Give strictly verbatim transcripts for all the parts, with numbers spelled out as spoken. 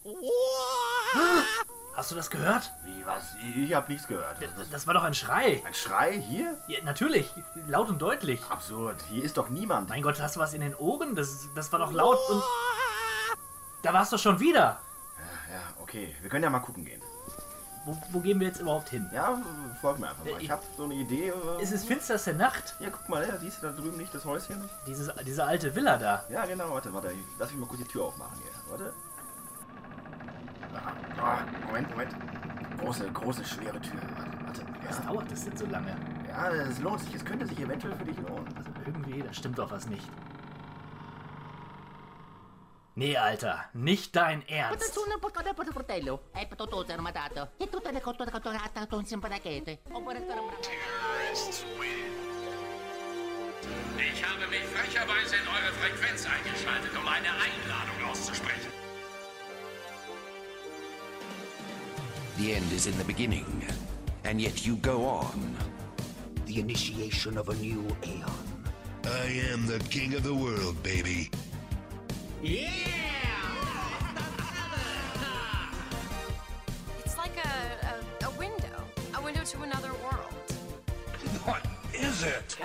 Hast du das gehört? Wie, was? Ich hab nichts gehört. Das, das war doch ein Schrei. Ein Schrei hier? Ja, natürlich, laut und deutlich. Absurd, hier ist doch niemand. Mein Gott, hast du was in den Ohren? Das, das war doch laut und... Da warst du schon wieder. Ja, ja, okay. Wir können ja mal gucken gehen. Wo, wo gehen wir jetzt überhaupt hin? Ja, folg mir einfach mal. Ich hab so eine Idee. Es ist finsterste Nacht. Ja, guck mal, ja, siehst du da drüben nicht das Häuschen nicht? Dieses, diese alte Villa da. Ja, genau, warte, warte. Lass mich mal kurz die Tür aufmachen hier. Warte. Ah, Moment, Moment. Große, große, schwere Tür. Warte, warte. Was Ja. dauert das denn so lange? Ja, es lohnt sich. Es könnte sich eventuell für dich lohnen. Also irgendwie, da stimmt doch was nicht. Nee, Alter, nicht dein Ernst. Terrorists win. Ich habe mich frecherweise in eure Frequenz eingeschaltet, um eine Einladung auszusprechen. The end is in the beginning, and yet you go on. The initiation of a new aeon. I am the king of the world, baby. It's like a, a, a window. A window to another world. What is it?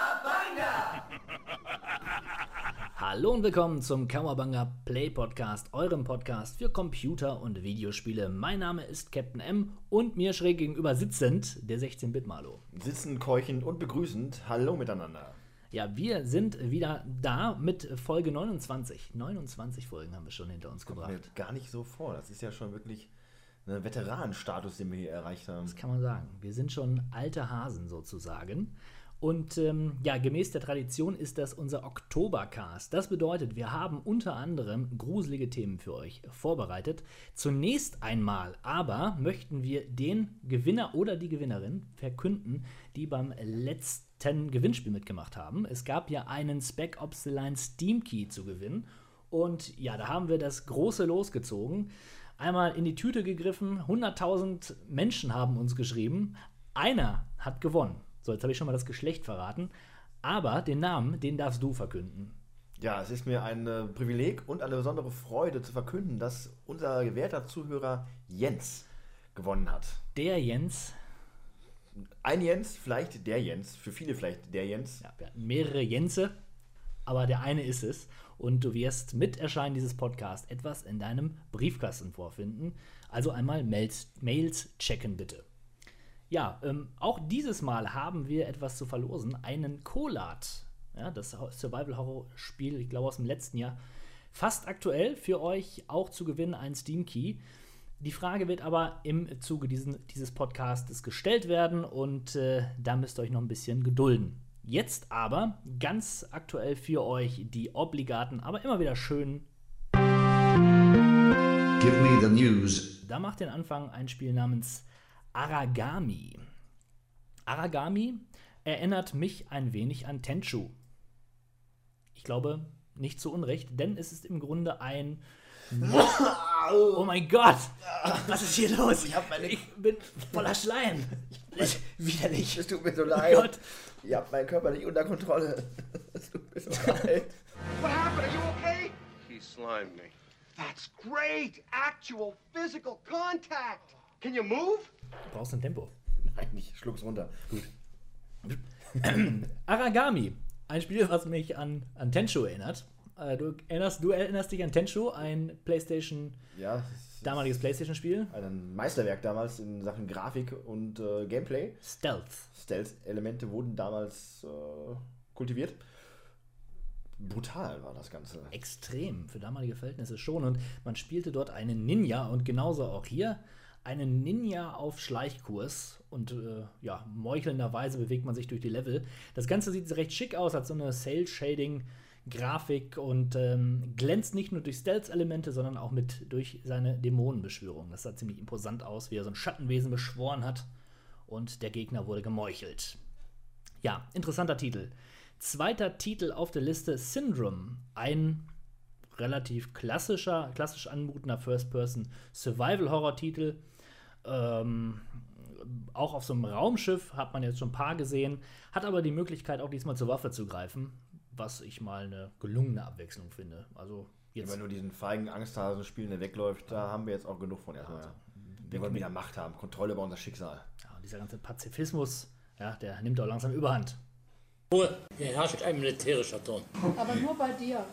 Hallo und willkommen zum Kawabanga Play Podcast, eurem Podcast für Computer- und Videospiele. Mein Name ist Captain M und mir schräg gegenüber sitzend der sechzehn-Bit-Malo. Sitzend, keuchend und begrüßend. Hallo miteinander. Ja, wir sind wieder da mit Folge neunundzwanzig. neunundzwanzig Folgen haben wir schon hinter uns Kommt gebracht. mir gar nicht so vor. Das ist ja schon wirklich ein Veteranenstatus, den wir hier erreicht haben. Das kann man sagen. Wir sind schon alte Hasen sozusagen. Und ähm, ja, gemäß der Tradition ist das unser Oktobercast. Das bedeutet, wir haben unter anderem gruselige Themen für euch vorbereitet. Zunächst einmal aber möchten wir den Gewinner oder die Gewinnerin verkünden, die beim letzten Gewinnspiel mitgemacht haben. Es gab ja einen Spec Ops The Line Steam Key zu gewinnen. Und ja, da haben wir das große losgezogen. Einmal in die Tüte gegriffen, hunderttausend Menschen haben uns geschrieben. Einer hat gewonnen. So, jetzt habe ich schon mal das Geschlecht verraten. Aber den Namen, den darfst du verkünden. Ja, es ist mir ein äh, Privileg und eine besondere Freude zu verkünden, dass unser gewährter Zuhörer Jens gewonnen hat. Der Jens. Ein Jens, vielleicht der Jens, für viele vielleicht der Jens. Ja, wir hatten mehrere Jense, aber der eine ist es. Und du wirst mit Erscheinen dieses Podcasts etwas in deinem Briefkasten vorfinden. Also einmal Mails, Mails checken bitte. Ja, ähm, auch dieses Mal haben wir etwas zu verlosen. Einen Kolat. Ja, das Survival-Horror-Spiel, ich glaube aus dem letzten Jahr. Fast aktuell für euch auch zu gewinnen, ein Steam Key. Die Frage wird aber im Zuge diesen, dieses Podcasts gestellt werden und äh, da müsst ihr euch noch ein bisschen gedulden. Jetzt aber ganz aktuell für euch die obligaten, aber immer wieder schönen. Give me the news. Da macht den Anfang ein Spiel namens Aragami. Aragami erinnert mich ein wenig an Tenchu. Ich glaube, nicht zu Unrecht, denn es ist im Grunde ein... Oh mein Gott! Was ist hier los? Ich, hab meine ich bin voller Schleim. Ich, widerlich. Es tut mir so Oh leid. Gott. Ihr habt meinen Körper nicht unter Kontrolle. Es tut mir so leid. What happened? Are you okay? He slimed me. That's great. Actual physical contact. Can you move? Du brauchst ein Tempo. Nein, ich schluck's runter. Gut. Aragami. Ein Spiel, was mich an, an Tenchu erinnert. Äh, du, erinnerst, du erinnerst dich an Tenchu, ein PlayStation, Ja, es ist damaliges PlayStation-Spiel. ein Meisterwerk damals in Sachen Grafik und äh, Gameplay. Stealth. Stealth-Elemente wurden damals äh, kultiviert. Brutal war das Ganze. Extrem, für damalige Verhältnisse schon. Und man spielte dort einen Ninja und genauso auch hier einen Ninja auf Schleichkurs. Und äh, ja, meuchelnderweise bewegt man sich durch die Level. Das Ganze sieht recht schick aus, hat so eine Cell-Shading-Grafik und ähm, glänzt nicht nur durch Stealth-Elemente, sondern auch mit durch seine Dämonenbeschwörung. Das sah ziemlich imposant aus, wie er so ein Schattenwesen beschworen hat. Und der Gegner wurde gemeuchelt. Ja, interessanter Titel. Zweiter Titel auf der Liste, Syndrome. Ein relativ klassischer, klassisch anmutender First-Person-Survival-Horror-Titel. Ähm, auch auf so einem Raumschiff hat man jetzt schon ein paar gesehen, hat aber die Möglichkeit, auch diesmal zur Waffe zu greifen, was ich mal eine gelungene Abwechslung finde. Also Jetzt, Wenn man nur diesen feigen Angsthasen spielen, der wegläuft, da haben wir jetzt auch genug von erstmal. Ja. Wir wollen wieder Macht haben, Kontrolle über unser Schicksal. ja, dieser ganze Pazifismus, ja, der nimmt auch langsam überhand. Ruhe, hier herrscht ein militärischer Ton. Aber nur bei dir.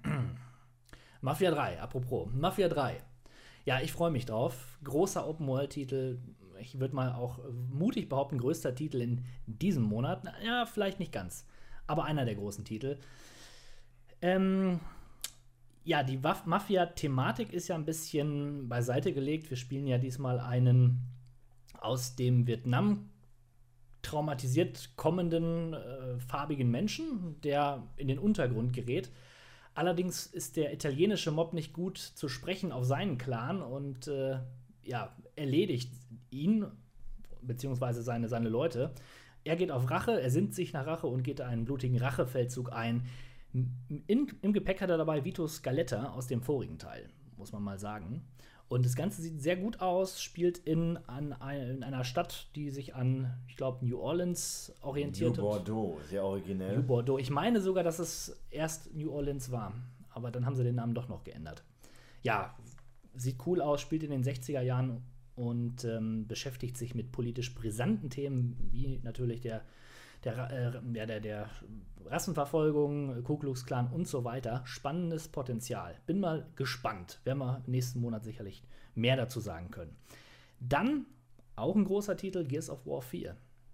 Mafia drei, apropos, Mafia drei. Ja, ich freue mich drauf. Großer Open-World-Titel. Ich würde mal auch mutig behaupten, größter Titel in diesem Monat. Ja, vielleicht nicht ganz, aber einer der großen Titel. Ähm, ja, die Waf- Mafia-Thematik ist ja ein bisschen beiseite gelegt. Wir spielen ja diesmal einen aus dem Vietnam traumatisiert kommenden äh, farbigen Menschen, der in den Untergrund gerät. Allerdings ist der italienische Mob nicht gut zu sprechen auf seinen Clan und äh, ja, erledigt ihn, beziehungsweise seine, seine Leute. Er geht auf Rache, er sinnt sich nach Rache und geht einen blutigen Rachefeldzug ein. In, Im Gepäck hat er dabei Vito Scaletta aus dem vorigen Teil, muss man mal sagen. Und das Ganze sieht sehr gut aus, spielt in, an, in einer Stadt, die sich an, ich glaube, New Orleans orientiert. New Bordeaux, sehr originell. New Bordeaux. Ich meine sogar, dass es erst New Orleans war, aber dann haben sie den Namen doch noch geändert. Ja, sieht cool aus, spielt in den sechziger Jahren und ähm, beschäftigt sich mit politisch brisanten Themen, wie natürlich der Der, äh, der, der, der Rassenverfolgung, Ku Klux Klan und so weiter. Spannendes Potenzial. Bin mal gespannt. Werden wir nächsten Monat sicherlich mehr dazu sagen können. Dann auch ein großer Titel, Gears of War vier.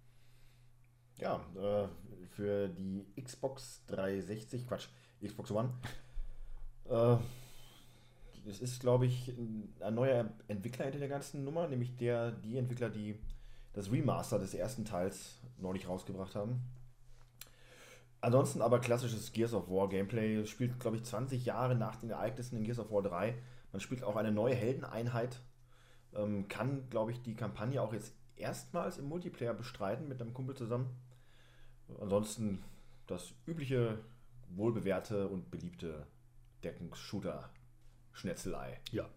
Ja, äh, für die Xbox dreihundertsechzig, Quatsch, Xbox One. Äh, es ist, glaube ich, ein neuer Entwickler hinter der ganzen Nummer, nämlich der, die Entwickler, die das Remaster des ersten Teils neulich rausgebracht haben. Ansonsten aber klassisches Gears of War Gameplay. Spielt, glaube ich, zwanzig Jahre nach den Ereignissen in Gears of War drei. Man spielt auch eine neue Heldeneinheit. Ähm, kann, glaube ich, die Kampagne auch jetzt erstmals im Multiplayer bestreiten mit einem Kumpel zusammen. Ansonsten das übliche, wohlbewährte und beliebte Deckungsshooter-Schnetzelei. Ja.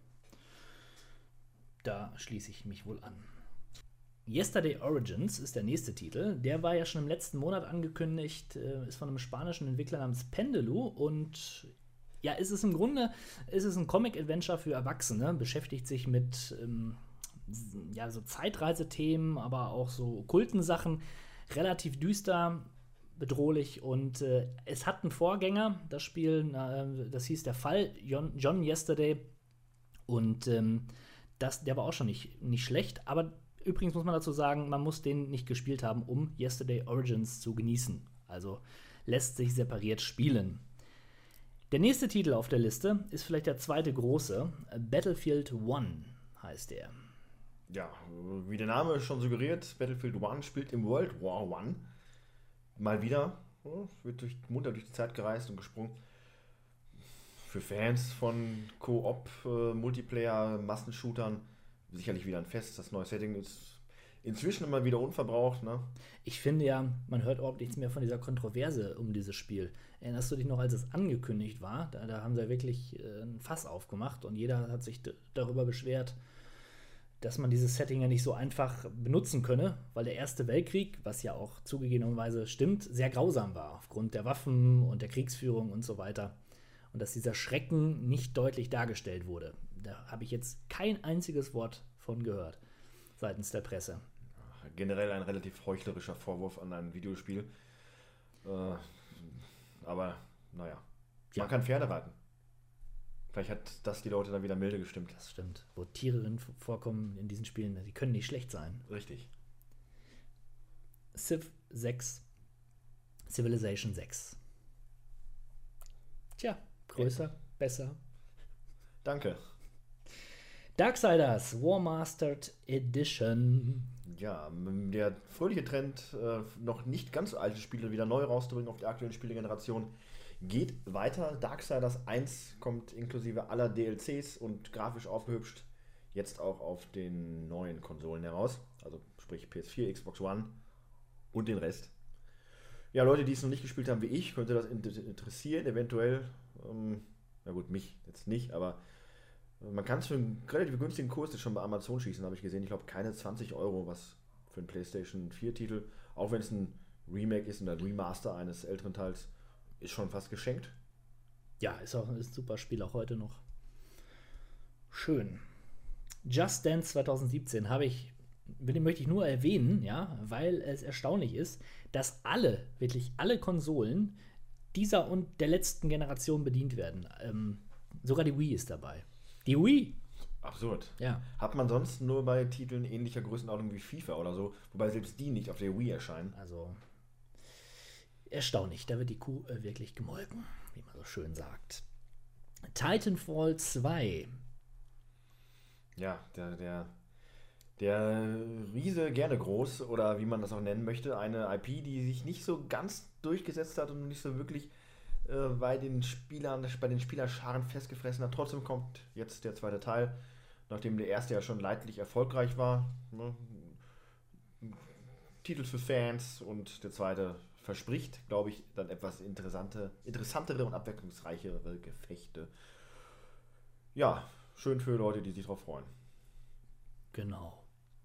Da schließe ich mich wohl an. Yesterday Origins ist der nächste Titel. Der war ja schon im letzten Monat angekündigt, ist von einem spanischen Entwickler namens Pendelu und ja, ist es im Grunde, ist es ein Comic-Adventure für Erwachsene, beschäftigt sich mit ähm, ja, so Zeitreisethemen, aber auch so okkulten Sachen, relativ düster, bedrohlich und äh, es hat einen Vorgänger, das Spiel, äh, das hieß der Fall John, John Yesterday und ähm, das, der war auch schon nicht, nicht schlecht, aber übrigens muss man dazu sagen, man muss den nicht gespielt haben, um Yesterday Origins zu genießen. Also lässt sich separiert spielen. Der nächste Titel auf der Liste ist vielleicht der zweite große. Battlefield One heißt der. Ja, wie der Name schon suggeriert, Battlefield One spielt im World War One. Mal wieder, wird durch, munter durch die Zeit gereist und gesprungen. Für Fans von Koop, äh, Multiplayer, Massenshootern sicherlich wieder ein Fest. Das neue Setting ist inzwischen immer wieder unverbraucht. Ne? Ich finde ja, man hört überhaupt nichts mehr von dieser Kontroverse um dieses Spiel. Erinnerst du dich noch, als es angekündigt war? Da, da haben sie ja wirklich äh, ein Fass aufgemacht und jeder hat sich d- darüber beschwert, dass man dieses Setting ja nicht so einfach benutzen könne, weil der Erste Weltkrieg, was ja auch zugegebenerweise stimmt, sehr grausam war aufgrund der Waffen und der Kriegsführung und so weiter. Und dass dieser Schrecken nicht deutlich dargestellt wurde. Da habe ich jetzt kein einziges Wort von gehört seitens der Presse. Generell ein relativ heuchlerischer Vorwurf an ein Videospiel. Äh, aber, naja. Ja. Man kann Pferde reiten. Vielleicht hat das die Leute dann wieder milde gestimmt. Das stimmt. Wo Tiere drin vorkommen in diesen Spielen, die können nicht schlecht sein. Richtig. Civ sechs. Civilization sechs. Tja, größer, ja. Besser. Danke. Darksiders War Mastered Edition. Ja, der fröhliche Trend, äh, noch nicht ganz so alte Spiele wieder neu rauszubringen auf die aktuellen Spielegeneration, geht weiter. Darksiders eins kommt inklusive aller D L Cs und grafisch aufgehübscht jetzt auch auf den neuen Konsolen heraus. Also sprich P S vier, Xbox One und den Rest. Ja, Leute, die es noch nicht gespielt haben wie ich, könnte das interessieren. Eventuell, ähm, na gut, mich jetzt nicht, aber man kann es für einen relativ günstigen Kurs jetzt schon bei Amazon schießen, habe ich gesehen. Ich glaube, keine zwanzig Euro, was für einen PlayStation vier Titel, auch wenn es ein Remake ist oder ein Remaster eines älteren Teils, ist schon fast geschenkt. Ja, ist auch ist ein super Spiel, auch heute noch. Schön. Just Dance zwanzig siebzehn habe ich, will, möchte ich nur erwähnen, ja, weil es erstaunlich ist, dass alle, wirklich alle Konsolen dieser und der letzten Generation bedient werden. Ähm, sogar die Wii ist dabei. Die Wii! Absurd. Ja. Hat man sonst nur bei Titeln ähnlicher Größenordnung wie FIFA oder so, wobei selbst die nicht auf der Wii erscheinen. Also erstaunlich, da wird die Kuh äh, wirklich gemolken, wie man so schön sagt. Titanfall zwei. Ja, der, der, der Riese gerne groß, oder wie man das auch nennen möchte, eine I P, die sich nicht so ganz durchgesetzt hat und nicht so wirklich äh, bei den Spielern, bei den Spielerscharen festgefressen hat. Trotzdem kommt jetzt der zweite Teil, nachdem der erste ja schon leidlich erfolgreich war. Ne? Titel für Fans, und der zweite verspricht, glaube ich, dann etwas interessante, interessantere und abwechslungsreichere Gefechte. Ja, schön für Leute, die sich drauf freuen. Genau.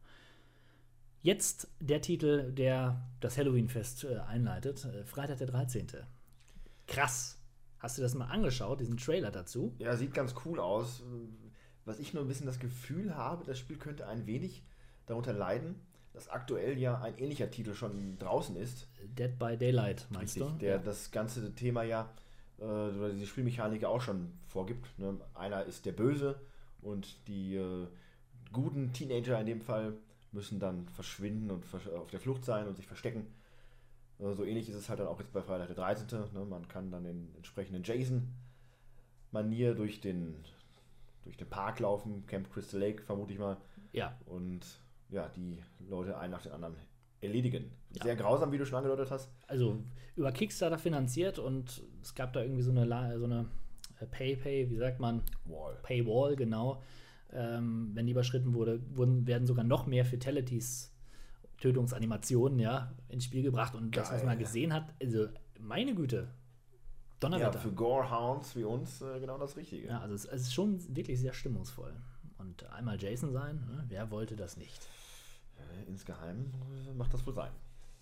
Jetzt der Titel, der das Halloween-Fest äh, einleitet. Äh, Freitag der dreizehnte. Krass. Hast du das mal angeschaut, diesen Trailer dazu? Ja, sieht ganz cool aus. Was ich nur ein bisschen das Gefühl habe, das Spiel könnte ein wenig darunter leiden, dass aktuell ja ein ähnlicher Titel schon draußen ist. Dead by Daylight, meinst Richtig, du? der Ja. das ganze Thema ja, äh, oder diese Spielmechanik auch schon vorgibt. Ne? Einer ist der Böse und die äh, guten Teenager in dem Fall müssen dann verschwinden und versch- auf der Flucht sein und sich verstecken. Äh, so ähnlich ist es halt dann auch jetzt bei Freitag der dreizehnte. Ne? Man kann dann den entsprechenden Jason-Manier durch den, durch den Park laufen, Camp Crystal Lake vermute ich mal. Ja. Und ja, die Leute einen nach den anderen erledigen. Ja. Sehr grausam, wie du schon angedeutet hast. Also über Kickstarter finanziert, und es gab da irgendwie so eine, La- so eine Pay-Pay, wie sagt man? Wall. Paywall, genau. Ähm, wenn die überschritten wurde, wurden, werden sogar noch mehr Fatalities, Tötungsanimationen, ja, ins Spiel gebracht. Und das, was Geil. man gesehen hat, also meine Güte, Ja, Donnerwetter. für Gorehounds wie uns äh, genau das Richtige. Ja, also es, es ist schon wirklich sehr stimmungsvoll. Und einmal Jason sein, ne? Wer wollte das nicht? Äh, insgeheim äh, macht das wohl sein.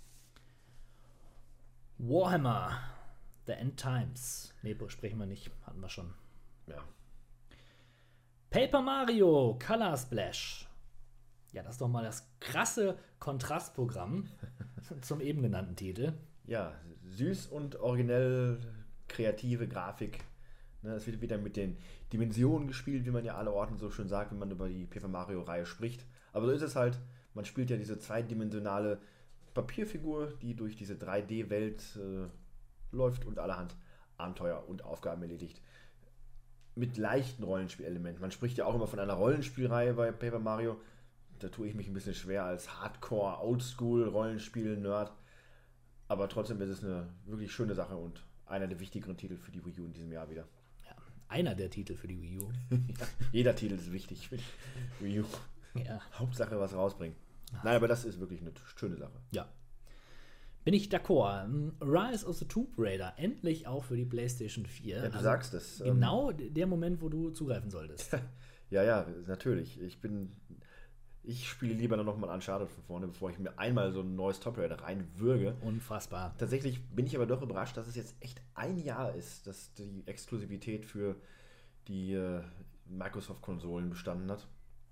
Warhammer, The End Times. Nee, sprechen wir nicht, hatten wir schon. Ja. Paper Mario Color Splash. Ja, das ist doch mal das krasse Kontrastprogramm zum eben genannten Titel. Ja, süß und originell kreative Grafik. Ne, es wird wieder mit den Dimensionen gespielt, wie man ja alle Orten so schön sagt, wenn man über die Paper Mario-Reihe spricht. Aber so ist es halt. Man spielt ja diese zweidimensionale Papierfigur, die durch diese drei D-Welt äh, läuft und allerhand Abenteuer und Aufgaben erledigt. Mit leichten Rollenspielelementen. Man spricht ja auch immer von einer Rollenspielreihe bei Paper Mario. Da tue ich mich ein bisschen schwer als Hardcore, Oldschool Rollenspiel-Nerd. Aber trotzdem ist es eine wirklich schöne Sache und einer der wichtigeren Titel für die Wii U in diesem Jahr wieder. Ja, einer der Titel für die Wii U. Ja, jeder Titel ist wichtig für die Wii U. Ja. Hauptsache was rausbringen. Nein, aber das ist wirklich eine schöne Sache. Ja. Bin ich d'accord. Rise of the Tomb Raider, endlich auch für die PlayStation vier. Ja, du Also sagst es. ähm, Genau der Moment, wo du zugreifen solltest. Ja, ja, natürlich. Ich bin. Ich spiele lieber noch mal Uncharted von vorne, bevor ich mir einmal so ein neues Tomb Raider reinwürge. Unfassbar. Tatsächlich bin ich aber doch überrascht, dass es jetzt echt ein Jahr ist, dass die Exklusivität für die äh, Microsoft-Konsolen bestanden hat.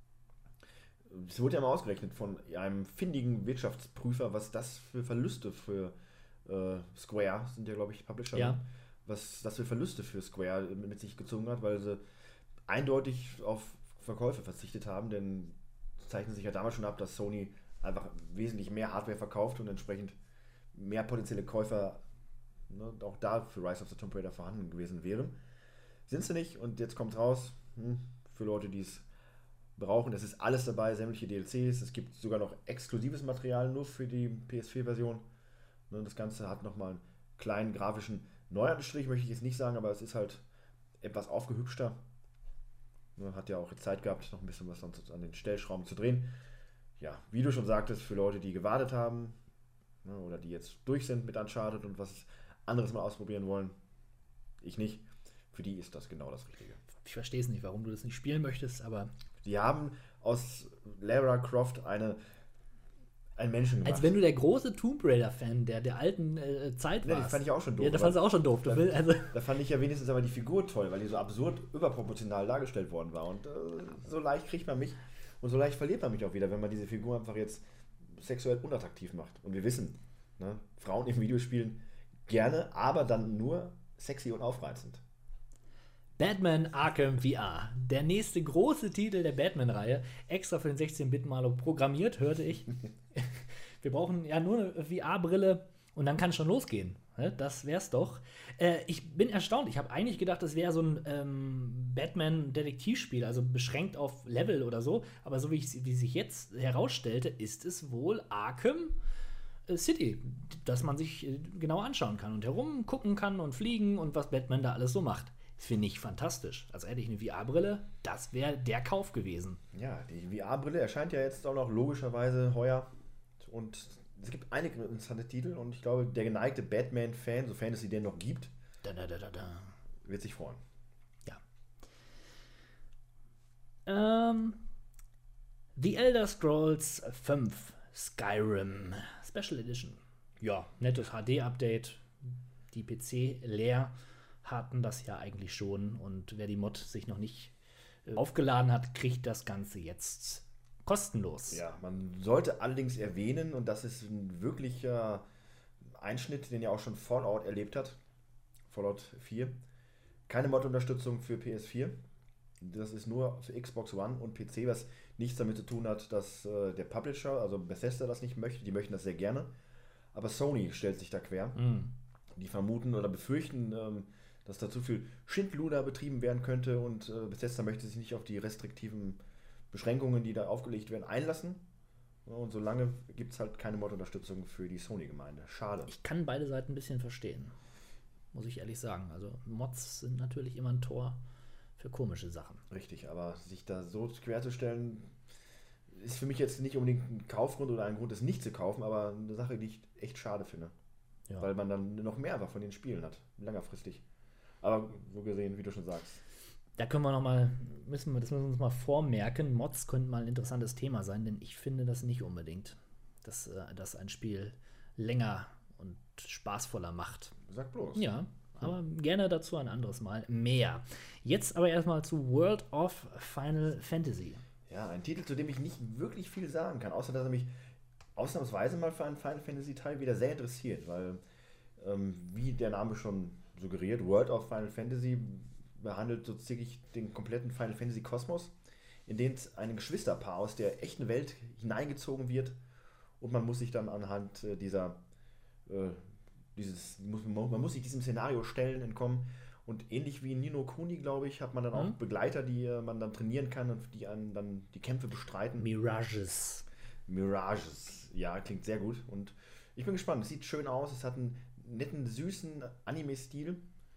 Es wurde ja mal ausgerechnet von einem findigen Wirtschaftsprüfer, was das für Verluste für äh, Square, sind ja glaube ich Publisher, Ja. ne? Was das für Verluste für Square mit sich gezogen hat, weil sie eindeutig auf Verkäufe verzichtet haben, denn es zeichnet sich ja damals schon ab, dass Sony einfach wesentlich mehr Hardware verkauft und entsprechend mehr potenzielle Käufer, ne, auch da für Rise of the Tomb Raider vorhanden gewesen wären. Sind sie nicht, und jetzt kommt raus, hm, für Leute, die es brauchen, es ist alles dabei, sämtliche D L Cs, es gibt sogar noch exklusives Material nur für die P S vier Version. Ne, das Ganze hat nochmal einen kleinen grafischen Neuanstrich, möchte ich jetzt nicht sagen, aber es ist halt etwas aufgehübschter. Ne, hat ja auch Zeit gehabt, noch ein bisschen was sonst an den Stellschrauben zu drehen. Ja, wie du schon sagtest, für Leute, die gewartet haben, ne, oder die jetzt durch sind mit Uncharted und was anderes mal ausprobieren wollen, ich nicht, für die ist das genau das Richtige. Ich verstehe es nicht, warum du das nicht spielen möchtest, aber Die haben aus Lara Croft eine, ein Menschen gemacht. Als wenn du der große Tomb Raider-Fan der, der alten äh, Zeit Nee, warst. das fand ich auch schon doof. Ja, das fandst du auch schon doof. Du Da, will, also, da fand ich ja wenigstens aber die Figur toll, weil die so absurd überproportional dargestellt worden war. Und äh, so leicht kriegt man mich und so leicht verliert man mich auch wieder, wenn man diese Figur einfach jetzt sexuell unattraktiv macht. Und wir wissen, ne, Frauen in Videospielen gerne, aber dann nur sexy und aufreizend. Batman Arkham V R. Der nächste große Titel der Batman-Reihe. Extra für den sechzehn-Bit-Maler programmiert, hörte ich. Wir brauchen ja nur eine V R-Brille und dann kann es schon losgehen. Das wär's doch. Äh, ich bin erstaunt. Ich habe eigentlich gedacht, das wäre so ein ähm, Batman-Detektivspiel, also beschränkt auf Level oder so. Aber so wie, ich, wie sich jetzt herausstellte, ist es wohl Arkham City, das man sich genau anschauen kann und herumgucken kann und fliegen und was Batman da alles so macht. Finde ich fantastisch. Also hätte ich eine V R-Brille, das wäre der Kauf gewesen. Ja, die V R-Brille erscheint ja jetzt auch noch logischerweise heuer. Und es gibt einige interessante Titel und ich glaube, der geneigte Batman-Fan, sofern es sie denn noch gibt, da, da, da, da, da. wird sich freuen. Ja. Ähm, The Elder Scrolls fünf Skyrim Special Edition. Ja, nettes H D-Update. Die P C leer hatten das ja eigentlich schon und wer die Mod sich noch nicht äh, aufgeladen hat, kriegt das Ganze jetzt kostenlos. Ja, man sollte allerdings erwähnen, und das ist ein wirklicher Einschnitt, den ja auch schon Fallout erlebt hat, Fallout vier, keine Mod-Unterstützung für P S vier. Das ist nur für Xbox One und P C, was nichts damit zu tun hat, dass äh, der Publisher, also Bethesda, das nicht möchte. Die möchten das sehr gerne. Aber Sony stellt sich da quer. Mm. Die vermuten oder befürchten, ähm, dass da zu viel Schindluder betrieben werden könnte und äh, Bethesda möchte sich nicht auf die restriktiven Beschränkungen, die da aufgelegt werden, einlassen. Und solange gibt es halt keine Mod-Unterstützung für die Sony-Gemeinde. Schade. Ich kann beide Seiten ein bisschen verstehen. Muss ich ehrlich sagen. Also Mods sind natürlich immer ein Tor für komische Sachen. Richtig, aber sich da so querzustellen, ist für mich jetzt nicht unbedingt ein Kaufgrund oder ein Grund, es nicht zu kaufen, aber eine Sache, die ich echt schade finde. Ja. Weil man dann noch mehr einfach von den Spielen hat, längerfristig. Aber so gesehen, wie du schon sagst. Da können wir noch mal, müssen wir, das müssen wir uns mal vormerken. Mods könnten mal ein interessantes Thema sein, denn ich finde das nicht unbedingt, dass, äh, dass ein Spiel länger und spaßvoller macht. Sag bloß. Ja, aber gerne dazu ein anderes Mal mehr. Jetzt aber erstmal zu World of Final Fantasy. Ja, ein Titel, zu dem ich nicht wirklich viel sagen kann, außer dass er mich ausnahmsweise mal für einen Final Fantasy Teil wieder sehr interessiert, weil, ähm, wie der Name schon suggeriert, World of Final Fantasy behandelt so ziemlich den kompletten Final Fantasy Kosmos, in den ein Geschwisterpaar aus der echten Welt hineingezogen wird und man muss sich dann anhand äh, dieser äh, dieses, muss, man muss sich diesem Szenario stellen, entkommen. Und ähnlich wie in Ni no Kuni, glaube ich, hat man dann auch Mhm. Begleiter, die äh, man dann trainieren kann und die einen dann die Kämpfe bestreiten. Mirages. Mirages, ja, klingt sehr gut. Und ich bin gespannt. Es sieht schön aus. Es hat einen netten, süßen Anime-Stil.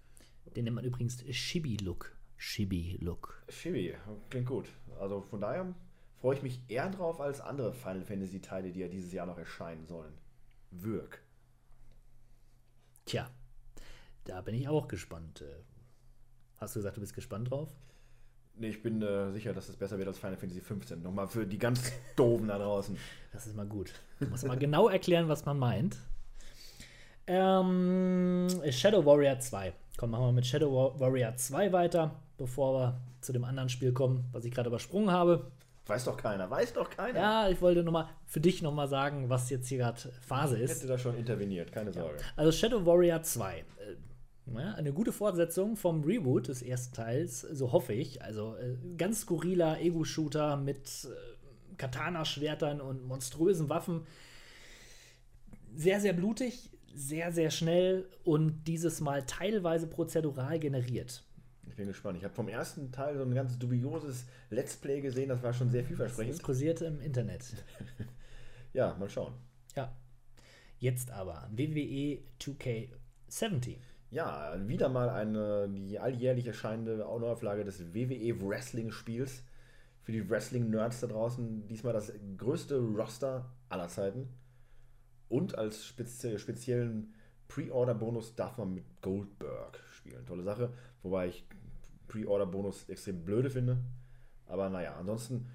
Den nennt man übrigens Chibi-Look. Chibi-Look. Chibi, klingt gut. Also von daher freue ich mich eher drauf als andere Final Fantasy-Teile, die ja dieses Jahr noch erscheinen sollen. Wirk. Tja, da bin ich auch gespannt. Äh, Hast du gesagt, du bist gespannt drauf? Nee, ich bin äh, sicher, dass es besser wird als Final Fantasy fünfzehn. Nochmal für die ganz Doofen da draußen. Das ist mal gut. Du musst mal genau erklären, was man meint. Ähm, Shadow Warrior zwei. Komm, machen wir mit Shadow Warrior zwei weiter, bevor wir zu dem anderen Spiel kommen, was ich gerade übersprungen habe. Weiß doch keiner, weiß doch keiner. Ja, ich wollte noch mal für dich noch mal sagen, was jetzt hier gerade Phase Ich ist. hätte da schon interveniert, keine Sorge. Also Shadow Warrior zwei. Äh, ja, eine gute Fortsetzung vom Reboot des ersten Teils, so hoffe ich. Also äh, ganz skurriler Ego-Shooter mit äh, Katana-Schwertern und monströsen Waffen. Sehr, sehr blutig, sehr, sehr schnell und dieses Mal teilweise prozedural generiert. Ich bin gespannt. Ich habe vom ersten Teil so ein ganz dubioses Let's Play gesehen, das war schon sehr vielversprechend. Das kursierte im Internet. Ja, mal schauen. Ja. Jetzt aber W W E zwei K siebzig. Ja, wieder mal eine die alljährlich erscheinende Neuauflage des W W E Wrestling-Spiels. Für die Wrestling-Nerds da draußen diesmal das größte Roster aller Zeiten. Und als spezi speziellen Pre-Order-Bonus darf man mit Goldberg spielen. Tolle Sache. Wobei ich Pre-Order-Bonus extrem blöde finde. Aber naja, ansonsten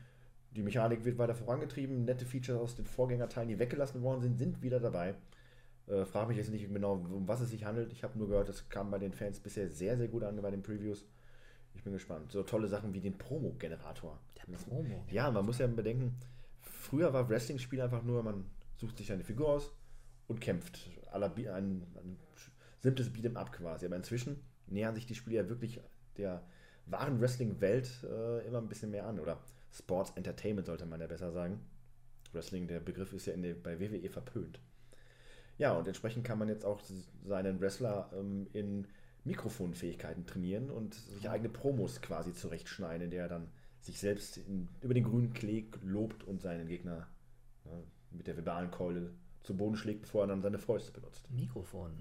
Die Mechanik wird weiter vorangetrieben. Nette Features aus den Vorgängerteilen, die weggelassen worden sind, sind wieder dabei. Äh, frage mich jetzt nicht genau, um was es sich handelt. Ich habe nur gehört, das kam bei den Fans bisher sehr, sehr gut an bei den Previews. Ich bin gespannt. So tolle Sachen wie den Promo-Generator. Der Promo. Ja, man muss ja bedenken, früher war Wrestling-Spiel einfach nur, man sucht sich eine Figur aus und kämpft. Ein, ein, ein simples Beat'em-up quasi. Aber inzwischen nähern sich die Spiele ja wirklich der wahren Wrestling-Welt äh, immer ein bisschen mehr an. Oder Sports Entertainment sollte man ja besser sagen. Wrestling, der Begriff ist ja in der, bei W W E verpönt. Ja, und entsprechend kann man jetzt auch seinen Wrestler ähm, in Mikrofonfähigkeiten trainieren und sich eigene Promos quasi zurechtschneiden, in der er dann sich selbst in, über den grünen Klee lobt und seinen Gegner ja, mit der verbalen Keule zu Boden schlägt, bevor er dann seine Fäuste benutzt. Mikrofonfähigkeiten.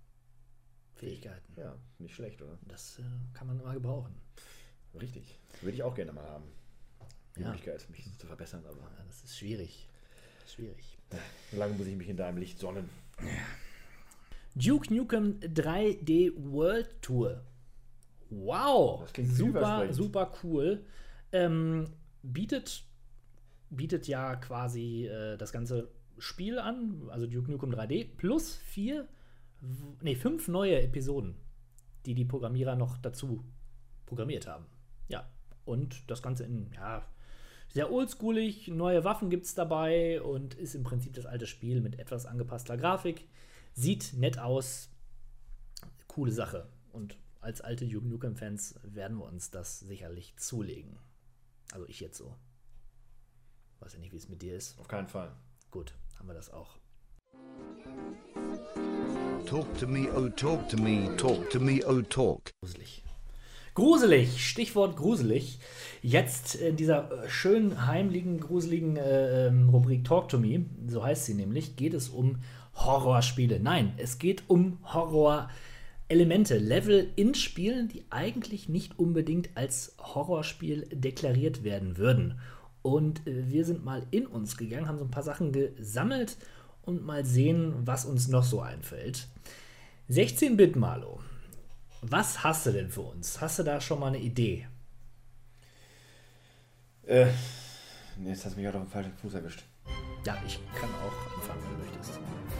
Ja, nicht schlecht, oder? Das äh, kann man immer gebrauchen. Richtig. Würde ich auch gerne mal haben. Die ja. Möglichkeit, mich zu verbessern, aber. Ja, das ist schwierig. Schwierig. Ja, so lange muss ich mich in deinem Licht sonnen. Duke Nukem drei D World Tour. Wow! Das klingt super, super cool. Ähm, bietet, bietet ja quasi äh, das ganze Spiel an, also Duke Nukem drei D, plus vier, nee, fünf neue Episoden, die die Programmierer noch dazu programmiert haben. Ja, und das Ganze in, ja, sehr oldschoolig, neue Waffen gibt es dabei und ist im Prinzip das alte Spiel mit etwas angepasster Grafik. Sieht nett aus, coole Sache. Und als alte Duke Nukem-Fans werden wir uns das sicherlich zulegen. Also ich jetzt so. Weiß ja nicht, wie es mit dir ist. Auf keinen Fall. Gut, haben wir das auch. Talk to me, oh talk to me, talk to me, oh talk. Gruselig. Gruselig, Stichwort gruselig. Jetzt in dieser schönen, heimlichen, gruseligen äh, Rubrik Talk to Me, so heißt sie nämlich, geht es um Horrorspiele. Nein, es geht um Horror-Elemente, Level in Spielen, die eigentlich nicht unbedingt als Horrorspiel deklariert werden würden. Und äh, wir sind mal in uns gegangen, haben so ein paar Sachen gesammelt und mal sehen, was uns noch so einfällt. sechzehn Bit Marlo. Was hast du denn für uns? Hast du da schon mal eine Idee? Äh, nee, jetzt hast du mich gerade auf den falschen Fuß erwischt. Ja, ich kann auch anfangen, wenn du möchtest.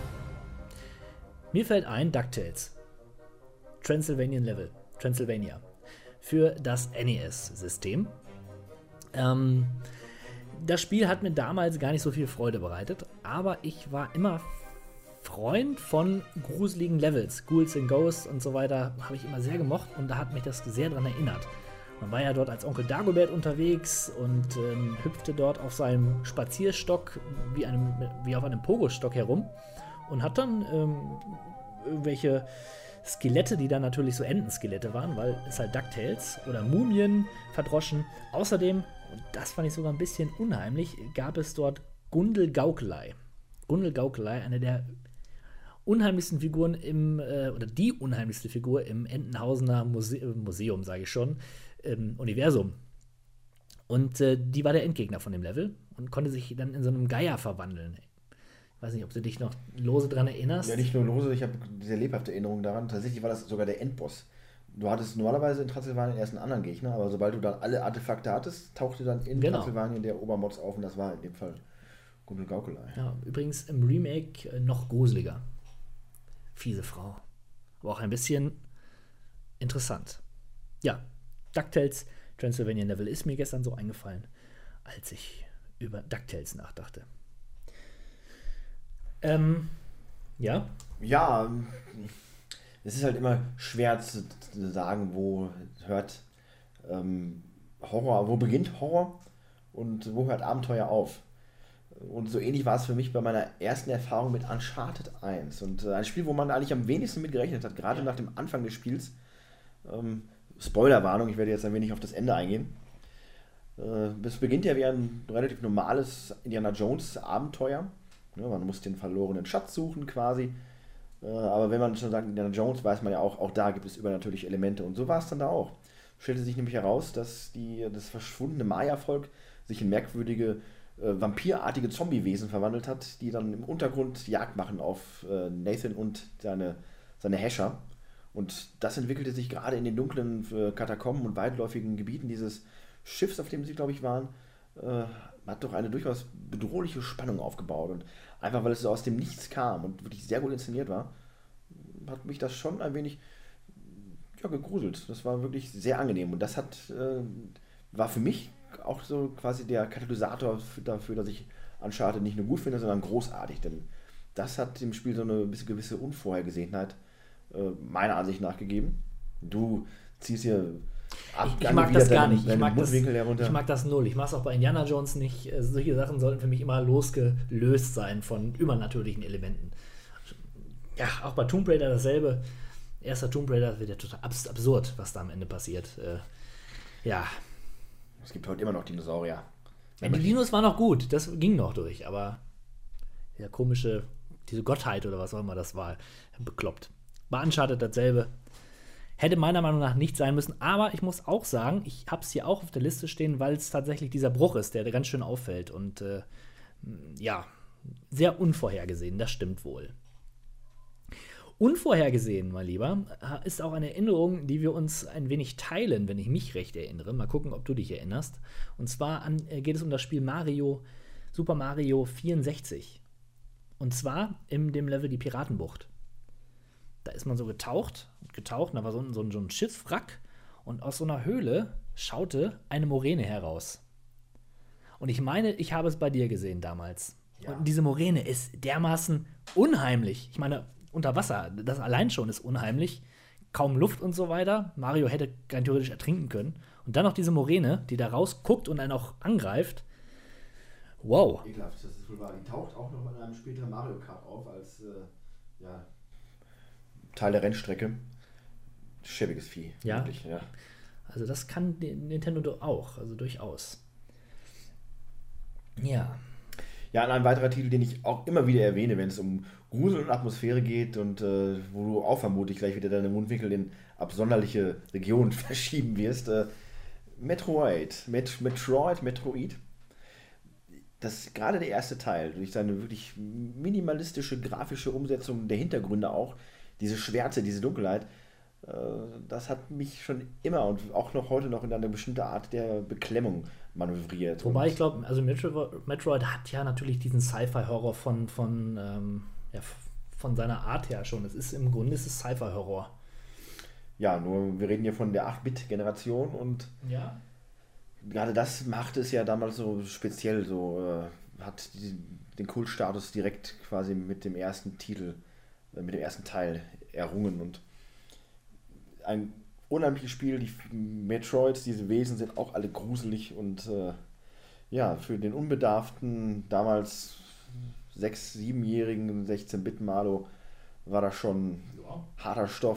Mir fällt ein DuckTales. Transylvanian Level. Transylvania. Für das N E S-System. Ähm, das Spiel hat mir damals gar nicht so viel Freude bereitet, aber ich war immer Freund von gruseligen Levels. Ghouls and Ghosts und so weiter habe ich immer sehr gemocht und da hat mich das sehr daran erinnert. Man war ja dort als Onkel Dagobert unterwegs und ähm, hüpfte dort auf seinem Spazierstock wie, einem, wie auf einem Pogo-Stock herum und hat dann ähm, irgendwelche Skelette, die dann natürlich so Entenskelette waren, weil es halt DuckTales oder Mumien verdroschen. Außerdem, und das fand ich sogar ein bisschen unheimlich, gab es dort Gundel Gaukelei. Gundel Gaukelei, eine der unheimlichsten Figuren im, äh, oder die unheimlichste Figur im Entenhausener Muse Museum, sage ich schon, im Universum. Und äh, die war der Endgegner von dem Level und konnte sich dann in so einem Geier verwandeln. Ich weiß nicht, ob du dich noch lose dran erinnerst. Ja, nicht nur lose, ich habe sehr lebhafte Erinnerungen daran. Tatsächlich war das sogar der Endboss. Du hattest normalerweise in Transsilvanien erst einen anderen Gegner, aber sobald du dann alle Artefakte hattest, tauchte dann in genau. Transsilvanien der Obermods auf und das war in dem Fall Gundel Gaukelei. Ja, übrigens im Remake äh, noch gruseliger. Fiese Frau. Aber auch ein bisschen interessant. Ja, DuckTales Transylvanian Level ist mir gestern so eingefallen, als ich über DuckTales nachdachte. Ähm, ja? Ja, es ist halt immer schwer zu sagen, wo hört ähm, Horror, wo beginnt Horror und wo hört Abenteuer auf. Und so ähnlich war es für mich bei meiner ersten Erfahrung mit Uncharted eins. Und äh, ein Spiel, wo man eigentlich am wenigsten mit gerechnet hat, gerade nach dem Anfang des Spiels. Ähm, Spoilerwarnung, ich werde jetzt ein wenig auf das Ende eingehen. Äh, es beginnt ja wie ein relativ normales Indiana Jones Abenteuer. Ja, man muss den verlorenen Schatz suchen quasi. Äh, aber wenn man schon sagt Indiana Jones, weiß man ja auch, auch da gibt es übernatürliche Elemente. Und so war es dann da auch. Stellte sich nämlich heraus, dass die, das verschwundene Maya-Volk sich in merkwürdige Äh, vampirartige Zombie-Wesen verwandelt hat, die dann im Untergrund Jagd machen auf äh, Nathan und seine, seine Häscher. Und das entwickelte sich gerade in den dunklen äh, Katakomben und weitläufigen Gebieten dieses Schiffs, auf dem sie, glaube ich, waren, äh, hat doch eine durchaus bedrohliche Spannung aufgebaut. Und einfach, weil es so aus dem Nichts kam und wirklich sehr gut inszeniert war, hat mich das schon ein wenig ja, gegruselt. Das war wirklich sehr angenehm. Und das hat äh, war für mich auch so quasi der Katalysator dafür, dass ich Uncharted nicht nur gut finde, sondern großartig. Denn das hat dem Spiel so eine gewisse Unvorhergesehenheit äh, meiner Ansicht nach gegeben. Du ziehst hier ab, ich, ich mag das gar deine, nicht. Ich mag das, herunter. ich mag das null. Ich mag es auch bei Indiana Jones nicht. Solche Sachen sollten für mich immer losgelöst sein von übernatürlichen Elementen. Ja, auch bei Tomb Raider dasselbe. Erster Tomb Raider wird ja total abs- absurd, was da am Ende passiert. Äh, ja. Es gibt heute immer noch Dinosaurier. Ja, die Dinos waren noch gut, das ging noch durch, aber der komische, diese Gottheit oder was auch immer das war, bekloppt. Bei Uncharted dasselbe. Hätte meiner Meinung nach nicht sein müssen, aber ich muss auch sagen, ich habe es hier auch auf der Liste stehen, weil es tatsächlich dieser Bruch ist, der ganz schön auffällt und äh, ja, sehr unvorhergesehen, das stimmt wohl. Unvorhergesehen, mein Lieber, ist auch eine Erinnerung, die wir uns ein wenig teilen, wenn ich mich recht erinnere. Mal gucken, ob du dich erinnerst. Und zwar an, äh, geht es um das Spiel Mario, Super Mario vierundsechzig. Und zwar in dem Level die Piratenbucht. Da ist man so getaucht, getaucht, da war so ein, so ein, so ein Schiffswrack und aus so einer Höhle schaute eine Moräne heraus. Und ich meine, ich habe es bei dir gesehen damals. Ja. Und diese Moräne ist dermaßen unheimlich. Ich meine, unter Wasser, das allein schon ist unheimlich. Kaum Luft und so weiter. Mario hätte rein theoretisch ertrinken können. Und dann noch diese Moräne, die da rausguckt und einen auch angreift. Wow. Ekelhaft, das ist wohl wahr. Die taucht auch noch in einem späteren Mario Kart auf als äh, ja, Teil der Rennstrecke. Schäbiges Vieh. Ja. Wirklich, ja. Also das kann Nintendo auch, also durchaus. Ja. Ja, und ein weiterer Titel, den ich auch immer wieder erwähne, wenn es um Grusel und Atmosphäre geht und äh, wo du auch vermutlich gleich wieder deine Mundwinkel in absonderliche Regionen verschieben wirst. Äh, Metroid. Met- Metroid, Metroid. Das gerade der erste Teil, durch seine wirklich minimalistische grafische Umsetzung der Hintergründe auch, diese Schwärze, diese Dunkelheit, äh, das hat mich schon immer und auch noch heute noch in eine bestimmte Art der Beklemmung manövriert. Wobei ich glaube, also Metroid, Metroid hat ja natürlich diesen Sci-Fi-Horror von, von, ähm, ja, von seiner Art her schon. Es ist im Grunde ist es Sci-Fi-Horror. Ja, nur wir reden hier von der acht-Bit-Generation und ja. Gerade das machte es ja damals so speziell, so äh, hat die, den Kultstatus direkt quasi mit dem ersten Titel, äh, mit dem ersten Teil errungen und ein unheimliches Spiel. Die Metroids, diese Wesen sind auch alle gruselig und äh, ja, für den unbedarften, damals sechs-, siebenjährigen sechzehn-Bit-Malo war das schon ja. harter Stoff.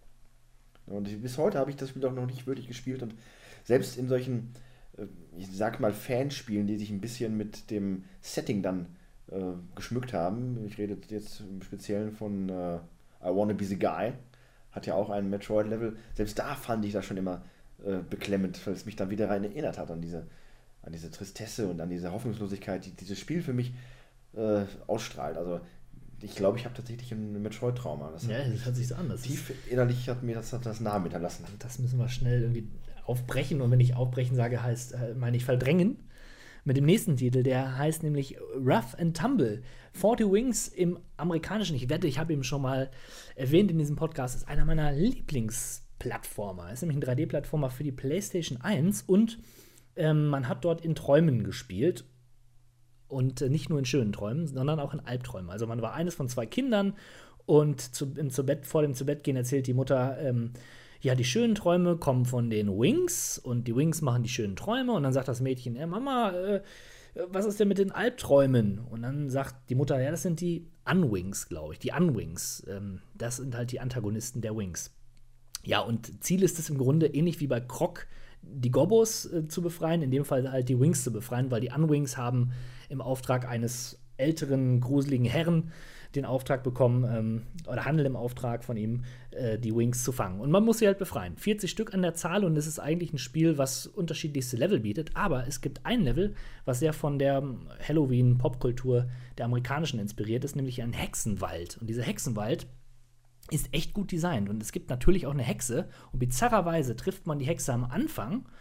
Und bis heute habe ich das Spiel auch noch nicht wirklich gespielt und selbst in solchen, äh, ich sag mal, Fanspielen, die sich ein bisschen mit dem Setting dann äh, geschmückt haben, ich rede jetzt im Speziellen von äh, I Wanna Be the Guy, hat ja auch ein Metroid-Level. Selbst da fand ich das schon immer äh, beklemmend, weil es mich dann wieder rein erinnert hat an diese, an diese Tristesse und an diese Hoffnungslosigkeit, die dieses Spiel für mich äh, ausstrahlt. Also ich glaube, ich habe tatsächlich ein Metroid-Trauma. Das ja, das hört sich so an. Das tief innerlich hat mir das, hat das Namen hinterlassen. Das müssen wir schnell irgendwie aufbrechen. Und wenn ich aufbrechen sage, heißt, meine ich verdrängen. Mit dem nächsten Titel, der heißt nämlich Rough and Tumble. forty Wings im amerikanischen, ich wette, ich habe ihn schon mal erwähnt in diesem Podcast, ist einer meiner Lieblingsplattformer. Ist nämlich ein drei D-Plattformer für die PlayStation eins und ähm, man hat dort in Träumen gespielt. Und äh, nicht nur in schönen Träumen, sondern auch in Albträumen. Also man war eines von zwei Kindern und zu, im, zu Bett, vor dem Zubettgehen erzählt die Mutter, ähm, ja, die schönen Träume kommen von den Wings und die Wings machen die schönen Träume. Und dann sagt das Mädchen, ja, Mama, äh, was ist denn mit den Albträumen? Und dann sagt die Mutter, ja, das sind die Unwings, glaube ich, die Unwings. Ähm, das sind halt die Antagonisten der Wings. Ja, und Ziel ist es im Grunde, ähnlich wie bei Croc, die Gobos äh, zu befreien, in dem Fall halt die Wings zu befreien, weil die Unwings haben im Auftrag eines älteren, gruseligen Herren den Auftrag bekommen, ähm, oder handeln im Auftrag von ihm, äh, die Wings zu fangen. Und man muss sie halt befreien. vierzig Stück an der Zahl und es ist eigentlich ein Spiel, was unterschiedlichste Level bietet, aber es gibt ein Level, was sehr von der Halloween-Popkultur der amerikanischen inspiriert ist, nämlich ein Hexenwald. Und dieser Hexenwald ist echt gut designt und es gibt natürlich auch eine Hexe und bizarrerweise trifft man die Hexe am Anfang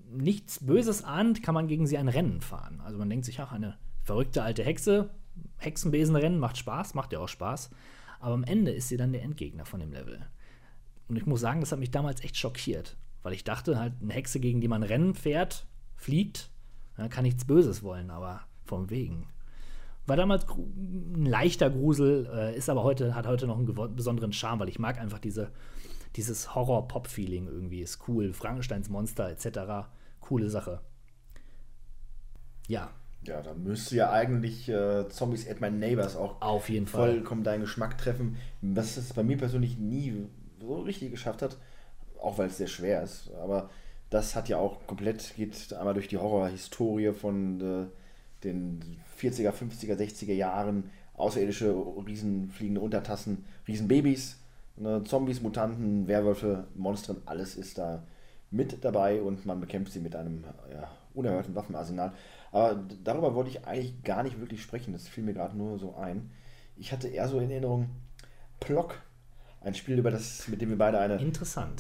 nichts Böses ahnt, kann man gegen sie ein Rennen fahren. Also man denkt sich, ach, eine verrückte alte Hexe, Hexenbesenrennen macht Spaß, macht ja auch Spaß. Aber am Ende ist sie dann der Endgegner von dem Level. Und ich muss sagen, das hat mich damals echt schockiert. Weil ich dachte, halt, eine Hexe, gegen die man Rennen fährt, fliegt, ja, kann nichts Böses wollen, aber vom Wegen. War damals ein leichter Grusel, äh, ist aber heute, hat heute noch einen besonderen Charme, weil ich mag einfach diese, dieses Horror-Pop-Feeling irgendwie. Ist cool. Frankensteins Monster et cetera. Coole Sache. Ja. Ja, da müsste ja eigentlich äh, Zombies at My Neighbors auch auf jeden Fall vollkommen deinen Geschmack treffen. Was es bei mir persönlich nie so richtig geschafft hat, auch weil es sehr schwer ist. Aber das hat ja auch komplett, geht einmal durch die Horrorhistorie von äh, den vierziger, fünfziger, sechziger Jahren. Außerirdische, riesenfliegende Untertassen, Riesenbabys, ne, Zombies, Mutanten, Werwölfe, Monstern, alles ist da mit dabei und man bekämpft sie mit einem ja, unerhörten Waffenarsenal. Aber darüber wollte ich eigentlich gar nicht wirklich sprechen, das fiel mir gerade nur so ein. Ich hatte eher so in Erinnerung Plock, ein Spiel, über das, mit dem wir beide eine Interessant.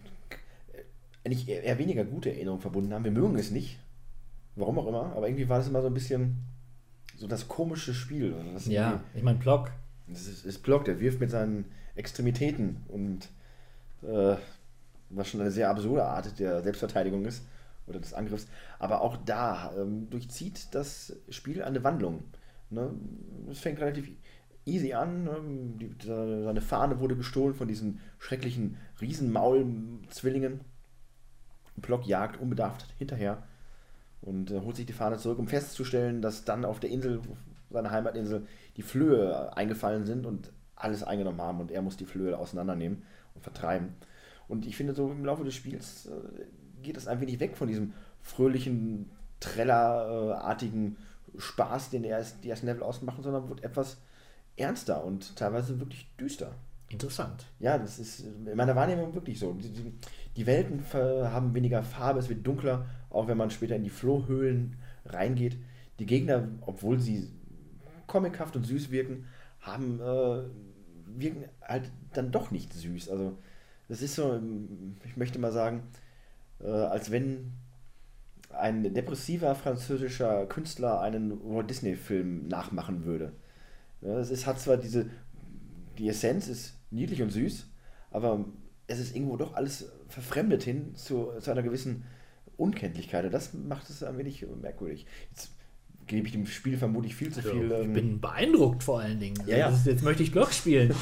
Äh, nicht eher, eher weniger gute Erinnerung verbunden haben. Wir mögen es nicht, warum auch immer, aber irgendwie war das immer so ein bisschen so das komische Spiel. Das ja, ich meine Plock. Das ist, ist Plock, der wirft mit seinen Extremitäten und äh, was schon eine sehr absurde Art der Selbstverteidigung ist oder des Angriffs. Aber auch da ähm, durchzieht das Spiel eine Wandlung. Ne? Es fängt relativ easy an. Ne? Die, seine Fahne wurde gestohlen von diesen schrecklichen Riesenmaul-Zwillingen. Plock jagt unbedarft hinterher und äh, holt sich die Fahne zurück, um festzustellen, dass dann auf der Insel, seiner Heimatinsel, die Flöhe eingefallen sind und alles eingenommen haben und er muss die Flöhe auseinandernehmen und vertreiben. Und ich finde, so im Laufe des Spiels äh, geht es ein wenig weg von diesem fröhlichen, Treller-artigen Spaß, den er die ersten Level ausmachen, sondern wird etwas ernster und teilweise wirklich düster. Interessant. Ja, das ist in meiner Wahrnehmung wirklich so. Die, die, die Welten haben weniger Farbe, es wird dunkler, auch wenn man später in die Flohhöhlen reingeht. Die Gegner, obwohl sie comichaft und süß wirken, haben äh, wirken halt dann doch nicht süß. Also das ist so, ich möchte mal sagen, äh, als wenn ein depressiver französischer Künstler einen Walt Disney-Film nachmachen würde. Ja, es ist, hat zwar diese, die Essenz ist niedlich und süß, aber es ist irgendwo doch alles verfremdet hin zu, zu einer gewissen Unkenntlichkeit. Und das macht es ein wenig merkwürdig. Jetzt gebe ich dem Spiel vermutlich viel zu viel. Ich bin beeindruckt vor allen Dingen. Ja, ja. Ist, jetzt möchte ich Block spielen.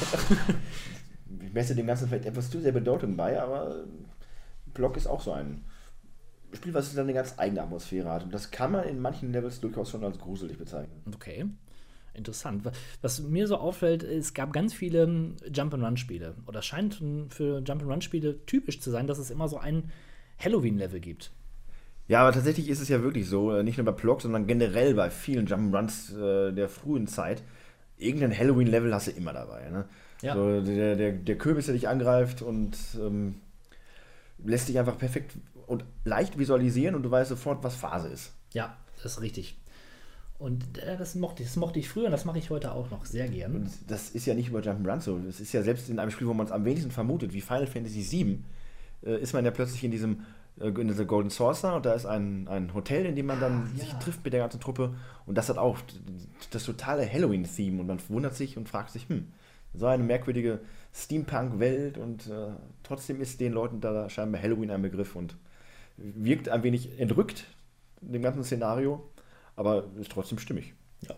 Ich messe dem Ganzen vielleicht etwas zu sehr Bedeutung bei, aber Block ist auch so ein Spiel, was dann eine ganz eigene Atmosphäre hat. Und das kann man in manchen Levels durchaus schon als gruselig bezeichnen. Okay. Interessant. Was mir so auffällt, es gab ganz viele Jump-and-Run-Spiele. Oder es scheint für Jump-and-Run-Spiele typisch zu sein, dass es immer so ein Halloween-Level gibt. Ja, aber tatsächlich ist es ja wirklich so, nicht nur bei Plock, sondern generell bei vielen Jump'n'Runs äh, der frühen Zeit. Irgendein Halloween-Level hast du immer dabei. Ne? Ja. So, der, der, der Kürbis, der dich angreift und ähm, lässt dich einfach perfekt und leicht visualisieren und du weißt sofort, was Phase ist. Ja, das ist richtig. Und äh, das, mochte ich, das mochte ich früher und das mache ich heute auch noch sehr gern. Und das ist ja nicht über Jump'n'Run so. Das ist ja selbst in einem Spiel, wo man es am wenigsten vermutet, wie Final Fantasy sieben, äh, ist man ja plötzlich in diesem äh, in dieser Golden Saucer und da ist ein, ein Hotel, in dem man dann ah, ja. sich trifft mit der ganzen Truppe und das hat auch das totale Halloween-Theme und man wundert sich und fragt sich, hm, so eine merkwürdige Steampunk-Welt und äh, trotzdem ist den Leuten da scheinbar Halloween ein Begriff und wirkt ein wenig entrückt in dem ganzen Szenario. Aber ist trotzdem stimmig. Ja.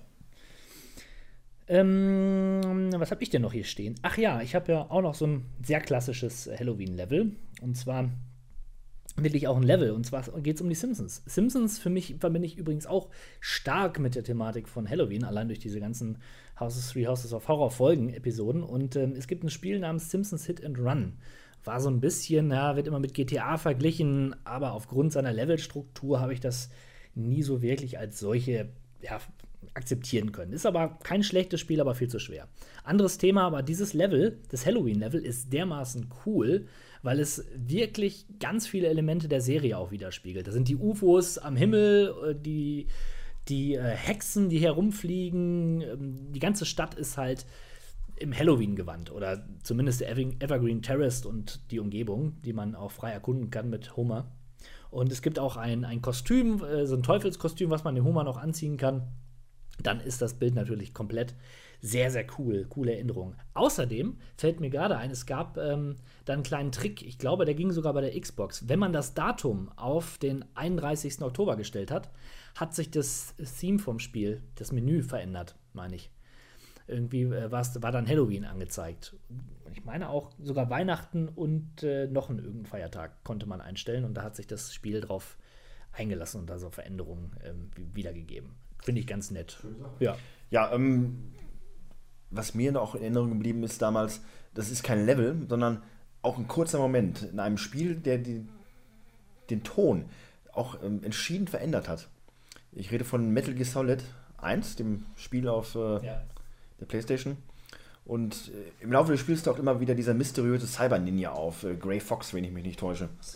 Ähm, was habe ich denn noch hier stehen? Ach ja, ich habe ja auch noch so ein sehr klassisches Halloween-Level. Und zwar wirklich auch ein Level. Und zwar geht es um die Simpsons. Simpsons für mich verbinde ich übrigens auch stark mit der Thematik von Halloween, allein durch diese ganzen Houses, Three Houses of Horror-Folgen-Episoden. Und ähm, es gibt ein Spiel namens Simpsons Hit and Run. War so ein bisschen, ja, wird immer mit G T A verglichen, aber aufgrund seiner Levelstruktur habe ich das nie so wirklich als solche ja, akzeptieren können. Ist aber kein schlechtes Spiel, aber viel zu schwer. Anderes Thema, aber dieses Level, das Halloween-Level, ist dermaßen cool, weil es wirklich ganz viele Elemente der Serie auch widerspiegelt. Da sind die U F Os am Himmel, die, die äh, Hexen, die herumfliegen. Ähm, die ganze Stadt ist halt im Halloween-Gewand oder zumindest der Evergreen Terrace und die Umgebung, die man auch frei erkunden kann mit Homer. Und es gibt auch ein, ein Kostüm, äh, so ein Teufelskostüm, was man dem Hummer noch anziehen kann. Dann ist das Bild natürlich komplett sehr, sehr cool. Coole Erinnerung. Außerdem fällt mir gerade ein, es gab ähm, da einen kleinen Trick. Ich glaube, der ging sogar bei der Xbox. Wenn man das Datum auf den einunddreißigsten Oktober gestellt hat, hat sich das Theme vom Spiel, das Menü verändert, meine ich. Irgendwie äh, war dann Halloween angezeigt. Ich meine auch sogar Weihnachten und äh, noch einen irgendeinen Feiertag konnte man einstellen. Und da hat sich das Spiel drauf eingelassen und da so Veränderungen ähm, wiedergegeben. Finde ich ganz nett. Ja, ja ähm, was mir noch in Erinnerung geblieben ist damals, das ist kein Level, sondern auch ein kurzer Moment in einem Spiel, der die, den Ton auch ähm, entschieden verändert hat. Ich rede von Metal Gear Solid eins, dem Spiel auf äh, ja. der PlayStation. Und äh, im Laufe des Spiels taucht immer wieder dieser mysteriöse Cyber-Ninja auf, äh, Grey Fox, wenn ich mich nicht täusche. So.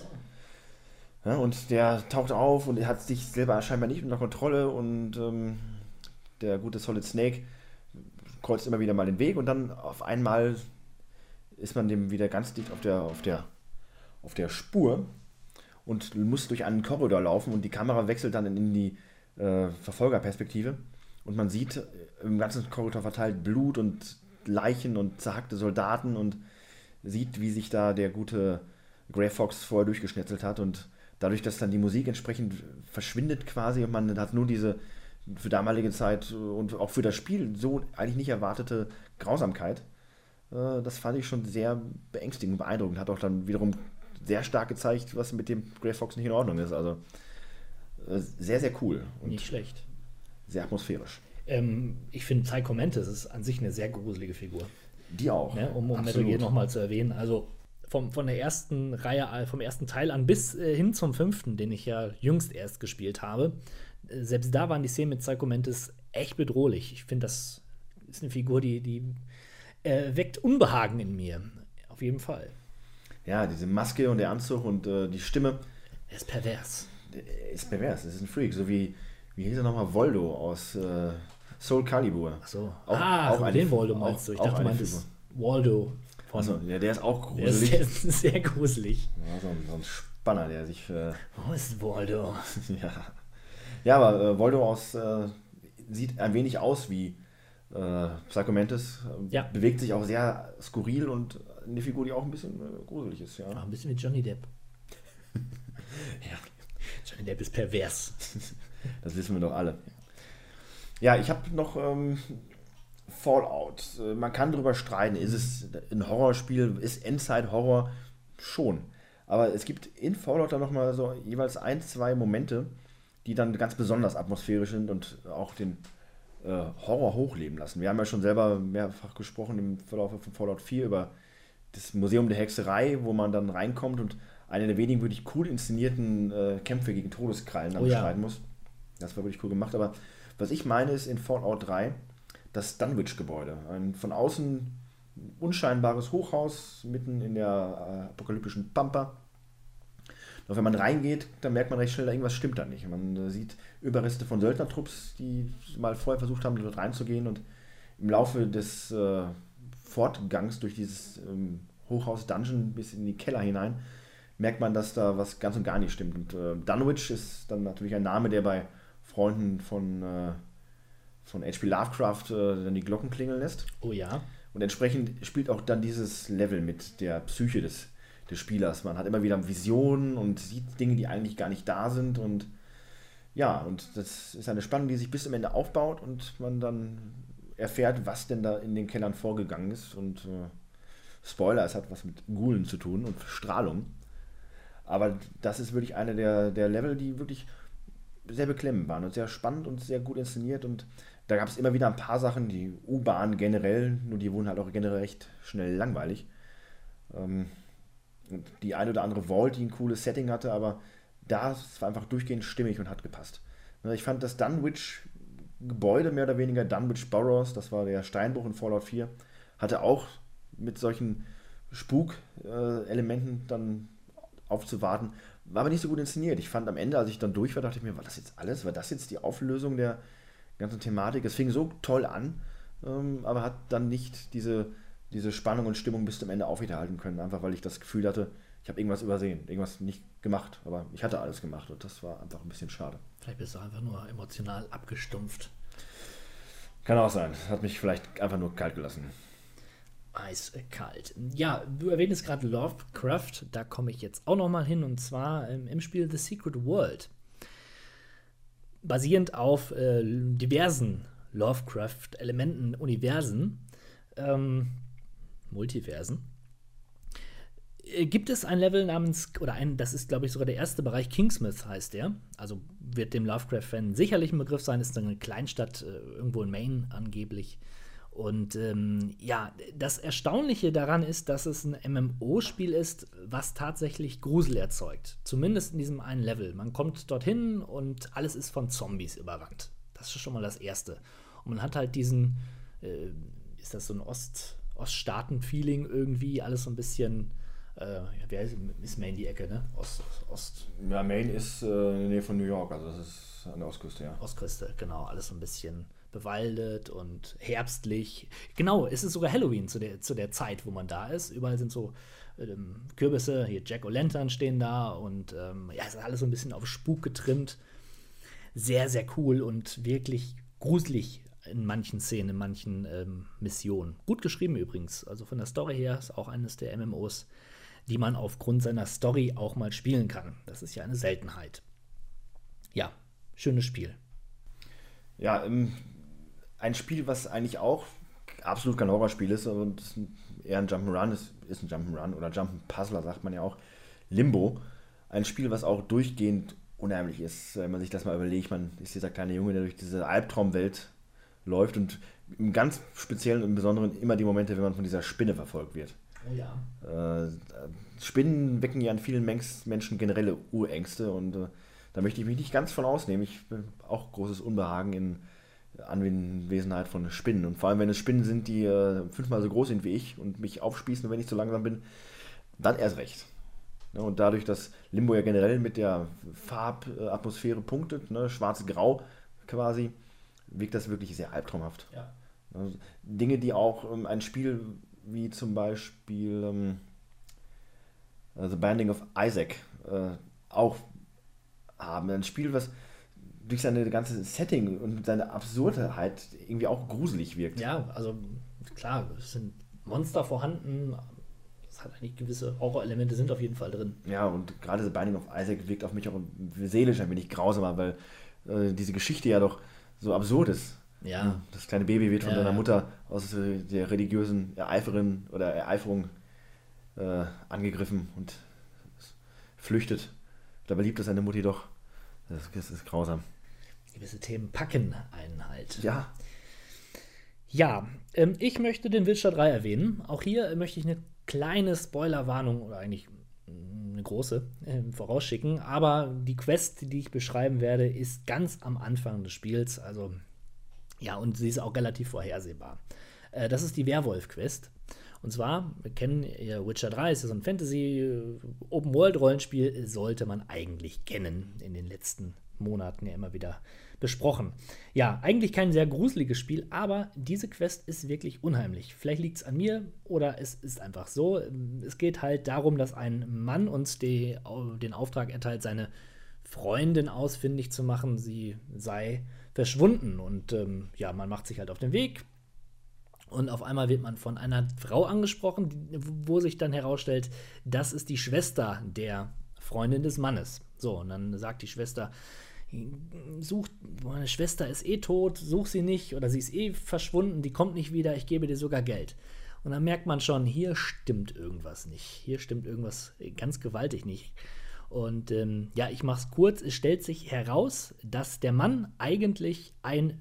Ja, und der taucht auf und er hat sich selber scheinbar nicht unter Kontrolle und ähm, der gute Solid Snake kreuzt immer wieder mal den Weg und dann auf einmal ist man dem wieder ganz dicht auf der, auf der, auf der Spur und muss durch einen Korridor laufen und die Kamera wechselt dann in die äh, Verfolgerperspektive und man sieht im ganzen Korridor verteilt Blut und Leichen und zerhackte Soldaten und sieht, wie sich da der gute Grey Fox vorher durchgeschnetzelt hat und dadurch, dass dann die Musik entsprechend verschwindet quasi und man hat nur diese für damalige Zeit und auch für das Spiel so eigentlich nicht erwartete Grausamkeit, äh, das fand ich schon sehr beängstigend, beeindruckend. Hat auch dann wiederum sehr stark gezeigt, was mit dem Grey Fox nicht in Ordnung ist. Also äh, sehr, sehr cool. Und nicht schlecht. Sehr atmosphärisch. Ähm, ich finde, Psycho Mantis ist an sich eine sehr gruselige Figur. Die auch. Ne? Um, um Metal Gear nochmal zu erwähnen. Also vom, von der ersten Reihe, vom ersten Teil an bis äh, hin zum fünften, den ich ja jüngst erst gespielt habe, äh, selbst da waren die Szenen mit Psycho Mantis echt bedrohlich. Ich finde, das ist eine Figur, die, die äh, weckt Unbehagen in mir. Auf jeden Fall. Ja, diese Maske und der Anzug und äh, die Stimme. Er ist pervers. Er ist pervers, das ist ein Freak. So wie, wie hieß er nochmal, Voldo aus äh, Soul Calibur. Ach so. Auch, ah, auch den Voldo meinst du? Ich dachte, du meintest Waldo. Achso, ja, der ist auch gruselig. Der ist sehr, sehr gruselig. Ja, so, ein, so ein Spanner, der sich... Äh, Wo ist Waldo? ja. ja, aber äh, Voldo aus, äh, sieht ein wenig aus wie äh, Psycho Mantis. Ja. Bewegt sich auch sehr skurril und eine Figur, die auch ein bisschen äh, gruselig ist. Ja. Auch ein bisschen wie Johnny Depp. ja. Johnny Depp ist pervers. Das wissen wir doch alle. Ja, ich habe noch... Ähm, Fallout. Man kann darüber streiten, ist es ein Horrorspiel, ist Endzeit-Horror? Schon. Aber es gibt in Fallout dann nochmal so jeweils ein, zwei Momente, die dann ganz besonders atmosphärisch sind und auch den äh, Horror hochleben lassen. Wir haben ja schon selber mehrfach gesprochen im Verlauf von Fallout vier über das Museum der Hexerei, wo man dann reinkommt und eine der wenigen wirklich cool inszenierten äh, Kämpfe gegen Todeskrallen dann oh, ja. bestreiten muss. Das war wirklich cool gemacht. Aber was ich meine ist in Fallout drei, das Dunwich-Gebäude. Ein von außen unscheinbares Hochhaus mitten in der äh, apokalyptischen Pampa. Doch wenn man reingeht, dann merkt man recht schnell, irgendwas stimmt da nicht. Man äh, sieht Überreste von Söldnertrupps, die mal vorher versucht haben, dort reinzugehen. Und im Laufe des äh, Fortgangs durch dieses ähm, Hochhaus-Dungeon bis in die Keller hinein, merkt man, dass da was ganz und gar nicht stimmt. Und äh, Dunwich ist dann natürlich ein Name, der bei Freunden von... Äh, von H P Lovecraft äh, dann die Glocken klingeln lässt. Oh ja. Und entsprechend spielt auch dann dieses Level mit der Psyche des, des Spielers. Man hat immer wieder Visionen und sieht Dinge, die eigentlich gar nicht da sind. Und ja, und das ist eine Spannung, die sich bis zum Ende aufbaut und man dann erfährt, was denn da in den Kellern vorgegangen ist. Und äh, Spoiler, es hat was mit Ghoulen zu tun und Strahlung. Aber das ist wirklich eine der, der Level, die wirklich sehr beklemmend waren und sehr spannend und sehr gut inszeniert. Und da gab es immer wieder ein paar Sachen, die U-Bahn generell, nur die wurden halt auch generell recht schnell langweilig. Ähm, und die eine oder andere Vault, die ein cooles Setting hatte, aber das war einfach durchgehend stimmig und hat gepasst. Ich fand das Dunwich-Gebäude, mehr oder weniger Dunwich Burrows, das war der Steinbruch in Fallout vier, hatte auch mit solchen Spuk-Elementen dann aufzuwarten, war aber nicht so gut inszeniert. Ich fand am Ende, als ich dann durch war, dachte ich mir, war das jetzt alles? War das jetzt die Auflösung der ganzen Thematik? Es fing so toll an, ähm, aber hat dann nicht diese, diese Spannung und Stimmung bis zum Ende aufrechterhalten können, einfach weil ich das Gefühl hatte, ich habe irgendwas übersehen, irgendwas nicht gemacht, aber ich hatte alles gemacht und das war einfach ein bisschen schade. Vielleicht bist du einfach nur emotional abgestumpft. Kann auch sein. Hat mich vielleicht einfach nur kalt gelassen. Eiskalt. Ja, du erwähntest gerade Lovecraft, da komme ich jetzt auch noch mal hin, und zwar ähm, im Spiel The Secret World. Basierend auf äh, diversen Lovecraft-Elementen, Universen, ähm, Multiversen, äh, gibt es ein Level namens, oder ein, das ist, glaube ich, sogar der erste Bereich, Kingsmouth heißt der, also wird dem Lovecraft-Fan sicherlich ein Begriff sein, ist eine Kleinstadt äh, irgendwo in Maine angeblich. Und ähm, ja, das Erstaunliche daran ist, dass es ein M M O-Spiel ist, was tatsächlich Grusel erzeugt. Zumindest in diesem einen Level. Man kommt dorthin und alles ist von Zombies überrannt. Das ist schon mal das Erste. Und man hat halt diesen, äh, ist das so ein Ost, Oststaaten-Feeling irgendwie, alles so ein bisschen, äh, wer ist, ist Maine die Ecke, ne? Ost, Ost. Ja, Maine ist äh, in der Nähe von New York, also das ist an der Ostküste, ja. Ostküste, genau, alles so ein bisschen bewaldet und herbstlich. Genau, es ist sogar Halloween zu der, zu der Zeit, wo man da ist. Überall sind so ähm, Kürbisse, hier Jack-O'-Lantern stehen da und ähm, ja, es ist alles so ein bisschen auf Spuk getrimmt. Sehr, sehr cool und wirklich gruselig in manchen Szenen, in manchen ähm, Missionen. Gut geschrieben übrigens. Also von der Story her ist auch eines der M M Os, die man aufgrund seiner Story auch mal spielen kann. Das ist ja eine Seltenheit. Ja, schönes Spiel. Ja, ähm, ein Spiel, was eigentlich auch absolut kein Horrorspiel ist und eher ein Jump'n'Run ist, ist ein Jump'n'Run oder Jump'n'Puzzler, sagt man ja auch. Limbo. Ein Spiel, was auch durchgehend unheimlich ist, wenn man sich das mal überlegt. Man ist dieser kleine Junge, der durch diese Albtraumwelt läuft und im ganz Speziellen und Besonderen immer die Momente, wenn man von dieser Spinne verfolgt wird. Oh ja. Äh, Spinnen wecken ja an vielen Menschen generelle Urängste und äh, da möchte ich mich nicht ganz von ausnehmen. Ich bin auch großes Unbehagen in Anwesenheit von Spinnen. Und vor allem, wenn es Spinnen sind, die äh, fünfmal so groß sind wie ich und mich aufspießen, wenn ich zu langsam bin, dann erst recht. Ja, und dadurch, dass Limbo ja generell mit der Farbatmosphäre punktet, ne, schwarz-grau quasi, wirkt das wirklich sehr albtraumhaft. Ja. Also, Dinge, die auch ähm, ein Spiel wie zum Beispiel ähm, The Binding of Isaac äh, auch haben. Ein Spiel, was durch seine ganze Setting und seine Absurdheit irgendwie auch gruselig wirkt. Ja, also klar, es sind Monster vorhanden, es hat eigentlich gewisse Horrorelemente sind auf jeden Fall drin. Ja, und gerade The Binding of Isaac wirkt auf mich auch seelisch ein wenig grausamer, weil äh, diese Geschichte ja doch so absurd ist. Ja. Das kleine Baby wird von ja, seiner ja. Mutter aus der religiösen Ereiferin oder Ereiferung äh, angegriffen und flüchtet. Dabei liebt es seine Mutti doch. Das, das ist grausam. Gewisse Themen packen einen halt. Ja. Ja, ähm, ich möchte den Witcher drei erwähnen. Auch hier äh, möchte ich eine kleine Spoilerwarnung oder eigentlich eine große äh, vorausschicken. Aber die Quest, die ich beschreiben werde, ist ganz am Anfang des Spiels. Also, ja, und sie ist auch relativ vorhersehbar. Äh, das ist die Werwolf-Quest. Und zwar, wir kennen ja Witcher drei, ist ja so ein Fantasy-Open-World-Rollenspiel, sollte man eigentlich kennen, in den letzten Monaten ja immer wieder besprochen. Ja, eigentlich kein sehr gruseliges Spiel, aber diese Quest ist wirklich unheimlich. Vielleicht liegt es an mir oder es ist einfach so. Es geht halt darum, dass ein Mann uns die, den Auftrag erteilt, seine Freundin ausfindig zu machen. Sie sei verschwunden und ähm, ja, man macht sich halt auf den Weg. Und auf einmal wird man von einer Frau angesprochen, wo sich dann herausstellt, das ist die Schwester der Freundin des Mannes. So, und dann sagt die Schwester, such, meine Schwester ist eh tot, such sie nicht oder sie ist eh verschwunden, die kommt nicht wieder, ich gebe dir sogar Geld. Und dann merkt man schon, hier stimmt irgendwas nicht. Hier stimmt irgendwas ganz gewaltig nicht. Und ähm, ja, ich mach's kurz, es stellt sich heraus, dass der Mann eigentlich ein,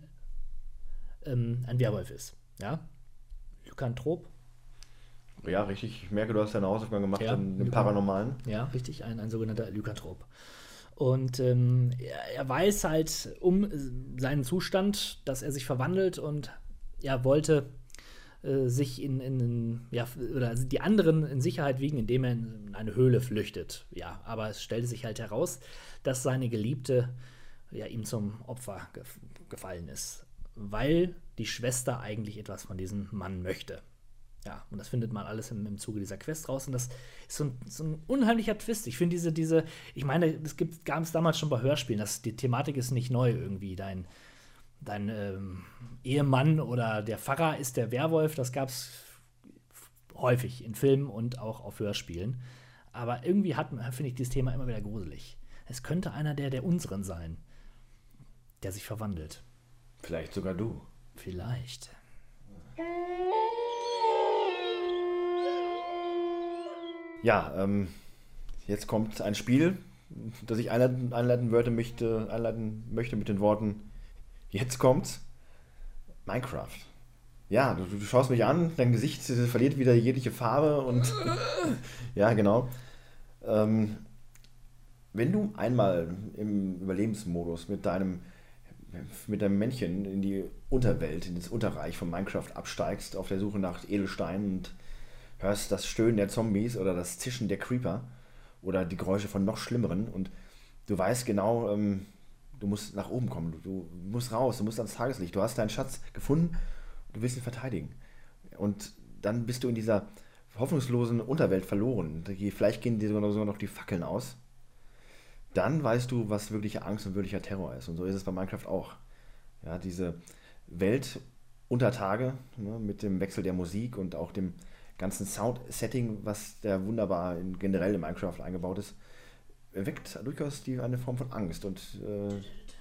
ähm, ein Werwolf ist. Ja, Lykanthrop. Ja, richtig. Ich merke, du hast deine Hausaufgaben gemacht Ja, im, im Lykan- Paranormalen. Ja, richtig, ein, ein sogenannter Lykanthrop. Und ähm, er, er weiß halt um seinen Zustand, dass er sich verwandelt und er wollte äh, sich in, in ja, oder die anderen in Sicherheit wiegen, indem er in eine Höhle flüchtet. Ja, aber es stellte sich halt heraus, dass seine Geliebte ja, ihm zum Opfer gef- gefallen ist, weil die Schwester eigentlich etwas von diesem Mann möchte. Ja, und das findet man alles im, im Zuge dieser Quest raus. Und das ist so ein, so ein unheimlicher Twist. Ich finde diese, diese, ich meine, das gab es damals schon bei Hörspielen. Das, die Thematik ist nicht neu irgendwie. Dein, dein ähm, Ehemann oder der Pfarrer ist der Werwolf. Das gab es häufig in Filmen und auch auf Hörspielen. Aber irgendwie finde ich dieses Thema immer wieder gruselig. Es könnte einer der, der unseren sein, der sich verwandelt. Vielleicht sogar du. Vielleicht. Ja, ähm, jetzt kommt ein Spiel, das ich einleiten, einleiten, würde, möchte, einleiten möchte mit den Worten: Jetzt kommt's. Minecraft. Ja, du, du schaust mich an, dein Gesicht verliert wieder jegliche Farbe und ja, genau. Ähm, wenn du einmal im Überlebensmodus mit deinem mit deinem Männchen in die Unterwelt, in das Unterreich von Minecraft absteigst, auf der Suche nach Edelsteinen und hörst das Stöhnen der Zombies oder das Zischen der Creeper oder die Geräusche von noch schlimmeren und du weißt genau, ähm, du musst nach oben kommen, du, du musst raus, du musst ans Tageslicht, du hast deinen Schatz gefunden, du willst ihn verteidigen. Und dann bist du in dieser hoffnungslosen Unterwelt verloren. Vielleicht gehen dir sogar noch die Fackeln aus. Dann weißt du, was wirkliche Angst und wirklicher Terror ist. Und so ist es bei Minecraft auch. Ja, diese Welt unter Tage, ne, mit dem Wechsel der Musik und auch dem ganzen Sound-Setting, was der wunderbar in, generell in Minecraft eingebaut ist, weckt durchaus die, eine Form von Angst. Und äh,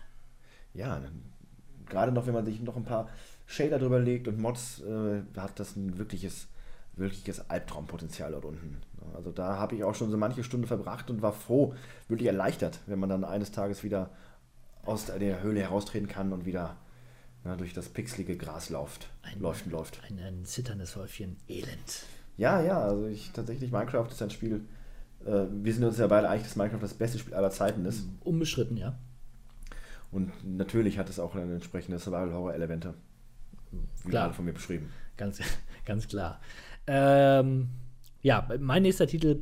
ja, gerade noch, wenn man sich noch ein paar Shader drüber legt und Mods, äh, hat das ein wirkliches, wirkliches Albtraumpotenzial dort unten. Also da habe ich auch schon so manche Stunde verbracht und war froh, wirklich erleichtert, wenn man dann eines Tages wieder aus der Höhle heraustreten kann und wieder ja, durch das pixelige Gras läuft. Ein, läuft, läuft. Ein, ein zitterndes Häufchen Elend. Ja, ja, also ich tatsächlich, Minecraft ist ein Spiel, äh, wir sind uns ja beide einig, dass Minecraft das beste Spiel aller Zeiten ist. Unbestritten, ja. Und natürlich hat es auch eine entsprechende Survival-Horror-Elemente. Wie Klar. gerade von mir beschrieben. Ganz, ganz klar. Ähm, ja, mein nächster Titel,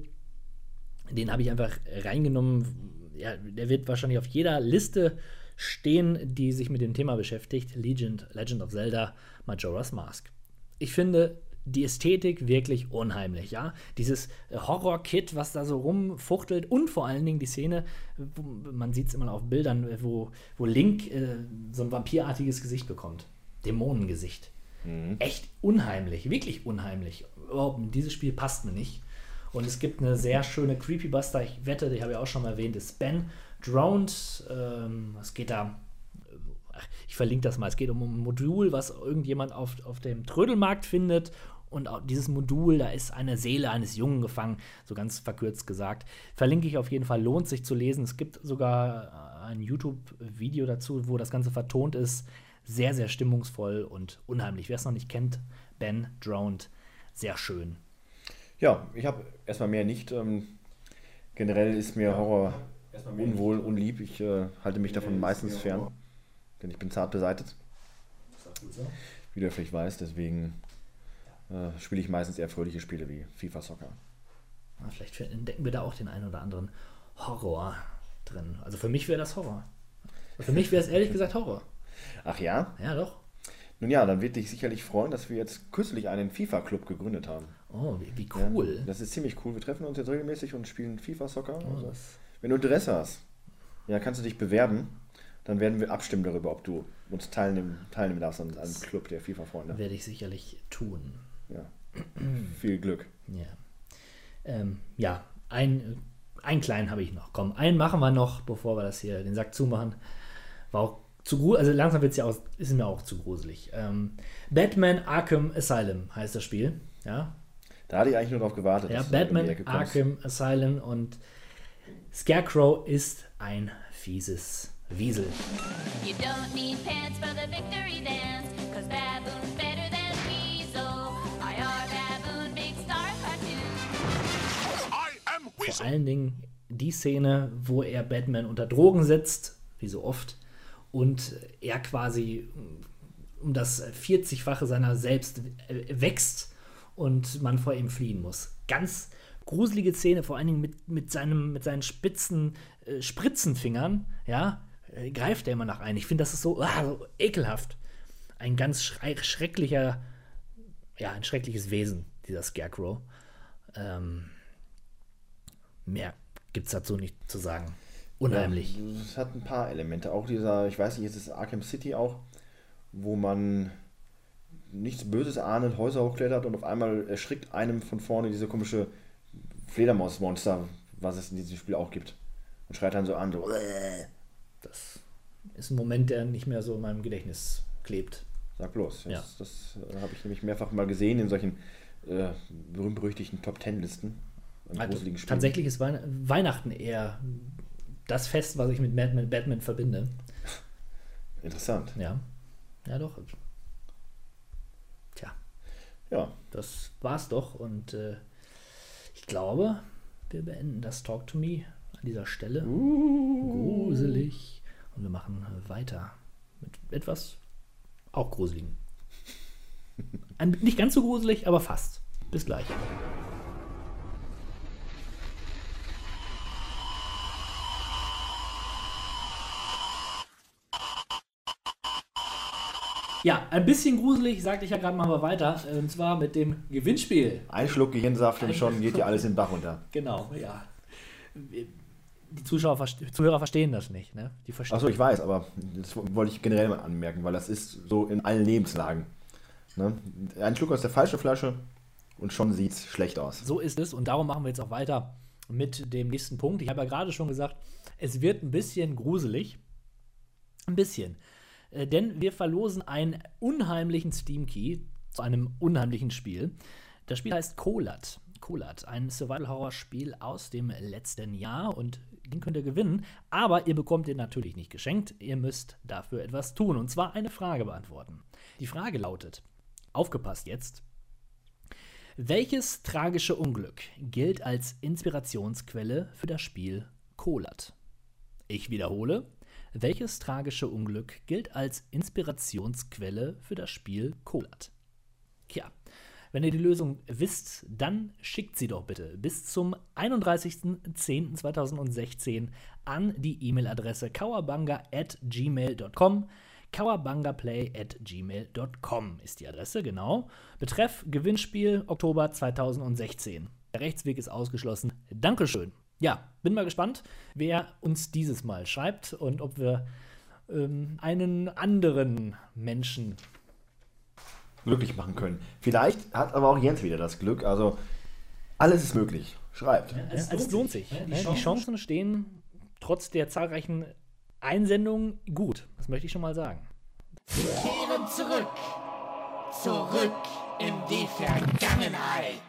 den habe ich einfach reingenommen. Ja, der wird wahrscheinlich auf jeder Liste stehen, die sich mit dem Thema beschäftigt. Legend, Legend of Zelda, Majora's Mask. Ich finde die Ästhetik wirklich unheimlich, ja. Dieses Horror-Kit, was da so rumfuchtelt und vor allen Dingen die Szene, wo, man sieht es immer auf Bildern, wo, wo Link äh, so ein vampirartiges Gesicht bekommt. Dämonengesicht. Mhm. Echt unheimlich, wirklich unheimlich. Überhaupt, dieses Spiel passt mir nicht. Und es gibt eine sehr schöne Creepybuster, ich wette, die habe ich auch schon mal erwähnt, ist Ben Drowned. Ähm, es geht da, ach, ich verlinke das mal, es geht um ein Modul, was irgendjemand auf, auf dem Trödelmarkt findet. Und auch dieses Modul, da ist eine Seele eines Jungen gefangen, so ganz verkürzt gesagt. Verlinke ich auf jeden Fall, lohnt sich zu lesen. Es gibt sogar ein YouTube-Video dazu, wo das Ganze vertont ist. Sehr, sehr stimmungsvoll und unheimlich. Wer es noch nicht kennt, Ben Drowned, sehr schön. Ja, ich habe erstmal mehr nicht. Ähm, generell ist mir Horror unwohl, unlieb. Ich äh, halte mich davon meistens fern, denn ich bin zart beseitet. Wie du vielleicht weißt, deswegen äh, spiele ich meistens eher fröhliche Spiele wie FIFA Soccer. Ja, vielleicht entdecken wir da auch den einen oder anderen Horror drin. Also für mich wäre das Horror. Für mich wäre es ehrlich gesagt Horror. Ach ja? Ja, doch. Nun ja, dann wird dich sicherlich freuen, dass wir jetzt kürzlich einen FIFA-Club gegründet haben. Oh, wie, wie cool. Ja, das ist ziemlich cool. Wir treffen uns jetzt regelmäßig und spielen FIFA-Soccer. Oh, also, das wenn du Interesse hast, ja, kannst du dich bewerben. Dann werden wir abstimmen darüber, ob du uns teilnehmen, teilnehmen darfst an einem Club der FIFA-Freunde. Werde ich sicherlich tun. Ja. Viel Glück. Ja, ähm, ja ein, einen kleinen habe ich noch. Komm, einen machen wir noch, bevor wir das hier den Sack zumachen. War auch zu gruselig, also langsam wird's ja auch, ist mir auch zu gruselig. Ähm, Batman Arkham Asylum heißt das Spiel. Ja. Da hatte ich eigentlich nur darauf gewartet. Ja, dass Batman du Arkham Asylum und Scarecrow ist ein fieses Wiesel. You don't need pants for the victory dance, cause Baboon's better than Weasel. I are Baboon, big star cartoon. I am Weasel. Vor allen Dingen die Szene, wo er Batman unter Drogen setzt, wie so oft, und er quasi um das vierzigfache seiner selbst wächst und man vor ihm fliehen muss. Ganz gruselige Szene, vor allen Dingen mit, mit, seinem, mit seinen spitzen äh, Spritzenfingern, ja, äh, greift er immer nach ein. Ich finde, das ist so, ah, so ekelhaft. Ein ganz schrei- schrecklicher, ja, ein schreckliches Wesen. dieser Scarecrow. Ähm, mehr gibt es dazu nicht zu sagen. Unheimlich. Ja, es hat ein paar Elemente. Auch dieser, ich weiß nicht, ist es Arkham City auch, wo man nichts Böses ahnend, Häuser hochklettert und auf einmal erschrickt einem von vorne diese komische Fledermausmonster, was es in diesem Spiel auch gibt. Und schreit dann so an, so. Das ist ein Moment, der nicht mehr so in meinem Gedächtnis klebt. Sag bloß. Das, ja. das, das äh, habe ich nämlich mehrfach mal gesehen in solchen äh, berühmt-berüchtigten Top-Ten-Listen. Also, tatsächlich ist Weihn- Weihnachten eher das Fest, was ich mit Batman, Batman verbinde. Interessant. Ja. Ja, doch. Tja. Ja. Das war's doch. Und äh, ich glaube, wir beenden das Talk to Me an dieser Stelle. Uh. Gruselig. Und wir machen weiter mit etwas auch Gruseligen. Ein, nicht ganz so gruselig, aber fast. Bis gleich. Ja, ein bisschen gruselig, sagte ich ja gerade, machen wir weiter. Und zwar mit dem Gewinnspiel. Ein Schluck Gehirnsaft und schon geht ja alles in den Bach runter. Genau, ja. Die Zuschauer, Zuhörer verstehen das nicht. Ne? Die verstehen Achso, ich weiß, aber das wollte ich generell mal anmerken, weil das ist so in allen Lebenslagen. Ne? Ein Schluck aus der falschen Flasche und schon sieht es schlecht aus. So ist es und darum machen wir jetzt auch weiter mit dem nächsten Punkt. Ich habe ja gerade schon gesagt, es wird ein bisschen gruselig. Ein bisschen. Denn wir verlosen einen unheimlichen Steam-Key zu einem unheimlichen Spiel. Das Spiel heißt Kholat. Kholat, ein Survival-Horror-Spiel aus dem letzten Jahr und den könnt ihr gewinnen, aber ihr bekommt den natürlich nicht geschenkt. Ihr müsst dafür etwas tun und zwar eine Frage beantworten. Die Frage lautet, aufgepasst jetzt, welches tragische Unglück gilt als Inspirationsquelle für das Spiel Kholat? Ich wiederhole, welches tragische Unglück gilt als Inspirationsquelle für das Spiel Kholat? Tja, wenn ihr die Lösung wisst, dann schickt sie doch bitte bis zum einunddreißigsten zehnten zweitausendsechzehn an die E-Mail-Adresse kawabanga at gmail dot com. kawabangaplay at gmail dot com ist die Adresse, genau. Betreff Gewinnspiel Oktober zweitausendsechzehn. Der Rechtsweg ist ausgeschlossen. Dankeschön. Ja, bin mal gespannt, wer uns dieses Mal schreibt und ob wir ähm, einen anderen Menschen glücklich machen können. Vielleicht hat aber auch Jens wieder das Glück. Also alles ist möglich. Schreibt. Ja, es, es lohnt, lohnt sich. sich. Ja, die, Chancen. die Chancen stehen trotz der zahlreichen Einsendungen gut. Das möchte ich schon mal sagen. Wir kehren zurück. Zurück in die Vergangenheit.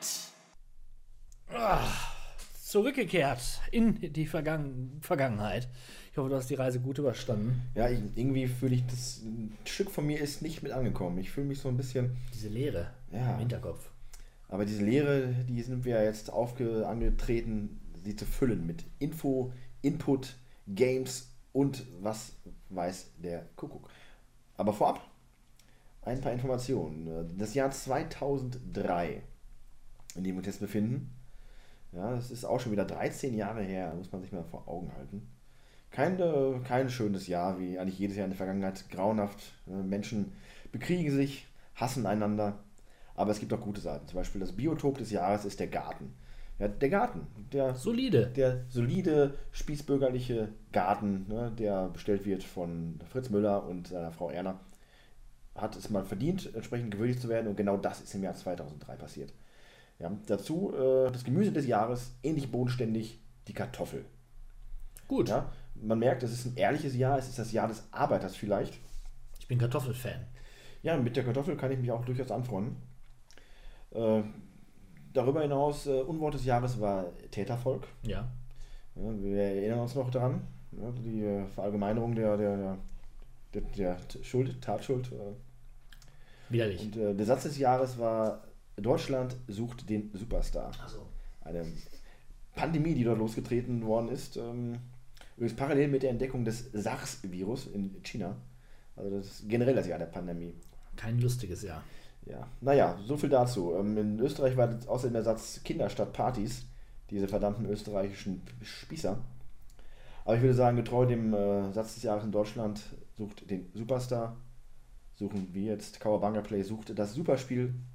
Ach. Zurückgekehrt in die Vergangen- Vergangenheit. Ich hoffe, du hast die Reise gut überstanden. Ja, ich, irgendwie fühle ich, das ein Stück von mir ist nicht mit angekommen. Ich fühle mich so ein bisschen... Diese Leere ja. im Hinterkopf. Aber diese Leere, die sind wir jetzt aufge- angetreten, sie zu füllen mit Info, Input, Games und was weiß der Kuckuck. Aber vorab ein paar Informationen. Das Jahr zweitausenddrei, in dem wir uns jetzt befinden. Ja, das ist auch schon wieder dreizehn Jahre her, muss man sich mal vor Augen halten. Kein, äh, kein schönes Jahr, wie eigentlich jedes Jahr in der Vergangenheit. Grauenhaft. Äh, Menschen bekriegen sich, hassen einander. Aber es gibt auch gute Seiten. Zum Beispiel das Biotop des Jahres ist der Garten. Ja, der Garten. Der solide. Der solide, spießbürgerliche Garten, ne, der bestellt wird von Fritz Müller und seiner Frau Erna. Hat es mal verdient, entsprechend gewürdigt zu werden. Und genau das ist im Jahr zweitausenddrei passiert. Ja, dazu äh, das Gemüse des Jahres, ähnlich bodenständig, die Kartoffel. Gut. Ja, man merkt, es ist ein ehrliches Jahr, es ist das Jahr des Arbeiters vielleicht. Ich bin Kartoffelfan. Ja, mit der Kartoffel kann ich mich auch durchaus anfreunden. Äh, darüber hinaus, äh, Unwort des Jahres war Tätervolk. Ja. Ja, wir erinnern uns noch daran, ja, die äh, Verallgemeinerung der, der, der, der Schuld, Tatschuld. Äh. Widerlich. Und äh, der Satz des Jahres war: Deutschland sucht den Superstar. Ach so. Eine Pandemie, die dort losgetreten worden ist. Ähm, übrigens parallel mit der Entdeckung des SARS-Virus in China. Also das ist generell das Jahr der Pandemie. Kein lustiges Jahr. Ja, naja, so viel dazu. Ähm, in Österreich war außerdem der Satz Kinder statt Partys. Diese verdammten österreichischen Spießer. Aber ich würde sagen, getreu dem äh, Satz des Jahres in Deutschland sucht den Superstar. Suchen wir jetzt, Kawabanga Play sucht das Superspiel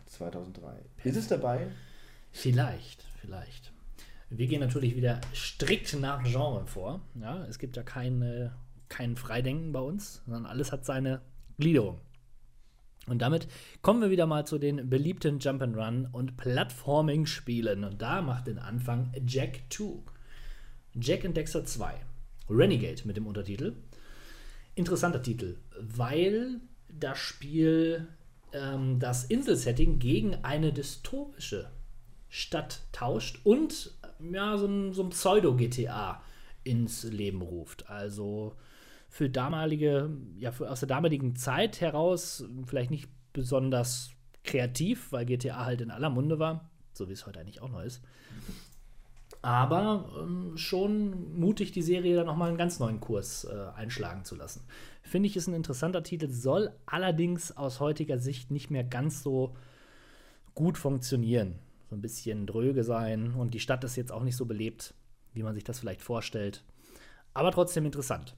zweitausenddrei. Ist es dabei? Vielleicht, vielleicht. Wir gehen natürlich wieder strikt nach Genre vor. Ja, es gibt ja kein, äh, kein Freidenken bei uns, sondern alles hat seine Gliederung. Und damit kommen wir wieder mal zu den beliebten Jump'n'Run und Plattforming-Spielen. Und da macht den Anfang Jak zwei. Jak and Daxter zwei. Renegade mit dem Untertitel. Interessanter Titel, weil das Spiel ähm, das Inselsetting gegen eine dystopische Stadt tauscht und ja, so ein, so ein Pseudo-G T A ins Leben ruft. Also für damalige, ja, für aus der damaligen Zeit heraus vielleicht nicht besonders kreativ, weil G T A halt in aller Munde war, so wie es heute eigentlich auch noch ist. Aber ähm, schon mutig, die Serie dann nochmal einen ganz neuen Kurs äh, einschlagen zu lassen. Finde ich, ist ein interessanter Titel, soll allerdings aus heutiger Sicht nicht mehr ganz so gut funktionieren. So ein bisschen dröge sein und die Stadt ist jetzt auch nicht so belebt, wie man sich das vielleicht vorstellt. Aber trotzdem interessant.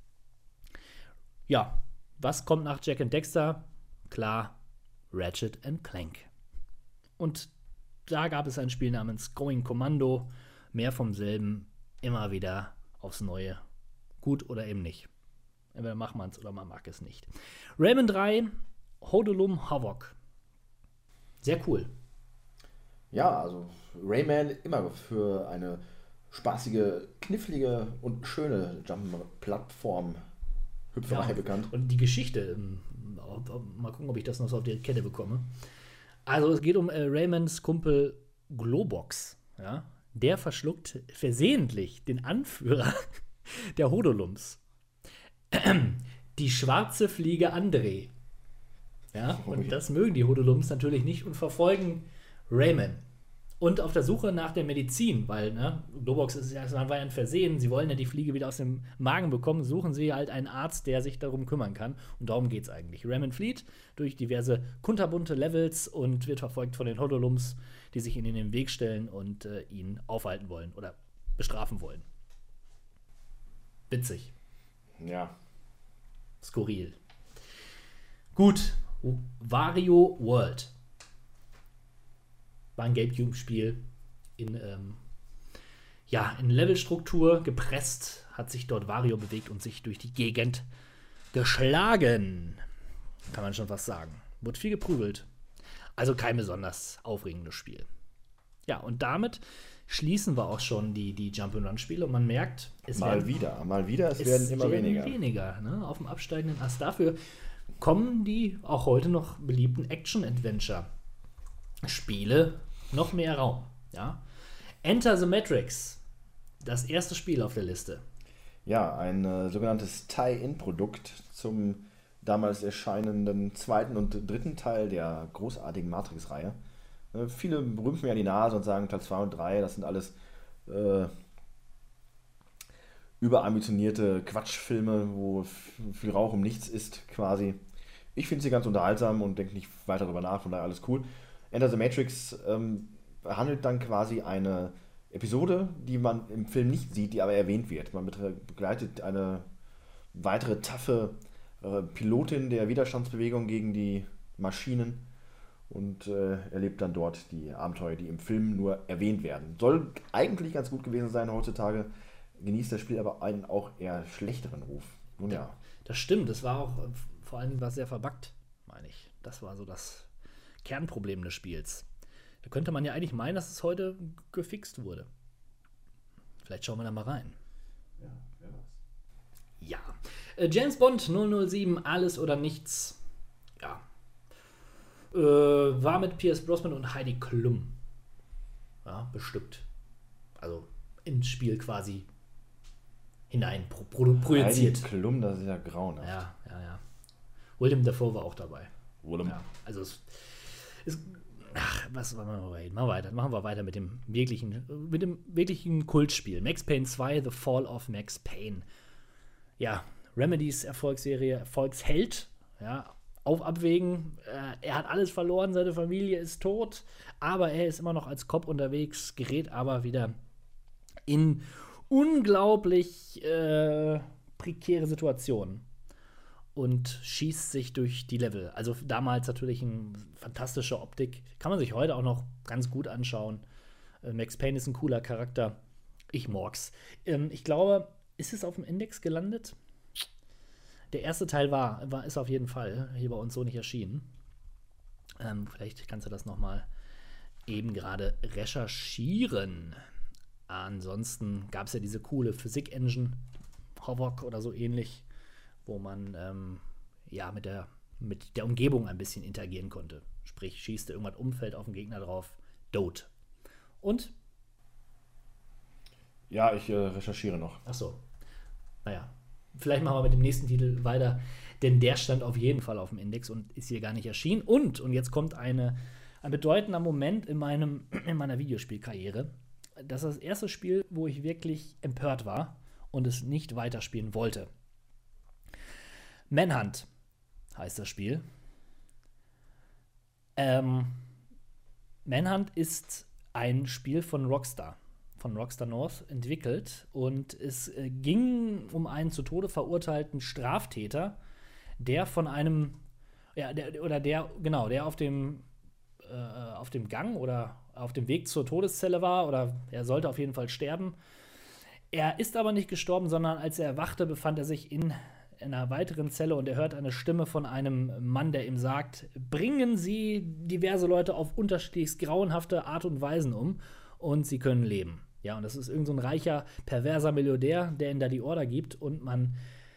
Ja, was kommt nach Jak and Daxter? Klar, Ratchet and Clank. Und da gab es ein Spiel namens Going Commando. Mehr vom selben, immer wieder aufs Neue. Gut oder eben nicht. Entweder macht man es oder man mag es nicht. Rayman drei, Hoodlum Havoc. Sehr cool. Ja, also Rayman immer für eine spaßige, knifflige und schöne Jump-Plattform-Hüpferei Ja, bekannt. Und die Geschichte, mal gucken, ob ich das noch so auf die Kette bekomme. Also es geht um äh, Raymans Kumpel Globox. Ja? Der verschluckt versehentlich den Anführer der Hodolums. Die schwarze Fliege André. Ja, und das mögen die Hodolums natürlich nicht und verfolgen Rayman. Und auf der Suche nach der Medizin, weil ne, Globox ist ja, war ja ein Versehen, sie wollen ja die Fliege wieder aus dem Magen bekommen, suchen sie halt einen Arzt, der sich darum kümmern kann. Und darum geht es eigentlich. Rayman flieht durch diverse kunterbunte Levels und wird verfolgt von den Hodolums, die sich ihnen in den Weg stellen und äh, ihn aufhalten wollen oder bestrafen wollen. Witzig. Ja. Skurril. Gut, Wario World. War ein GameCube-Spiel in, ähm, ja, in Levelstruktur gepresst, hat sich dort Wario bewegt und sich durch die Gegend geschlagen. Kann man schon was sagen. Wurde viel geprügelt. Also kein besonders aufregendes Spiel. Ja, und damit schließen wir auch schon die, die Jump-and-Run-Spiele und man merkt, es mal werden, wieder, mal wieder, es, es werden immer werden weniger. weniger ne, auf dem absteigenden Ast. Dafür kommen die auch heute noch beliebten Action-Adventure-Spiele noch mehr Raum. Ja? Enter the Matrix, das erste Spiel auf der Liste. Ja, ein äh, sogenanntes Tie-In-Produkt zum damals erscheinenden zweiten und dritten Teil der großartigen Matrix-Reihe. Äh, viele rümpfen ja die Nase und sagen, Teil zwei und drei, das sind alles äh, überambitionierte Quatschfilme, wo f- viel Rauch um nichts ist, quasi. Ich finde sie ganz unterhaltsam und denke nicht weiter darüber nach, von daher alles cool. Enter the Matrix ähm, behandelt dann quasi eine Episode, die man im Film nicht sieht, die aber erwähnt wird. Man begleitet eine weitere taffe äh, Pilotin der Widerstandsbewegung gegen die Maschinen und äh, erlebt dann dort die Abenteuer, die im Film nur erwähnt werden. Soll eigentlich ganz gut gewesen sein heutzutage, genießt das Spiel aber einen auch eher schlechteren Ruf. Nun ja. Das stimmt, das war auch, vor allem war es sehr verbuggt, meine ich. Das war so das Kernproblem des Spiels. Da könnte man ja eigentlich meinen, dass es heute gefixt wurde. Vielleicht schauen wir da mal rein. Ja, wer weiß. Ja. Äh, James Bond null null sieben, Alles oder Nichts. Ja. Äh, war mit Pierce Brosnan und Heidi Klum. Ja, bestückt. Also ins Spiel quasi hinein pro- pro- projiziert. Heidi Klum, das ist ja grauenhaft. Ja, ja, ja. William Dafoe war auch dabei. Willem. Ja, also es ist. Ach, was machen wir weiter? Machen wir weiter. Machen wir weiter mit dem wirklichen, mit dem wirklichen Kultspiel. Max Payne zwei, The Fall of Max Payne. Ja, Remedys Erfolgsserie, Erfolgsheld. Ja, auf Abwägen. Äh, er hat alles verloren, seine Familie ist tot, aber er ist immer noch als Cop unterwegs, gerät aber wieder in unglaublich äh, prekäre Situationen. und schießt sich durch die Level. Also damals natürlich eine fantastische Optik. Kann man sich heute auch noch ganz gut anschauen. Äh, Max Payne ist ein cooler Charakter. Ich mag's. Ähm, ich glaube, ist es auf dem Index gelandet? Der erste Teil war, war ist auf jeden Fall hier bei uns so nicht erschienen. Ähm, vielleicht kannst du das noch mal eben gerade recherchieren. Ansonsten gab es ja diese coole Physik-Engine, Havok oder so ähnlich, wo man ähm, ja mit der, mit der Umgebung ein bisschen interagieren konnte. Sprich, schießte irgendwas umfällt auf den Gegner drauf, Dot. Und? Ja, ich äh, recherchiere noch. Ach so. Naja, vielleicht machen wir mit dem nächsten Titel weiter, denn der stand auf jeden Fall auf dem Index und ist hier gar nicht erschienen. Und, und jetzt kommt eine, ein bedeutender Moment in, meinem, in meiner Videospielkarriere. Das ist das erste Spiel, wo ich wirklich empört war und es nicht weiterspielen wollte. Manhunt heißt das Spiel. Ähm, Manhunt ist ein Spiel von Rockstar, von Rockstar North entwickelt und es äh, ging um einen zu Tode verurteilten Straftäter, der von einem, ja, der, oder der, genau, der auf dem, äh, auf dem Gang oder auf dem Weg zur Todeszelle war oder er sollte auf jeden Fall sterben. Er ist aber nicht gestorben, sondern als er erwachte, befand er sich in einer weiteren Zelle und er hört eine Stimme von einem Mann, der ihm sagt, bringen Sie diverse Leute auf unterschiedlichst grauenhafte Art und Weisen um und sie können leben. Ja, und das ist irgend so ein reicher, perverser Milliardär, der ihm da die Order gibt und man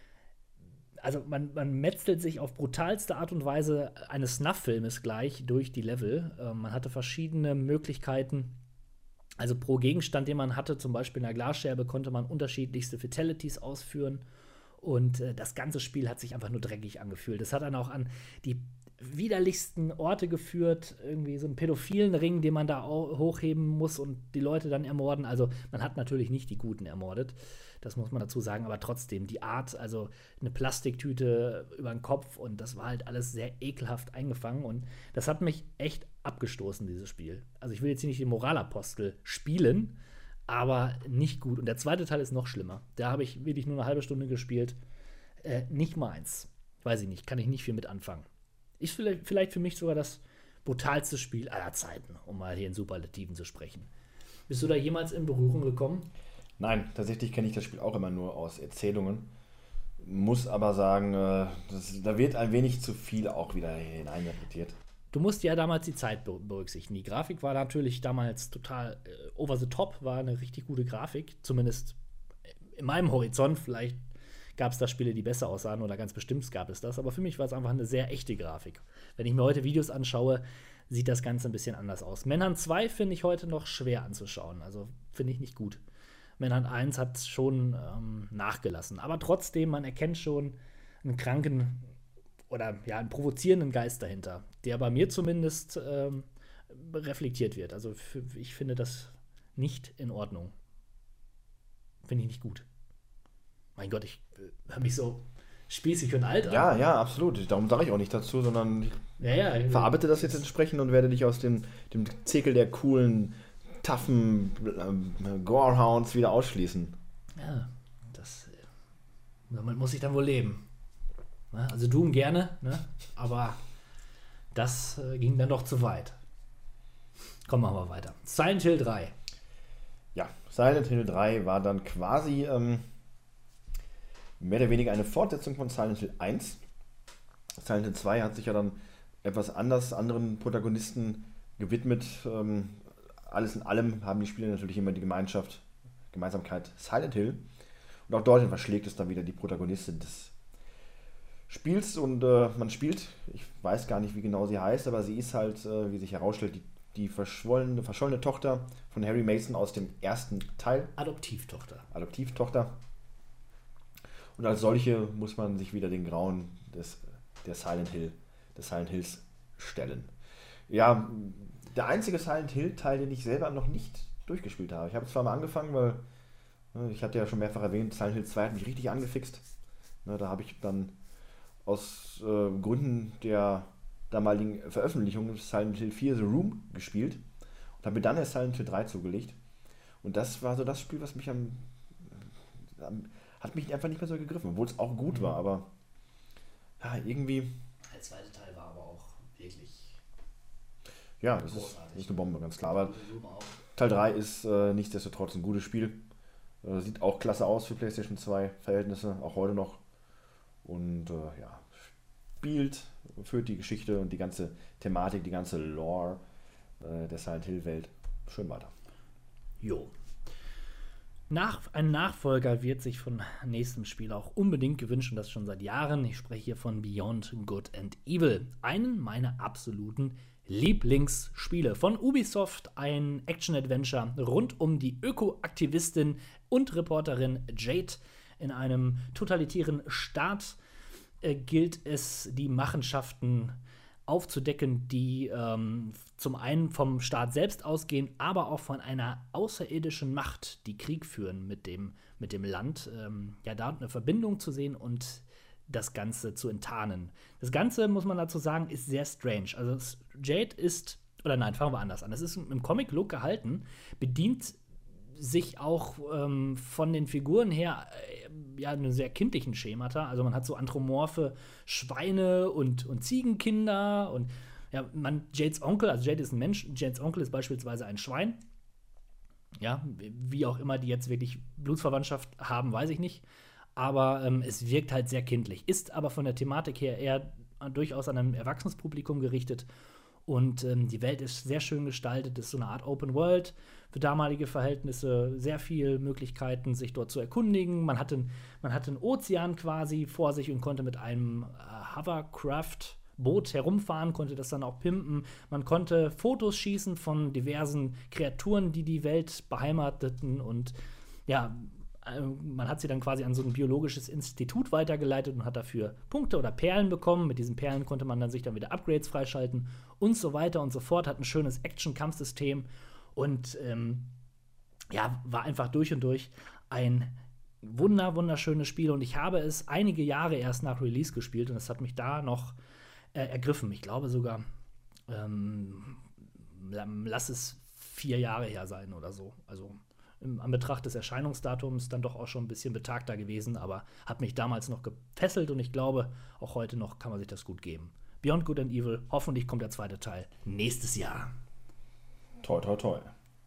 Also man, man metzelt sich auf brutalste Art und Weise eines Snuff-Filmes gleich durch die Level. Äh, man hatte verschiedene Möglichkeiten. Also pro Gegenstand, den man hatte, zum Beispiel in der Glasscherbe, konnte man unterschiedlichste Fatalities ausführen. Und äh, das ganze Spiel hat sich einfach nur dreckig angefühlt. Es hat dann auch an die widerlichsten Orte geführt, irgendwie so einen pädophilen Ring, den man da hochheben muss und die Leute dann ermorden. Also man hat natürlich nicht die Guten ermordet, das muss man dazu sagen, aber trotzdem die Art, also eine Plastiktüte über den Kopf und das war halt alles sehr ekelhaft eingefangen und das hat mich echt abgestoßen, dieses Spiel. Also ich will jetzt hier nicht den Moralapostel spielen, aber nicht gut. Und der zweite Teil ist noch schlimmer. Da habe ich wirklich nur eine halbe Stunde gespielt. Äh, nicht meins. Weiß ich nicht, kann ich nicht viel mit anfangen. Ist vielleicht, vielleicht für mich sogar das brutalste Spiel aller Zeiten, um mal hier in Superlativen zu sprechen. Bist du da jemals in Berührung gekommen? Nein, tatsächlich kenne ich das Spiel auch immer nur aus Erzählungen. Muss aber sagen, äh, das, da wird ein wenig zu viel auch wieder hineininterpretiert. Du musst ja damals die Zeit berücksichtigen. Die Grafik war natürlich damals total äh, over the top, war eine richtig gute Grafik. Zumindest in meinem Horizont. Vielleicht gab es da Spiele, die besser aussahen oder ganz bestimmt gab es das. Aber für mich war es einfach eine sehr echte Grafik. Wenn ich mir heute Videos anschaue, sieht das Ganze ein bisschen anders aus. Manhunt zwei finde ich heute noch schwer anzuschauen. Also finde ich nicht gut. Manhunt eins hat schon ähm, nachgelassen. Aber trotzdem, man erkennt schon einen kranken oder ja, einen provozierenden Geist dahinter, der bei mir zumindest ähm, reflektiert wird. Also für, ich finde das nicht in Ordnung. Finde ich nicht gut. Mein Gott, ich äh, habe mich so spießig und alt an. Ja, ja, absolut. Darum sage ich auch nicht dazu, sondern ich ja, ja, verarbeite das jetzt entsprechend und werde dich aus dem, dem Zirkel der coolen, toughen äh, Gorehounds wieder ausschließen. Ja, das äh, damit muss ich dann wohl leben. Ne? Also Doom gerne, ne? Aber das äh, ging dann doch zu weit. Komm, machen wir weiter. Silent Hill drei. Ja, Silent Hill drei war dann quasi ähm, mehr oder weniger eine Fortsetzung von Silent Hill eins. Silent Hill zwei hat sich ja dann etwas anders anderen Protagonisten gewidmet. Ähm, alles in allem haben die Spieler natürlich immer die Gemeinschaft, Gemeinsamkeit Silent Hill. Und auch dorthin verschlägt es dann wieder die Protagonistin des Spiels. Und äh, man spielt, ich weiß gar nicht, wie genau sie heißt, aber sie ist halt, äh, wie sich herausstellt, die, die verschwollene, verschollene Tochter von Harry Mason aus dem ersten Teil. Adoptivtochter. Adoptivtochter. Und als solche muss man sich wieder den Grauen des, der Silent Hill, des Silent Hills stellen. Ja, der einzige Silent Hill-Teil, den ich selber noch nicht durchgespielt habe. Ich habe zwar mal angefangen, weil ich hatte ja schon mehrfach erwähnt, Silent Hill zwei hat mich richtig angefixt. Ne, da habe ich dann aus äh, Gründen der damaligen Veröffentlichung Silent Hill vier The Room gespielt und habe mir dann erst Silent Hill drei zugelegt. Und das war so das Spiel, was mich am, am hat mich einfach nicht mehr so gegriffen, obwohl es auch gut war, aber ja, irgendwie... Der zweite Teil war aber auch wirklich... Ja, das ist, das ist eine Bombe, ganz klar. Aber Teil drei ist äh, nichtsdestotrotz ein gutes Spiel. Äh, sieht auch klasse aus für PlayStation zwei Verhältnisse, auch heute noch. Und äh, ja, spielt, führt die Geschichte und die ganze Thematik, die ganze Lore äh, der Silent Hill Welt schön weiter. Jo. Nach, ein Nachfolger wird sich von nächstem Spiel auch unbedingt gewünscht und das schon seit Jahren. Ich spreche hier von Beyond Good and Evil. Einen meiner absoluten Lieblingsspiele von Ubisoft. Ein Action-Adventure rund um die Ökoaktivistin und Reporterin Jade. In einem totalitären Staat äh, gilt es, die Machenschaften aufzudecken, die ähm, zum einen vom Staat selbst ausgehen, aber auch von einer außerirdischen Macht, die Krieg führen mit dem, mit dem Land. Ähm, ja, da eine Verbindung zu sehen und das Ganze zu enttarnen. Das Ganze, muss man dazu sagen, ist sehr strange. Also es, Jade ist, oder nein, fangen wir anders an. Es ist im Comic-Look gehalten, bedient sich auch ähm, von den Figuren her äh, ja einen sehr kindlichen Schemata. Also man hat so anthropomorphe Schweine und, und Ziegenkinder und ja, man, Jades Onkel, also Jade ist ein Mensch, Jades Onkel ist beispielsweise ein Schwein. Ja, wie auch immer die jetzt wirklich Blutsverwandtschaft haben, weiß ich nicht. Aber ähm, es wirkt halt sehr kindlich, ist aber von der Thematik her eher durchaus an ein Erwachsenes-Publikum gerichtet. Und ähm, die Welt ist sehr schön gestaltet, ist so eine Art Open World für damalige Verhältnisse, sehr viele Möglichkeiten, sich dort zu erkundigen. Man hatte, man hatte einen Ozean quasi vor sich und konnte mit einem äh, Hovercraft-Boot herumfahren, konnte das dann auch pimpen. Man konnte Fotos schießen von diversen Kreaturen, die die Welt beheimateten und ja, man hat sie dann quasi an so ein biologisches Institut weitergeleitet und hat dafür Punkte oder Perlen bekommen. Mit diesen Perlen konnte man dann sich dann wieder Upgrades freischalten und so weiter und so fort. Hat ein schönes Action-Kampfsystem und ähm, ja, war einfach durch und durch ein wunder, wunderschönes Spiel. Und ich habe es einige Jahre erst nach Release gespielt und es hat mich da noch äh, ergriffen. Ich glaube sogar, ähm, lass es vier Jahre her sein oder so. Also im Anbetracht des Erscheinungsdatums dann doch auch schon ein bisschen betagter gewesen, aber hat mich damals noch gefesselt und ich glaube, auch heute noch kann man sich das gut geben. Beyond Good and Evil, hoffentlich kommt der zweite Teil nächstes Jahr. Toi, toi, toi.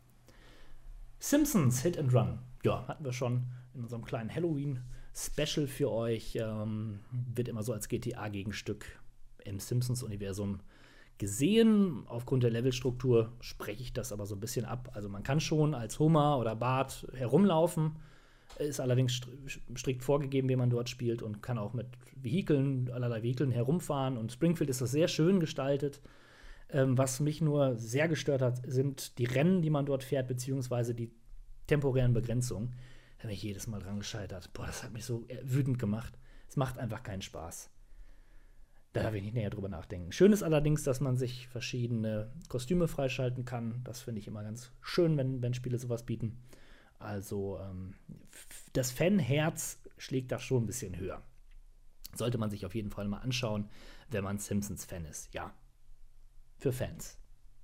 Simpsons Hit and Run. Ja, hatten wir schon in unserem kleinen Halloween-Special für euch. Ähm, wird immer so als G T A-Gegenstück im Simpsons-Universum gesehen. Aufgrund der Levelstruktur spreche ich das aber so ein bisschen ab. Also man kann schon als Homer oder Bart herumlaufen, ist allerdings strikt vorgegeben, wie man dort spielt und kann auch mit Vehikeln, allerlei Vehikeln herumfahren. Und Springfield ist das sehr schön gestaltet. Ähm, was mich nur sehr gestört hat, sind die Rennen, die man dort fährt, beziehungsweise die temporären Begrenzungen. Da bin ich jedes Mal dran gescheitert. Boah, das hat mich so wütend gemacht. Es macht einfach keinen Spaß. Da darf ich nicht näher drüber nachdenken. Schön ist allerdings, dass man sich verschiedene Kostüme freischalten kann. Das finde ich immer ganz schön, wenn, wenn Spiele sowas bieten. Also ähm, das Fanherz schlägt da schon ein bisschen höher. Sollte man sich auf jeden Fall mal anschauen, wenn man Simpsons-Fan ist. Ja, für Fans.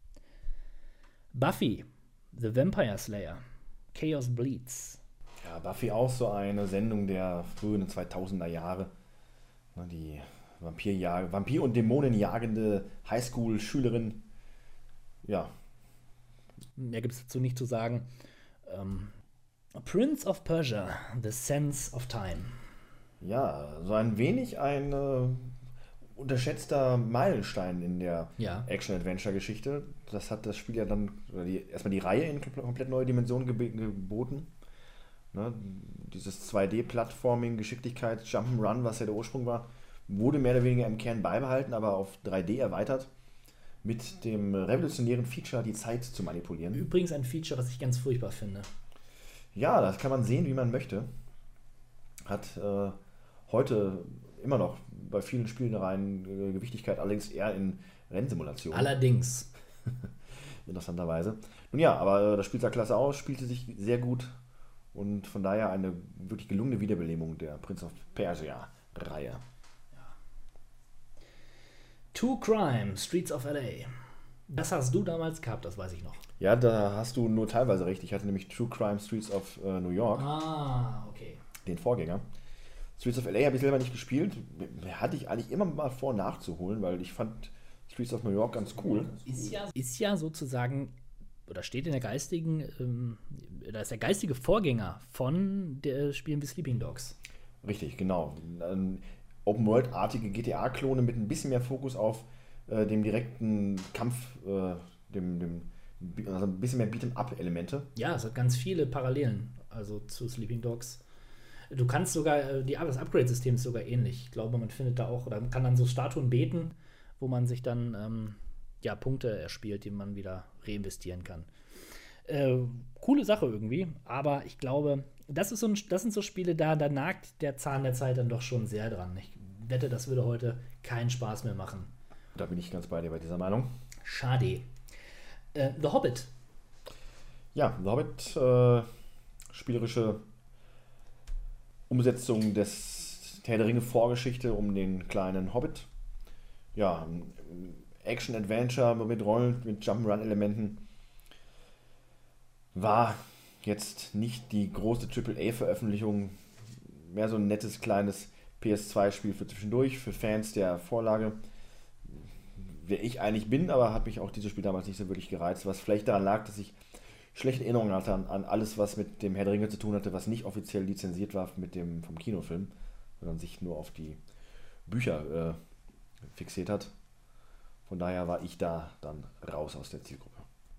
Buffy, The Vampire Slayer, Chaos Bleeds. Ja, Buffy auch so eine Sendung der frühen zweitausender Jahre. Die Vampir, Vampir- und Dämonenjagende Highschool-Schülerin. Ja. Mehr gibt es dazu nicht zu sagen. Ähm, Prince of Persia, The Sense of Time. Ja, so ein wenig ein äh, unterschätzter Meilenstein in der ja. Action-Adventure-Geschichte. Das hat das Spiel ja dann, oder die, erstmal die Reihe in komplett neue Dimensionen geb- geboten. Ne? Dieses zwei D-Plattforming, Geschicklichkeit, Jump'n'Run, was ja der Ursprung war, wurde mehr oder weniger im Kern beibehalten, aber auf drei D erweitert, mit dem revolutionären Feature, die Zeit zu manipulieren. Übrigens ein Feature, was ich ganz furchtbar finde. Ja, das kann man sehen, wie man möchte. Hat äh, heute immer noch bei vielen Spielereien äh, Gewichtigkeit, allerdings eher in Rennsimulationen. Allerdings. Interessanterweise. Nun ja, aber äh, das Spiel sah klasse aus, spielte sich sehr gut und von daher eine wirklich gelungene Wiederbelebung der Prince of Persia-Reihe. True Crime, Streets of L A. Das hast du damals gehabt, das weiß ich noch. Ja, da hast du nur teilweise recht. Ich hatte nämlich True Crime Streets of äh, New York. Ah, okay. Den Vorgänger. Streets of L A habe ich selber nicht gespielt. Hatte ich eigentlich immer mal vor, nachzuholen, weil ich fand Streets of New York ganz cool. Ist ja, ist ja sozusagen, oder steht in der geistigen, ähm, da ist der geistige Vorgänger von der Spielen wie Sleeping Dogs. Richtig, genau. Ähm, Open-World-artige G T A-Klone mit ein bisschen mehr Fokus auf äh, dem direkten Kampf, äh, dem, dem, also ein bisschen mehr Beat'em-up-Elemente. Ja, es hat ganz viele Parallelen, also zu Sleeping Dogs. Du kannst sogar, die, das Upgrade-System ist sogar ähnlich. Ich glaube, man findet da auch, oder man kann dann so Statuen beten, wo man sich dann ähm, ja, Punkte erspielt, die man wieder reinvestieren kann. Äh, coole Sache irgendwie, aber ich glaube, das, ist so ein, das sind so Spiele, da, da nagt der Zahn der Zeit dann doch schon sehr dran. Ich wette, das würde heute keinen Spaß mehr machen. Da bin ich ganz bei dir bei dieser Meinung. Schade. Äh, The Hobbit. Ja, The Hobbit, äh, spielerische Umsetzung des Herr der Ringe Vorgeschichte um den kleinen Hobbit. Ja, Action-Adventure mit Rollen, mit Jump'n'Run-Elementen. War jetzt nicht die große Triple A-Veröffentlichung, mehr so ein nettes kleines P S zwei Spiel für zwischendurch, für Fans der Vorlage. Wer ich eigentlich bin, aber hat mich auch dieses Spiel damals nicht so wirklich gereizt, was vielleicht daran lag, dass ich schlechte Erinnerungen hatte an, an alles, was mit dem Herr der Ringe zu tun hatte, was nicht offiziell lizenziert war mit dem, vom Kinofilm, sondern sich nur auf die Bücher äh, fixiert hat. Von daher war ich da dann raus aus der Zielgruppe.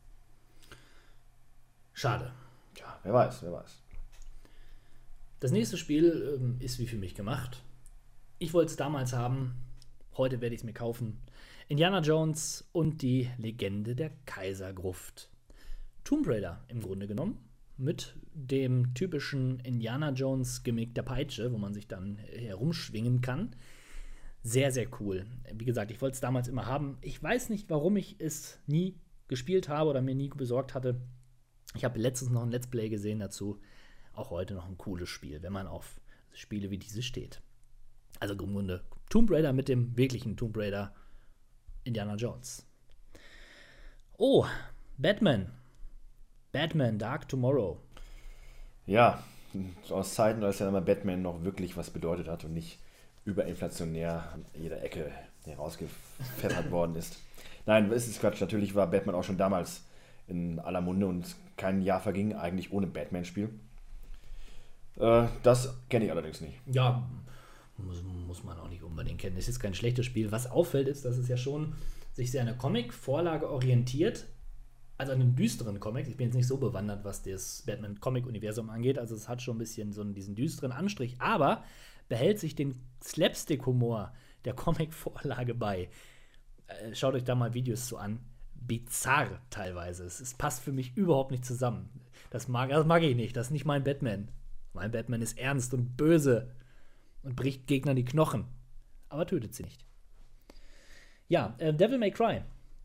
Schade. Ja, wer weiß, wer weiß. Das nächste Spiel ähm, ist wie für mich gemacht. Ich wollte es damals haben, heute werde ich es mir kaufen. Indiana Jones und die Legende der Kaisergruft. Tomb Raider im Grunde genommen, mit dem typischen Indiana Jones Gimmick der Peitsche, wo man sich dann herumschwingen kann. Sehr, sehr cool. Wie gesagt, ich wollte es damals immer haben. Ich weiß nicht, warum ich es nie gespielt habe oder mir nie besorgt hatte. Ich habe letztens noch ein Let's Play gesehen dazu. Auch heute noch ein cooles Spiel, wenn man auf Spiele wie diese steht. Also im Grunde Tomb Raider mit dem wirklichen Tomb Raider Indiana Jones. Oh, Batman. Batman, Dark Tomorrow. Ja, aus Zeiten, als ja immer Batman noch wirklich was bedeutet hat und nicht überinflationär an jeder Ecke herausgefettert worden ist. Nein, es ist Quatsch. Natürlich war Batman auch schon damals in aller Munde und kein Jahr verging eigentlich ohne Batman-Spiel. Äh, das kenne ich allerdings nicht. Ja, muss, muss man auch nicht unbedingt kennen. Es ist kein schlechtes Spiel. Was auffällt, ist, dass es ja schon sich sehr an der Comic-Vorlage orientiert. Also an einem düsteren Comic. Ich bin jetzt nicht so bewandert, was das Batman-Comic-Universum angeht. Also es hat schon ein bisschen so einen, diesen düsteren Anstrich, aber behält sich den Slapstick-Humor der Comic-Vorlage bei. Äh, schaut euch da mal Videos zu an. Bizarr teilweise. Es, es passt für mich überhaupt nicht zusammen. Das mag, das mag ich nicht. Das ist nicht mein Batman. Mein Batman ist ernst und böse und bricht Gegnern die Knochen. Aber tötet sie nicht. Ja, äh, Devil May Cry.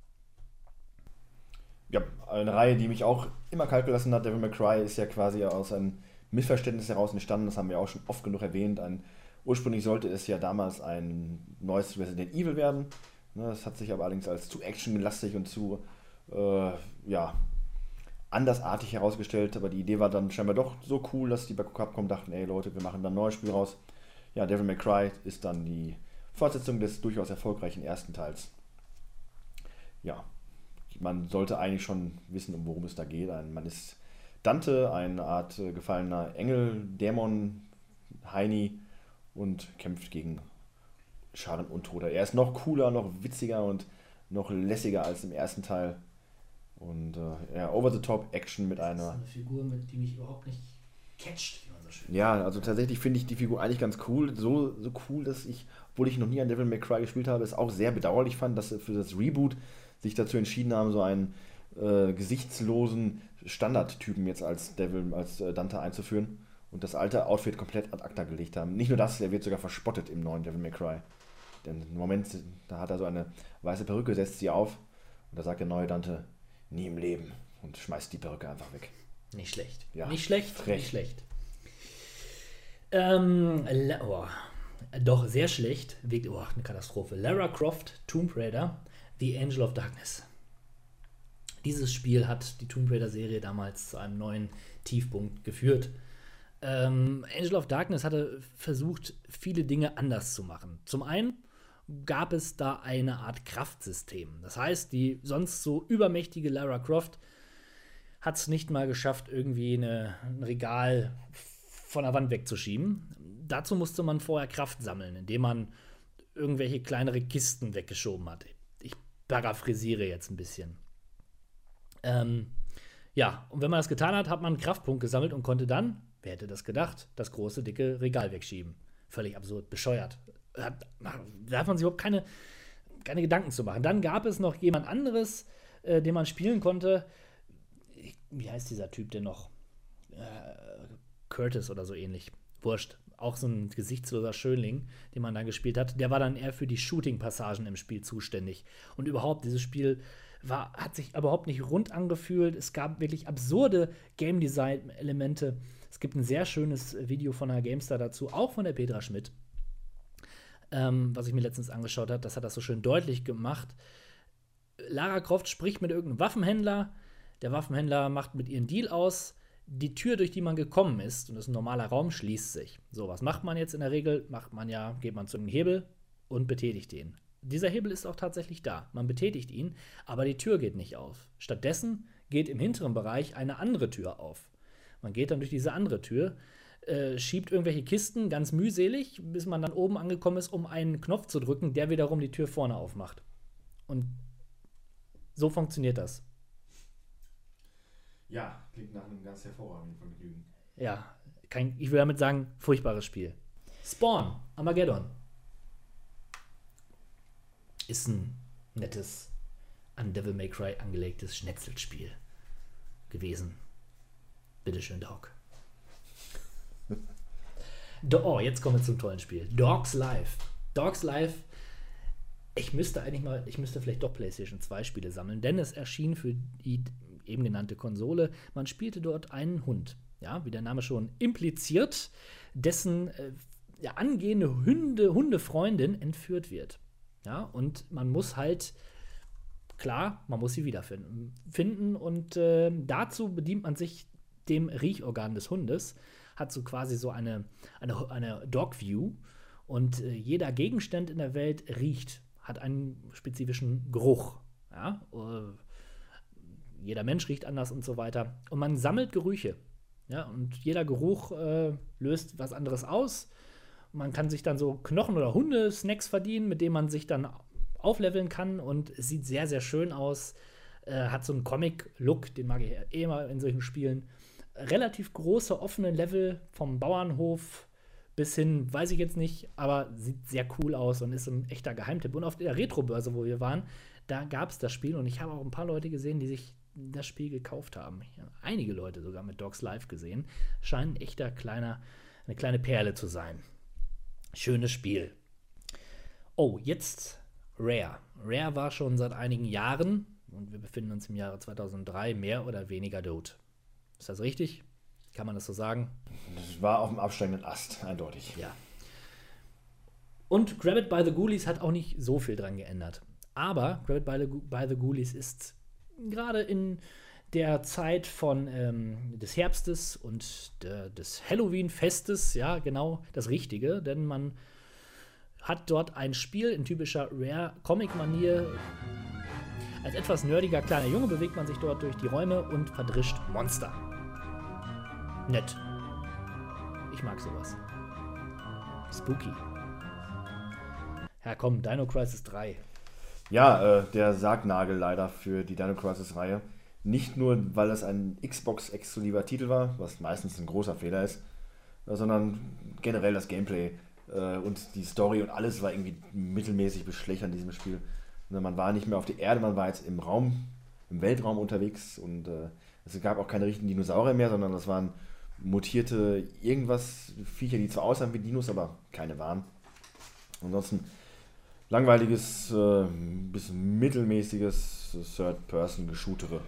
Ja, eine Reihe, die mich auch immer kalt gelassen hat. Devil May Cry ist ja quasi aus einem Missverständnis heraus entstanden. Das haben wir auch schon oft genug erwähnt. Ein, ursprünglich sollte es ja damals ein neues Resident Evil werden. Das hat sich aber allerdings als zu actionlastig und zu äh, ja, andersartig herausgestellt. Aber die Idee war dann scheinbar doch so cool, dass die bei Capcom dachten, ey Leute, wir machen da ein neues Spiel raus. Ja, Devil May Cry ist dann die Fortsetzung des durchaus erfolgreichen ersten Teils. Ja, man sollte eigentlich schon wissen, um worum es da geht. Ein, man ist Dante, eine Art äh, gefallener Engel, Dämon, Heini und kämpft gegen Scharen Untoter. Er ist noch cooler, noch witziger und noch lässiger als im ersten Teil. Und äh, ja, Over-the-Top-Action mit einer... Das ist eine Figur, mit die mich überhaupt nicht catcht, wie man so schön sagt. Ja, also tatsächlich finde ich die Figur eigentlich ganz cool. So, so cool, dass ich, obwohl ich noch nie an Devil May Cry gespielt habe, es auch sehr bedauerlich fand, dass sie für das Reboot sich dazu entschieden haben, so einen äh, gesichtslosen Standardtypen jetzt als Devil, als äh, Dante einzuführen und das alte Outfit komplett ad acta gelegt haben. Nicht nur das, er wird sogar verspottet im neuen Devil May Cry. Denn im Moment, da hat er so eine weiße Perücke, setzt sie auf und da sagt der neue Dante, nie im Leben, und schmeißt die Perücke einfach weg. Nicht schlecht. Ja, nicht schlecht, frech. nicht schlecht. Ähm, oh, doch, sehr schlecht. Oh, eine Katastrophe. Lara Croft, Tomb Raider, The Angel of Darkness. Dieses Spiel hat die Tomb Raider-Serie damals zu einem neuen Tiefpunkt geführt. Ähm, Angel of Darkness hatte versucht, viele Dinge anders zu machen. Zum einen gab es da eine Art Kraftsystem. Das heißt, die sonst so übermächtige Lara Croft hat es nicht mal geschafft, irgendwie eine, ein Regal von der Wand wegzuschieben. Dazu musste man vorher Kraft sammeln, indem man irgendwelche kleinere Kisten weggeschoben hat. Ich paraphrasiere jetzt ein bisschen. Ähm, ja, und wenn man das getan hat, hat man einen Kraftpunkt gesammelt und konnte dann, wer hätte das gedacht, das große, dicke Regal wegschieben. Völlig absurd, bescheuert. Da darf man sich überhaupt keine, keine Gedanken zu machen. Dann gab es noch jemand anderes, äh, den man spielen konnte. Wie heißt dieser Typ denn noch? Äh, Curtis oder so ähnlich. Wurscht. Auch so ein gesichtsloser Schönling, den man dann gespielt hat. Der war dann eher für die Shooting-Passagen im Spiel zuständig. Und überhaupt, dieses Spiel war, hat sich überhaupt nicht rund angefühlt. Es gab wirklich absurde Game-Design-Elemente. Es gibt ein sehr schönes Video von der GameStar dazu, auch von der Petra Schmidt, ähm, was ich mir letztens angeschaut habe. Das hat das so schön deutlich gemacht. Lara Croft spricht mit irgendeinem Waffenhändler. Der Waffenhändler macht mit ihr einen Deal aus. Die Tür, durch die man gekommen ist, und das ist ein normaler Raum, schließt sich. So, was macht man jetzt in der Regel? Macht man ja, geht man zu einem Hebel und betätigt den. Dieser Hebel ist auch tatsächlich da. Man betätigt ihn, aber die Tür geht nicht auf. Stattdessen geht im hinteren Bereich eine andere Tür auf. Man geht dann durch diese andere Tür, äh, schiebt irgendwelche Kisten, ganz mühselig, bis man dann oben angekommen ist, um einen Knopf zu drücken, der wiederum die Tür vorne aufmacht. Und so funktioniert das. Ja, klingt nach einem ganz hervorragenden Vergnügen. Ja, kein, ich will damit sagen, furchtbares Spiel. Spawn, Armageddon. Ist ein nettes, an Devil May Cry angelegtes Schnetzelspiel gewesen. Bitteschön, Doc. Do- oh, jetzt kommen wir zum tollen Spiel. Dogs Life. Dogs Life. Ich müsste eigentlich mal, ich müsste vielleicht doch PlayStation zwei Spiele sammeln, denn es erschien für die eben genannte Konsole. Man spielte dort einen Hund, ja, wie der Name schon impliziert, dessen äh, ja, angehende Hunde, Hundefreundin entführt wird. Ja, und man muss halt, klar, man muss sie wiederfinden finden und äh, dazu bedient man sich dem Riechorgan des Hundes, hat so quasi so eine, eine, eine Dog-View und äh, jeder Gegenstand in der Welt riecht, hat einen spezifischen Geruch. Ja, äh, jeder Mensch riecht anders und so weiter. Und man sammelt Gerüche. Ja, und jeder Geruch äh, löst was anderes aus. Man kann sich dann so Knochen- oder Hundesnacks verdienen, mit denen man sich dann aufleveln kann. Und es sieht sehr, sehr schön aus. Äh, hat so einen Comic-Look, den mag ich eh immer in solchen Spielen. Relativ große, offene Level vom Bauernhof bis hin, weiß ich jetzt nicht, aber sieht sehr cool aus und ist ein echter Geheimtipp. Und auf der Retro-Börse, wo wir waren, da gab es das Spiel und ich habe auch ein paar Leute gesehen, die sich das Spiel gekauft haben. Ich habe einige Leute sogar mit Dogs Life gesehen. Scheint ein echter kleiner, eine kleine Perle zu sein. Schönes Spiel. Oh, jetzt Rare. Rare war schon seit einigen Jahren, und wir befinden uns im Jahre zweitausenddrei, mehr oder weniger tot. Ist das richtig? Kann man das so sagen? Das war auf dem absteigenden Ast, eindeutig. Ja. Und Grab It by the Ghoulies hat auch nicht so viel dran geändert. Aber Grab It by the, by the Ghoulies ist gerade in der Zeit von ähm, des Herbstes und der, des Halloween-Festes, ja, genau das Richtige, denn man hat dort ein Spiel in typischer Rare-Comic-Manier. Als etwas nerdiger kleiner Junge bewegt man sich dort durch die Räume und verdrischt Monster. Nett. Ich mag sowas. Spooky. Ja, komm, Dino Crisis drei. Ja, äh, der Sargnagel leider für die Dino Crisis-Reihe. Nicht nur, weil es ein Xbox-exklusiver Titel war, was meistens ein großer Fehler ist, äh, sondern generell das Gameplay äh, und die Story und alles war irgendwie mittelmäßig bis schlecht an diesem Spiel. Und man war nicht mehr auf der Erde, man war jetzt im Raum, im Weltraum unterwegs und äh, es gab auch keine richtigen Dinosaurier mehr, sondern das waren mutierte irgendwas, Viecher, die zwar aussahen wie Dinos, aber keine waren. Ansonsten langweiliges, äh, bis mittelmäßiges Third-Person-Geshootere.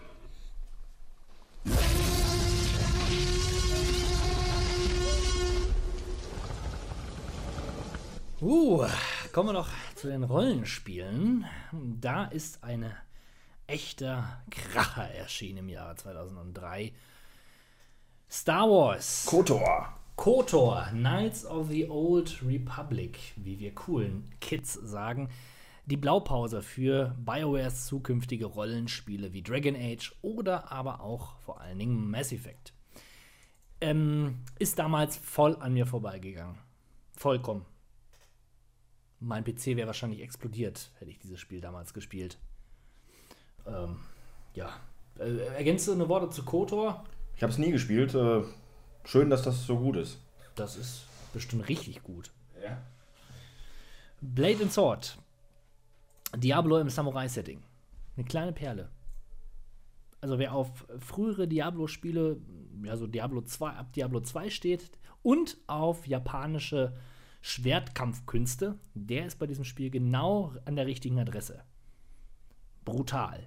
Uh, kommen wir noch zu den Rollenspielen. Da ist eine echter Kracher erschienen im Jahre zweitausenddrei. Star Wars. KOTOR. KOTOR, Knights of the Old Republic, wie wir coolen Kids sagen. Die Blaupause für BioWares zukünftige Rollenspiele wie Dragon Age oder aber auch vor allen Dingen Mass Effect. Ähm, ist damals voll an mir vorbeigegangen. Vollkommen. Mein P C wäre wahrscheinlich explodiert, hätte ich dieses Spiel damals gespielt. Ähm, ja. Äh, ergänzt du eine Worte zu KOTOR? Ich habe es nie gespielt. Äh, schön, dass das so gut ist. Das ist bestimmt richtig gut. Ja. Blade and Sword. Diablo im Samurai-Setting. Eine kleine Perle. Also wer auf frühere Diablo-Spiele, ja so Diablo zwei, ab Diablo zwei steht und auf japanische Schwertkampfkünste, der ist bei diesem Spiel genau an der richtigen Adresse. Brutal.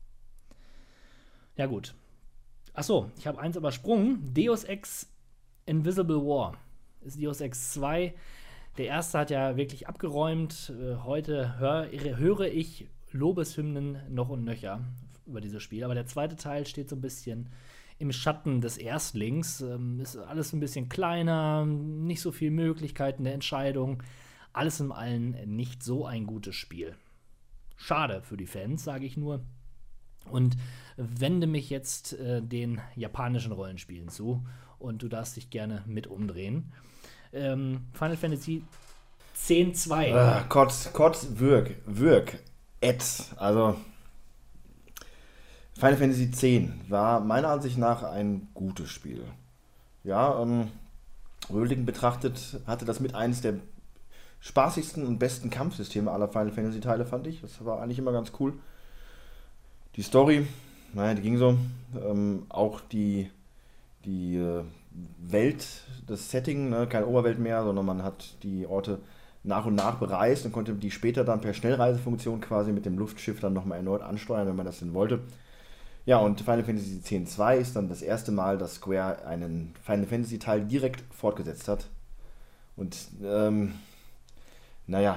Ja gut. Achso, ich habe eins übersprungen. Deus Ex Invisible War. Ist Deus Ex zwei. Der erste hat ja wirklich abgeräumt. Heute hör, höre ich Lobeshymnen noch und nöcher über dieses Spiel. Aber der zweite Teil steht so ein bisschen im Schatten des Erstlings. Ist alles ein bisschen kleiner, nicht so viele Möglichkeiten der Entscheidung. Alles in allem nicht so ein gutes Spiel. Schade für die Fans, sage ich nur. Und wende mich jetzt äh, den japanischen Rollenspielen zu. Und du darfst dich gerne mit umdrehen. Ähm, Final Fantasy zehn zwei. Äh, Kotz, Kotz, Würg, Würg, Etz. Also Final Fantasy zehn war meiner Ansicht nach ein gutes Spiel. Ja, ähm, rückblickend betrachtet hatte das mit eines der spaßigsten und besten Kampfsysteme aller Final Fantasy Teile, fand ich. Das war eigentlich immer ganz cool. Die Story, naja, die ging so. Ähm, auch die, die äh, Welt, das Setting, ne, keine Oberwelt mehr, sondern man hat die Orte nach und nach bereist und konnte die später dann per Schnellreisefunktion quasi mit dem Luftschiff dann nochmal erneut ansteuern, wenn man das denn wollte. Ja, und Final Fantasy X zwei ist dann das erste Mal, dass Square einen Final Fantasy Teil direkt fortgesetzt hat. Und, ähm, naja,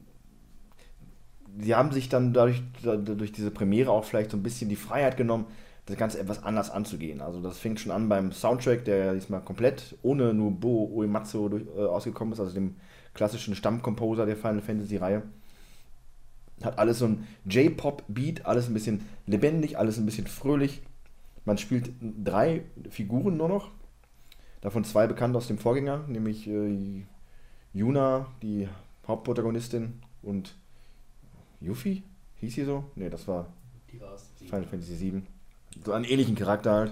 sie haben sich dann dadurch, durch diese Premiere auch vielleicht so ein bisschen die Freiheit genommen, das Ganze etwas anders anzugehen. Also das fängt schon an beim Soundtrack, der diesmal komplett ohne Nobuo Uematsu durch, äh, ausgekommen ist, also dem klassischen Stammcomposer der Final Fantasy Reihe. Hat alles so ein J-Pop-Beat, alles ein bisschen lebendig, alles ein bisschen fröhlich. Man spielt drei Figuren nur noch, davon zwei bekannt aus dem Vorgänger, nämlich äh, Yuna, die Hauptprotagonistin, und Yuffie, hieß sie so? Ne, das war Die war's. Final Fantasy sieben. So einen ähnlichen Charakter halt.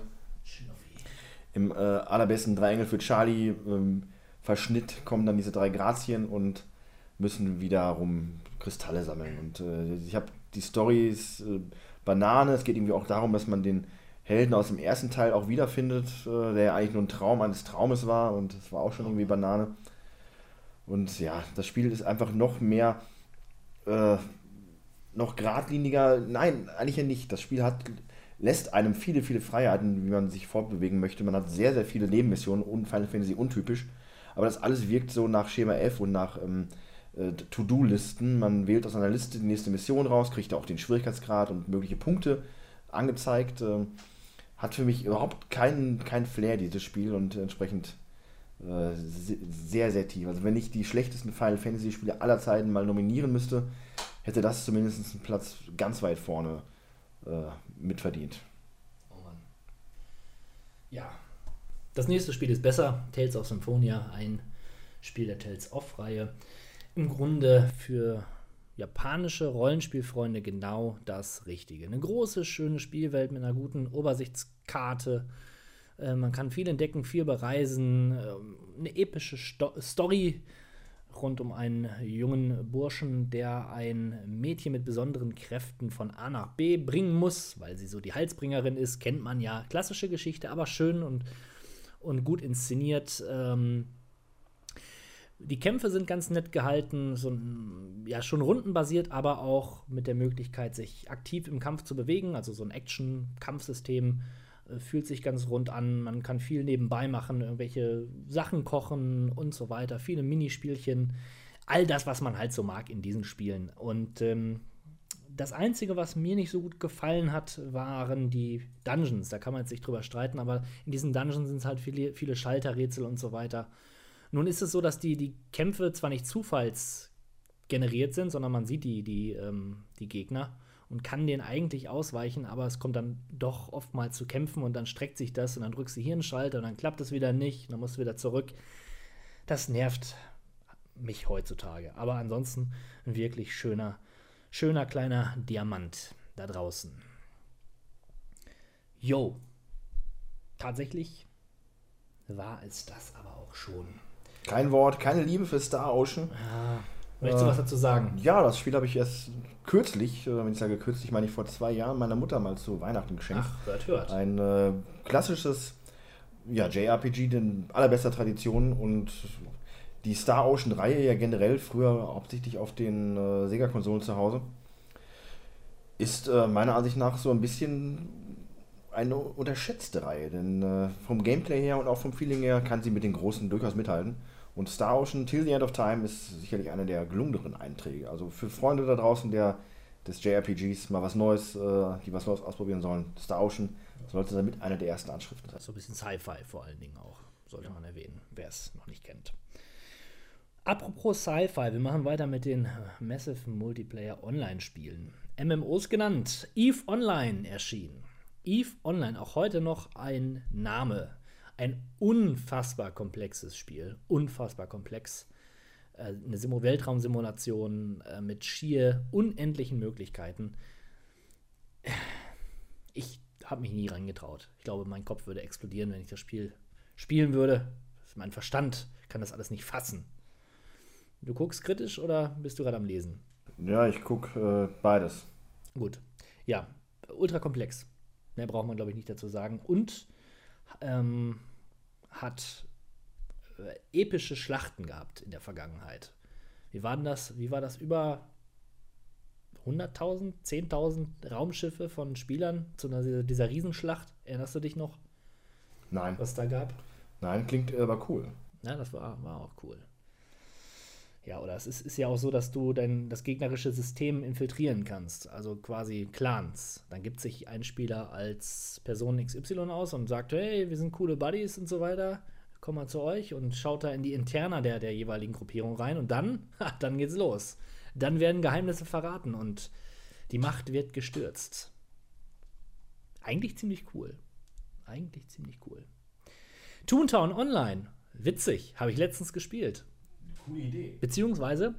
Im äh, allerbesten drei Engel für Charlie ähm, Verschnitt kommen dann diese drei Grazien und müssen wiederum Kristalle sammeln. Und äh, ich habe die Storys äh, Banane. Es geht irgendwie auch darum, dass man den Helden aus dem ersten Teil auch wiederfindet, äh, der ja eigentlich nur ein Traum eines Traumes war, und es war auch schon irgendwie Banane. Und ja, das Spiel ist einfach noch mehr äh, noch geradliniger. Nein, eigentlich ja nicht. Das Spiel hat lässt einem viele, viele Freiheiten, wie man sich fortbewegen möchte. Man hat sehr, sehr viele Nebenmissionen, und Final Fantasy untypisch. Aber das alles wirkt so nach Schema F und nach ähm, äh, To-Do-Listen. Man wählt aus einer Liste die nächste Mission raus, kriegt auch den Schwierigkeitsgrad und mögliche Punkte angezeigt. Ähm, hat für mich überhaupt keinen kein Flair, dieses Spiel, und entsprechend äh, sehr, sehr tief. Also wenn ich die schlechtesten Final Fantasy-Spiele aller Zeiten mal nominieren müsste, hätte das zumindest einen Platz ganz weit vorne äh, mitverdient. Oh Mann. Ja. Das nächste Spiel ist besser. Tales of Symphonia, ein Spiel der Tales-of-Reihe. Im Grunde für japanische Rollenspielfreunde genau das Richtige. Eine große, schöne Spielwelt mit einer guten Übersichtskarte. Äh, man kann viel entdecken, viel bereisen. Äh, eine epische Sto- Story rund um einen jungen Burschen, der ein Mädchen mit besonderen Kräften von A nach B bringen muss, weil sie so die Halsbringerin ist. Kennt man ja. Klassische Geschichte, aber schön und, und gut inszeniert. Ähm, die Kämpfe sind ganz nett gehalten, so, ja, schon rundenbasiert, aber auch mit der Möglichkeit, sich aktiv im Kampf zu bewegen. Also so ein Action-Kampfsystem äh, fühlt sich ganz rund an. Man kann viel nebenbei machen, irgendwelche Sachen kochen und so weiter. Viele Minispielchen. All das, was man halt so mag in diesen Spielen. Und ähm, das Einzige, was mir nicht so gut gefallen hat, waren die Dungeons. Da kann man jetzt nicht drüber streiten, aber in diesen Dungeons sind es halt viele, viele Schalterrätsel und so weiter. Nun ist es so, dass die, die Kämpfe zwar nicht zufallsgeneriert sind, sondern man sieht die, die, ähm, die Gegner und kann denen eigentlich ausweichen, aber es kommt dann doch oftmals zu Kämpfen und dann streckt sich das und dann drückst du hier einen Schalter und dann klappt es wieder nicht, dann musst du wieder zurück. Das nervt mich heutzutage. Aber ansonsten ein wirklich schöner, schöner kleiner Diamant da draußen. Jo. Tatsächlich war es das aber auch schon. Kein Wort, keine Liebe für Star Ocean. Ja. Möchtest du äh, was dazu sagen? Ja, das Spiel habe ich erst kürzlich, wenn ich sage kürzlich, meine ich vor zwei Jahren meiner Mutter mal zu Weihnachten geschenkt. Ach, hört, hört. Ein äh, klassisches ja, J R P G in allerbester Tradition und die Star Ocean-Reihe ja generell, früher hauptsächlich auf den äh, Sega-Konsolen zu Hause, ist äh, meiner Ansicht nach so ein bisschen eine unterschätzte Reihe. Denn äh, vom Gameplay her und auch vom Feeling her kann sie mit den Großen durchaus mithalten. Und Star Ocean Till the End of Time ist sicherlich einer der gelungeneren Einträge. Also für Freunde da draußen, der des J R P Gs mal was Neues, äh, die was Neues ausprobieren sollen, Star Ocean sollte damit einer der ersten Anschriften sein. So ein bisschen Sci-Fi vor allen Dingen auch, sollte ja. man erwähnen, wer es noch nicht kennt. Apropos Sci-Fi, wir machen weiter mit den Massive Multiplayer Online-Spielen. M M Os genannt, EVE Online erschienen. EVE Online, auch heute noch ein Name. Ein unfassbar komplexes Spiel, unfassbar komplex. Äh, eine Sim- Weltraumsimulation äh, mit schier unendlichen Möglichkeiten. Ich habe mich nie reingetraut. Ich glaube, mein Kopf würde explodieren, wenn ich das Spiel spielen würde. Mein Verstand kann das alles nicht fassen. Du guckst kritisch oder bist du gerade am Lesen? Ja, ich gucke äh, beides. Gut. Ja, ultra komplex. Mehr braucht man, glaube ich, nicht dazu sagen. Und ähm, hat äh, epische Schlachten gehabt in der Vergangenheit. Wie war denn das? Wie war das? Über hunderttausend, zehntausend Raumschiffe von Spielern zu einer, dieser Riesenschlacht? Erinnerst du dich noch? Nein. Was da gab? Nein, klingt aber cool. Ja, das war, war auch cool. Ja, oder es ist, ist ja auch so, dass du dein, das gegnerische System infiltrieren kannst, also quasi Clans. Dann gibt sich ein Spieler als Person X Y aus und sagt, hey, wir sind coole Buddies und so weiter, komm mal zu euch und schaut da in die Interna der, der jeweiligen Gruppierung rein und dann, ha, dann geht's los. Dann werden Geheimnisse verraten und die Macht wird gestürzt. Eigentlich ziemlich cool. Eigentlich ziemlich cool. Toontown Online, witzig, habe ich letztens gespielt. Coole Idee. Beziehungsweise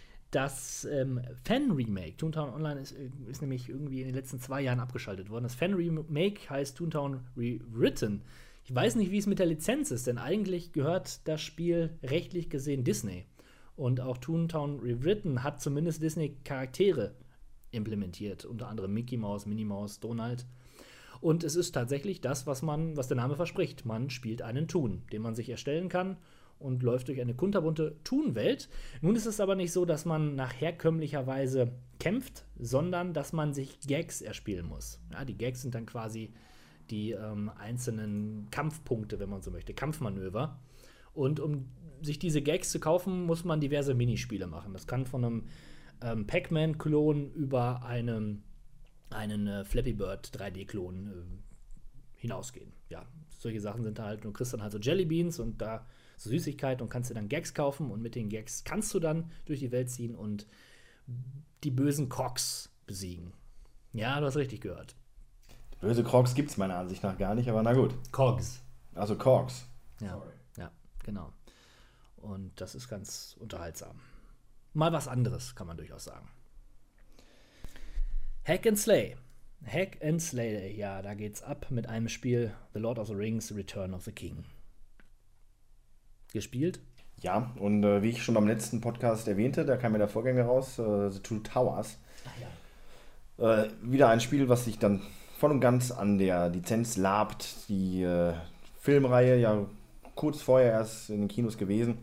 das ähm, Fan-Remake, Toontown Online ist, ist nämlich irgendwie in den letzten zwei Jahren abgeschaltet worden. Das Fan-Remake heißt Toontown Rewritten. Ich weiß nicht, wie es mit der Lizenz ist, denn eigentlich gehört das Spiel rechtlich gesehen Disney. Und auch Toontown Rewritten hat zumindest Disney-Charaktere implementiert, unter anderem Mickey Mouse, Minnie Mouse, Donald. Und es ist tatsächlich das, was man, was der Name verspricht. Man spielt einen Toon, den man sich erstellen kann und läuft durch eine kunterbunte Toon-Welt. Nun ist es aber nicht so, dass man nach herkömmlicher Weise kämpft, sondern dass man sich Gags erspielen muss. Ja, die Gags sind dann quasi die ähm, einzelnen Kampfpunkte, wenn man so möchte, Kampfmanöver. Und um sich diese Gags zu kaufen, muss man diverse Minispiele machen. Das kann von einem ähm, Pac-Man-Klon über einen, einen äh, Flappy Bird drei D-Klon äh, hinausgehen. Ja, solche Sachen sind da halt, du kriegst dann halt so Jellybeans und da so Süßigkeiten und kannst dir dann Gags kaufen und mit den Gags kannst du dann durch die Welt ziehen und die bösen Crocs besiegen. Ja, du hast richtig gehört. Böse Crocs gibt es meiner Ansicht nach gar nicht, aber na gut. Cogs. Also Crocs. Ja, Sorry. ja, genau. Und das ist ganz unterhaltsam. Mal was anderes, kann man durchaus sagen. Hack and Slay. Hack and Slay, ja, da geht's ab mit einem Spiel The Lord of the Rings, Return of the King. Gespielt? Ja, und äh, wie ich schon beim letzten Podcast erwähnte, da kam ja der Vorgänger raus, äh, The Two Towers. Ach ja. Äh, wieder ein Spiel, was sich dann voll und ganz an der Lizenz labt. Die äh, Filmreihe, ja kurz vorher erst in den Kinos gewesen.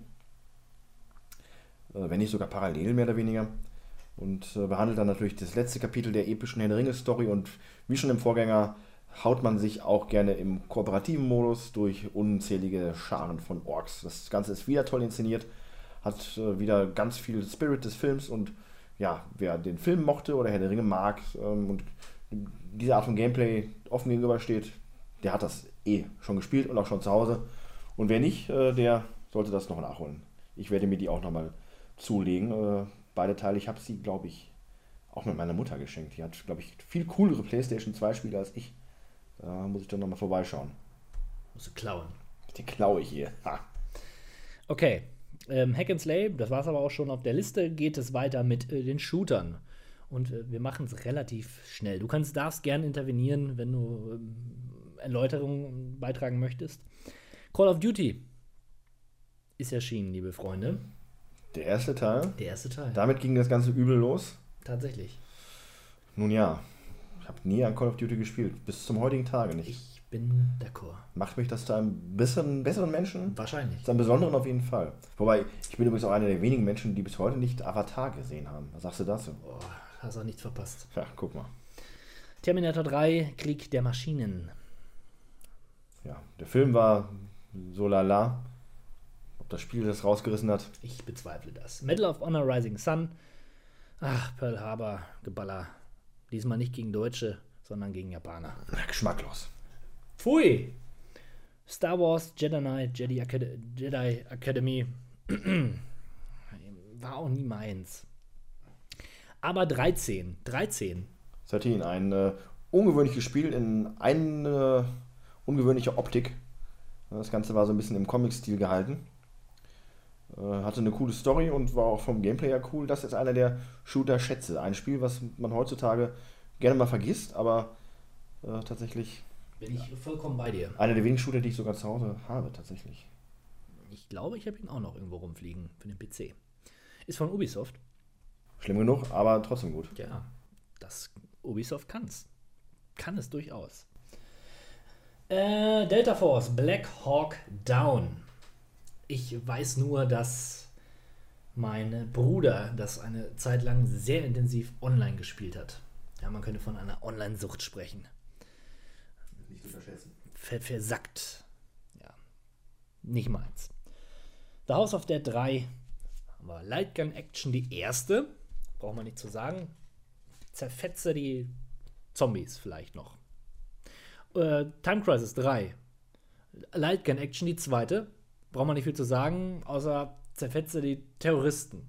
Äh, wenn nicht sogar parallel, mehr oder weniger. Und äh, behandelt dann natürlich das letzte Kapitel der epischen Herr der Ringe-Story. Und wie schon im Vorgänger haut man sich auch gerne im kooperativen Modus durch unzählige Scharen von Orks. Das Ganze ist wieder toll inszeniert, hat äh, wieder ganz viel Spirit des Films und ja, wer den Film mochte oder Herr der Ringe mag ähm, und diese Art von Gameplay offen gegenübersteht, der hat das eh schon gespielt und auch schon zu Hause. Und wer nicht, äh, der sollte das noch nachholen. Ich werde mir die auch nochmal zulegen. Äh, beide Teile, ich habe sie, glaube ich, auch mit meiner Mutter geschenkt. Die hat, glaube ich, viel coolere PlayStation zwei Spiele als ich. Da muss ich dann nochmal vorbeischauen. Musst du klauen. Die klaue ich hier. Ha. Okay, ähm, Hack and Slay, das war es aber auch schon auf der Liste, geht es weiter mit äh, den Shootern. Und äh, wir machen es relativ schnell. Du kannst, darfst gerne intervenieren, wenn du ähm, Erläuterungen beitragen möchtest. Call of Duty ist erschienen, liebe Freunde. Der erste Teil. Der erste Teil. Damit ging das ganze übel los. Tatsächlich. Nun ja, ich habe nie an Call of Duty gespielt. Bis zum heutigen Tage nicht. Ich bin d'accord. Macht mich das zu einem bisschen besseren Menschen? Wahrscheinlich. Zu einem besonderen auf jeden Fall. Wobei, ich bin übrigens auch einer der wenigen Menschen, die bis heute nicht Avatar gesehen haben. Was sagst du dazu? Oh, hast auch nichts verpasst. Ja, guck mal. Terminator drei, Krieg der Maschinen. Ja, der Film war so lala. Ob das Spiel das rausgerissen hat? Ich bezweifle das. Medal of Honor Rising Sun. Ach, Pearl Harbor, Geballer. Diesmal nicht gegen Deutsche, sondern gegen Japaner. Geschmacklos. Pfui! Star Wars Jedi Knight, Jedi, Acad Jedi Academy. War auch nie meins. Aber dreizehn. dreizehn. dreizehn, ein äh, ungewöhnliches Spiel in eine ungewöhnliche Optik. Das Ganze war so ein bisschen im Comic-Stil gehalten. Äh, hatte eine coole Story und war auch vom Gameplay her cool. Das ist einer der Shooter-Schätze. Ein Spiel, was man heutzutage gerne mal vergisst, aber äh, tatsächlich... Bin ich vollkommen bei dir. Einer der wenigen Shooter, die ich sogar zu Hause habe, tatsächlich. Ich glaube, ich habe ihn auch noch irgendwo rumfliegen für den P C. Ist von Ubisoft. Schlimm genug, aber trotzdem gut. Ja, das Ubisoft kann's. Kann es durchaus. Äh, Delta Force, Black Hawk Down. Ich weiß nur, dass mein Bruder das eine Zeit lang sehr intensiv online gespielt hat. Ja, man könnte von einer Online-Sucht sprechen. Nicht zu verschätzen. Ver versackt. Ja, nicht meins. The House of Dead drei war Lightgun Action die erste. Braucht man nicht zu sagen. Zerfetze die Zombies vielleicht noch. Äh, Time Crisis drei. Lightgun Action die zweite. Braucht man nicht viel zu sagen, außer zerfetze die Terroristen.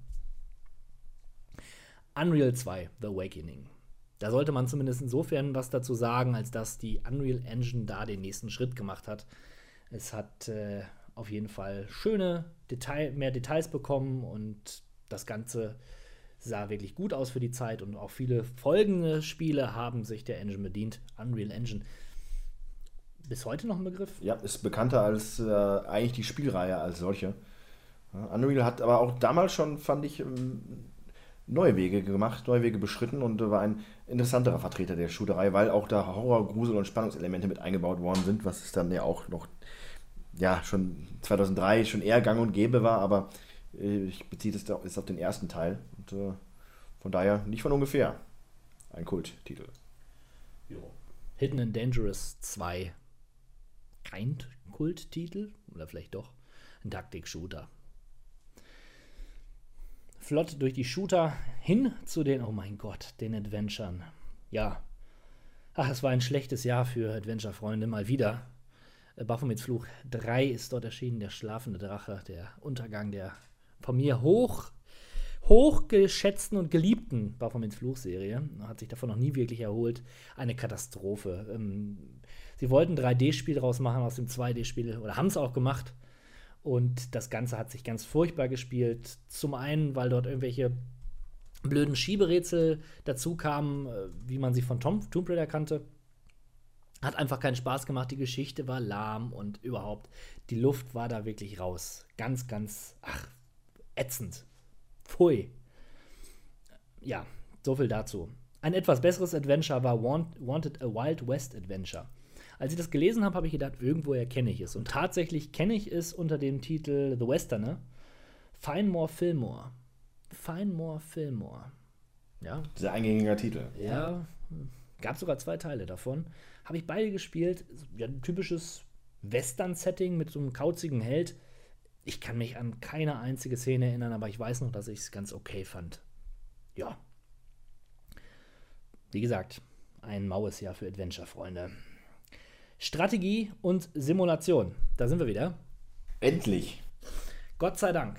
Unreal zwei, The Awakening. Da sollte man zumindest insofern was dazu sagen, als dass die Unreal Engine da den nächsten Schritt gemacht hat. Es hat äh, auf jeden Fall schöne Detail, mehr Details bekommen und das Ganze sah wirklich gut aus für die Zeit und auch viele folgende Spiele haben sich der Engine bedient. Unreal Engine. Bis heute noch ein Begriff? Ja, ist bekannter als äh, eigentlich die Spielreihe als solche. Ja, Unreal hat aber auch damals schon, fand ich, ähm, neue Wege gemacht, neue Wege beschritten und äh, war ein interessanterer Vertreter der Shooterei, weil auch da Horror-, Grusel- und Spannungselemente mit eingebaut worden sind, was es dann ja auch noch, ja, schon zweitausenddrei schon eher gang und gäbe war, aber äh, ich beziehe das da, ist auf den ersten Teil und äh, von daher nicht von ungefähr ein Kulttitel. Jo. Hidden and Dangerous zwei. Kein Kulttitel? Oder vielleicht doch ein Taktik-Shooter. Flott durch die Shooter hin zu den, oh mein Gott, den Adventuren. Ja. Ach, es war ein schlechtes Jahr für Adventure-Freunde, mal wieder. Baphomets Fluch drei ist dort erschienen, der schlafende Drache, der Untergang der von mir hoch, hochgeschätzten und geliebten Baphomets Fluch-Serie. Hat sich davon noch nie wirklich erholt. Eine Katastrophe. Ähm, sie wollten ein drei D-Spiel draus machen aus dem zwei D-Spiel, oder haben es auch gemacht. Und das Ganze hat sich ganz furchtbar gespielt. Zum einen, weil dort irgendwelche blöden Schieberätsel dazu kamen, wie man sie von Tom, Tomb Raider kannte. Hat einfach keinen Spaß gemacht. Die Geschichte war lahm und überhaupt, die Luft war da wirklich raus. Ganz, ganz, ach, ätzend. Pfui. Ja, so viel dazu. Ein etwas besseres Adventure war Want, Wanted a Wild West Adventure. Als ich das gelesen habe, habe ich gedacht, irgendwoher kenne ich es. Und tatsächlich kenne ich es unter dem Titel The Westerner. Find More Fillmore. Find More Fillmore. Ja. Sehr eingängiger Titel. Ja, gab sogar zwei Teile davon. Habe ich beide gespielt. Ja, ein typisches Western-Setting mit so einem kauzigen Held. Ich kann mich an keine einzige Szene erinnern, aber ich weiß noch, dass ich es ganz okay fand. ja, wie gesagt, ein maues Jahr für Adventure-Freunde. Strategie und Simulation, da sind wir wieder. Endlich. Gott sei Dank.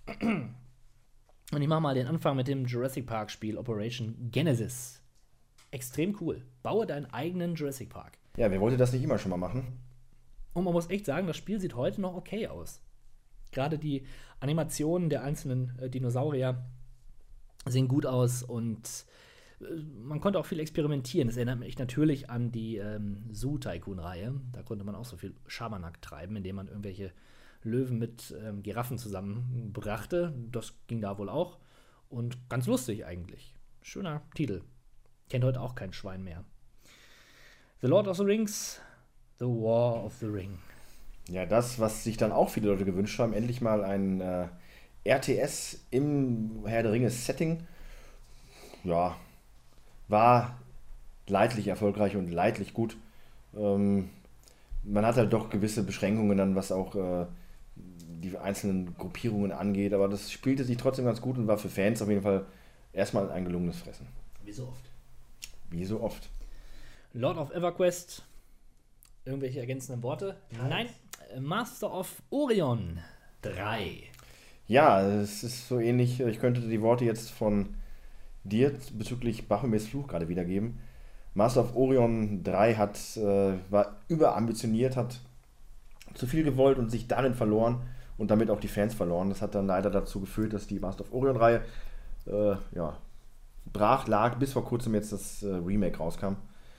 Und ich mache mal den Anfang mit dem Jurassic Park Spiel Operation Genesis. Extrem cool. Baue deinen eigenen Jurassic Park. Ja, wer wollte das nicht immer schon mal machen? Und man muss echt sagen, das Spiel sieht heute noch okay aus. Gerade die Animationen der einzelnen äh, Dinosaurier sehen gut aus und äh, man konnte auch viel experimentieren. Das erinnert mich natürlich an die ähm, Zoo Tycoon-Reihe. Da konnte man auch so viel Schabernack treiben, indem man irgendwelche Löwen mit ähm, Giraffen zusammenbrachte. Das ging da wohl auch. Und ganz lustig eigentlich. Schöner Titel. Kennt heute auch kein Schwein mehr. The Lord of the Rings, The War of the Ring. Ja, das, was sich dann auch viele Leute gewünscht haben, endlich mal ein äh, R T S im Herr der Ringe-Setting. Ja, war leidlich erfolgreich und leidlich gut. Ähm, man hat halt doch gewisse Beschränkungen dann, was auch äh, die einzelnen Gruppierungen angeht, aber das spielte sich trotzdem ganz gut und war für Fans auf jeden Fall erstmal ein gelungenes Fressen. Wie so oft. Wie so oft. Lord of EverQuest. Irgendwelche ergänzenden Worte? Nein. Master of Orion drei. Ja, es ist so ähnlich. Ich könnte die Worte jetzt von dir bezüglich Baphomets Fluch gerade wiedergeben. Master of Orion drei hat, äh, war überambitioniert, hat zu viel gewollt und sich darin verloren und damit auch die Fans verloren. Das hat dann leider dazu geführt, dass die Master of Orion-Reihe äh, ja, brach lag, bis vor kurzem jetzt das äh, Remake rauskam.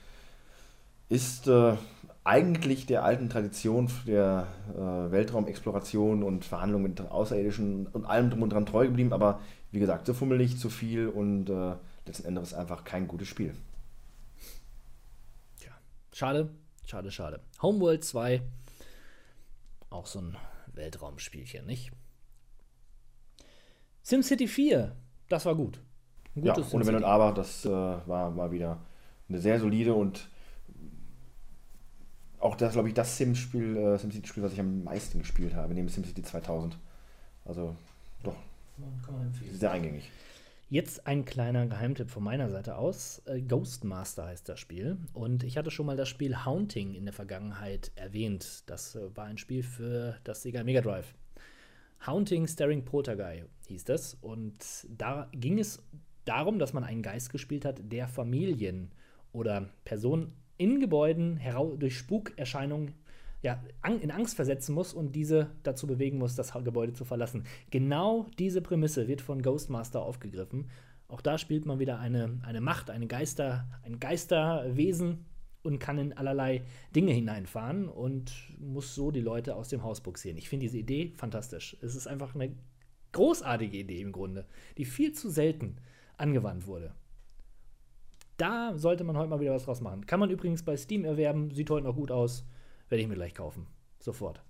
Ist äh, eigentlich der alten Tradition der äh, Weltraumexploration und Verhandlungen mit Außerirdischen und allem drum und dran treu geblieben, aber wie gesagt, zu fummelig, zu viel und äh, letzten Endes einfach kein gutes Spiel. Tja, schade, schade, schade. Homeworld zwei, auch so ein Weltraumspielchen, nicht? SimCity vier, das war gut. Ein Ja, gutes ohne Wenn und SimCity. Aber, das äh, war, war wieder eine sehr solide und auch das, glaube ich, das Sim-Spiel, äh, SimCity-Spiel, was ich am meisten gespielt habe, neben SimCity zweitausend. Also doch, Kann man empfehlen. sehr eingängig. Jetzt ein kleiner Geheimtipp von meiner Seite aus. Äh, Ghostmaster heißt das Spiel. Und ich hatte schon mal das Spiel Haunting in der Vergangenheit erwähnt. Das äh, war ein Spiel für das Sega Mega Drive. Haunting Staring Poltergeist hieß das. Und da ging es darum, dass man einen Geist gespielt hat, der Familien oder Personen in Gebäuden herau- durch Spukerscheinungen ja, an- in Angst versetzen muss und diese dazu bewegen muss, das Ha- Gebäude zu verlassen. Genau diese Prämisse wird von Ghostmaster aufgegriffen. Auch da spielt man wieder eine, eine Macht, eine Geister, ein Geisterwesen und kann in allerlei Dinge hineinfahren und muss so die Leute aus dem Haus buxieren. Ich finde diese Idee fantastisch. Es ist einfach eine großartige Idee im Grunde, die viel zu selten angewandt wurde. Da sollte man heute mal wieder was draus machen. Kann man übrigens bei Steam erwerben, sieht heute noch gut aus. Werde ich mir gleich kaufen. Sofort.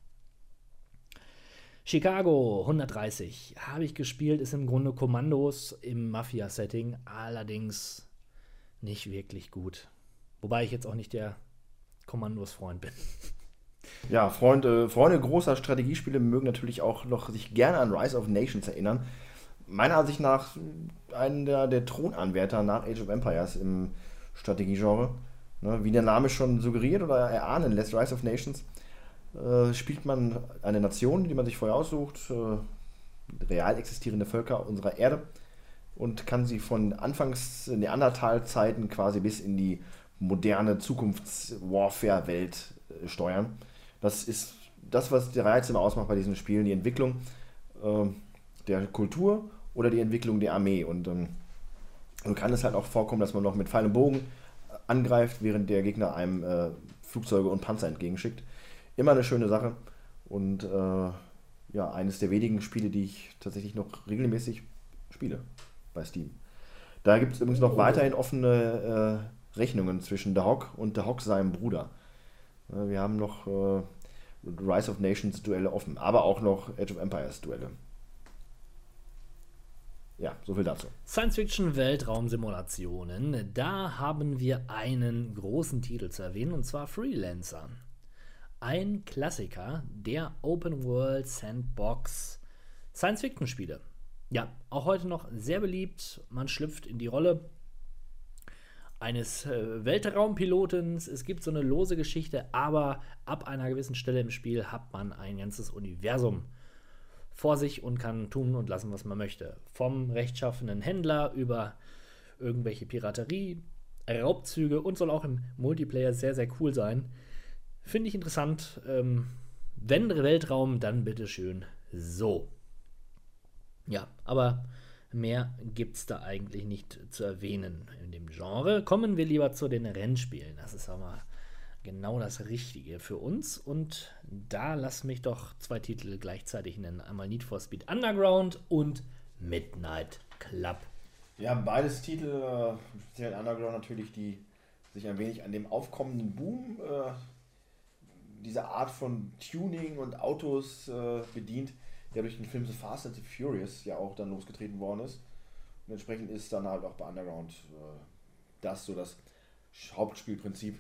Chicago hundertdreißig. Habe ich gespielt, ist im Grunde Kommandos im Mafia-Setting. Allerdings nicht wirklich gut. Wobei ich jetzt auch nicht der Kommandos-Freund bin. Ja, Freunde, Freunde großer Strategiespiele mögen natürlich auch noch sich gerne an Rise of Nations erinnern. Meiner Ansicht nach einer der Thronanwärter nach Age of Empires im Strategiegenre. Ne, wie der Name schon suggeriert oder erahnen lässt, Rise of Nations, äh, spielt man eine Nation, die man sich vorher aussucht, äh, real existierende Völker unserer Erde und kann sie von anfangs Neandertal-Zeiten quasi bis in die moderne Zukunfts-Warfare-Welt äh, steuern. Das ist das, was die Reiz immer ausmacht bei diesen Spielen, die Entwicklung äh, der Kultur oder die Entwicklung der Armee. Und ähm, so kann es halt auch vorkommen, dass man noch mit Pfeil und Bogen angreift, während der Gegner einem äh, Flugzeuge und Panzer entgegenschickt. Immer eine schöne Sache und äh, ja, eines der wenigen Spiele, die ich tatsächlich noch regelmäßig spiele bei Steam. Da gibt es übrigens noch weiterhin offene äh, Rechnungen zwischen The Hawk und The Hawk seinem Bruder. Äh, wir haben noch äh, Rise of Nations Duelle offen, aber auch noch Age of Empires Duelle. Ja, so viel dazu. Science-Fiction-Weltraumsimulationen. Da haben wir einen großen Titel zu erwähnen, und zwar Freelancer. Ein Klassiker der Open-World-Sandbox Science-Fiction-Spiele. Ja, auch heute noch sehr beliebt. Man schlüpft in die Rolle eines äh, Weltraumpilotens. Es gibt so eine lose Geschichte, aber ab einer gewissen Stelle im Spiel hat man ein ganzes Universum vor sich und kann tun und lassen, was man möchte. Vom rechtschaffenen Händler über irgendwelche Piraterie, Raubzüge und soll auch im Multiplayer sehr, sehr cool sein. Finde ich interessant. Ähm, wenn Weltraum, dann bitteschön so. Ja, aber mehr gibt es da eigentlich nicht zu erwähnen in dem Genre. Kommen wir lieber zu den Rennspielen. Das ist aber genau das Richtige für uns. Und da lass mich doch zwei Titel gleichzeitig nennen. Einmal Need for Speed Underground und Midnight Club. Ja, beides Titel, äh, speziell Underground natürlich, die sich ein wenig an dem aufkommenden Boom äh, dieser Art von Tuning und Autos äh, bedient, der durch den Film The Fast and the Furious ja auch dann losgetreten worden ist. Und entsprechend ist dann halt auch bei Underground äh, das so das Hauptspielprinzip.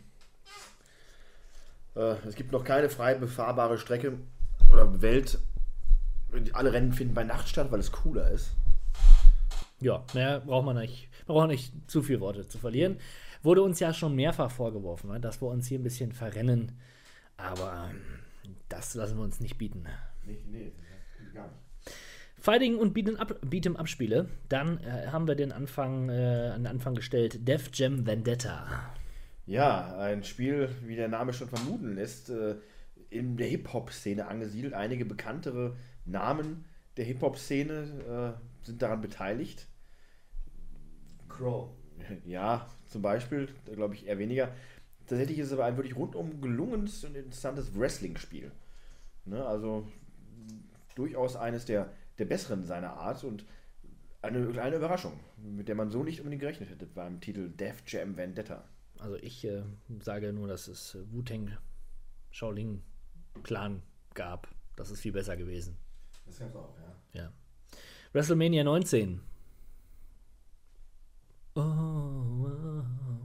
Äh, es gibt noch keine frei befahrbare Strecke oder Welt. Alle Rennen finden bei Nacht statt, weil es cooler ist. Ja, naja, braucht man nicht, man braucht nicht zu viele Worte zu verlieren. Wurde uns ja schon mehrfach vorgeworfen, ne, dass wir uns hier ein bisschen verrennen. Aber das lassen wir uns nicht bieten. Nee, nee, gar nicht. Fighting und Beat'em-Up-Spiele. Dann äh, haben wir den Anfang, äh, an den Anfang gestellt, Def Jam Vendetta. Ja, ein Spiel, wie der Name schon vermuten lässt, äh, in der Hip-Hop-Szene angesiedelt. Einige bekanntere Namen der Hip-Hop-Szene äh, sind daran beteiligt. Crow. Ja, zum Beispiel, glaube ich eher weniger. Tatsächlich ist es aber ein wirklich rundum gelungenes und interessantes Wrestling-Spiel. Ne, also durchaus eines der, der besseren seiner Art und eine kleine Überraschung, mit der man so nicht unbedingt gerechnet hätte beim Titel Def Jam Vendetta. Also ich äh, sage nur, dass es Wu-Tang Shaolin Clan gab. Das ist viel besser gewesen. Das gab's auch, ja. Ja. WrestleMania neunzehn. Oh, oh, oh.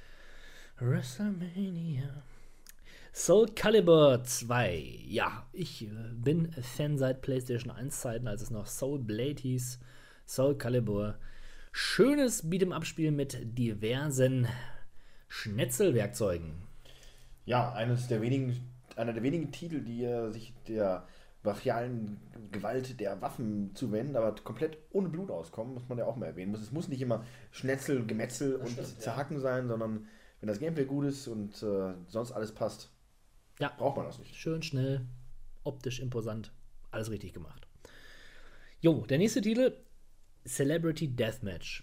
WrestleMania. Soul Calibur zwei. Ja, ich äh, bin Fan seit PlayStation eins Zeiten, als es noch Soul Blade hieß. Soul Calibur. Schönes Beat'em-Up-Spiel mit diversen Schnetzelwerkzeugen. Ja, eines der wenigen, einer der wenigen Titel, die äh, sich der brachialen Gewalt der Waffen zuwenden, aber komplett ohne Blut auskommen, muss man ja auch mal erwähnen. Es muss nicht immer Schnetzel, Gemetzel das und stimmt, Zerhacken ja. sein, sondern wenn das Gameplay gut ist und äh, sonst alles passt, ja. braucht man das nicht. Schön, schnell, optisch imposant, alles richtig gemacht. Jo, der nächste Titel, Celebrity Deathmatch.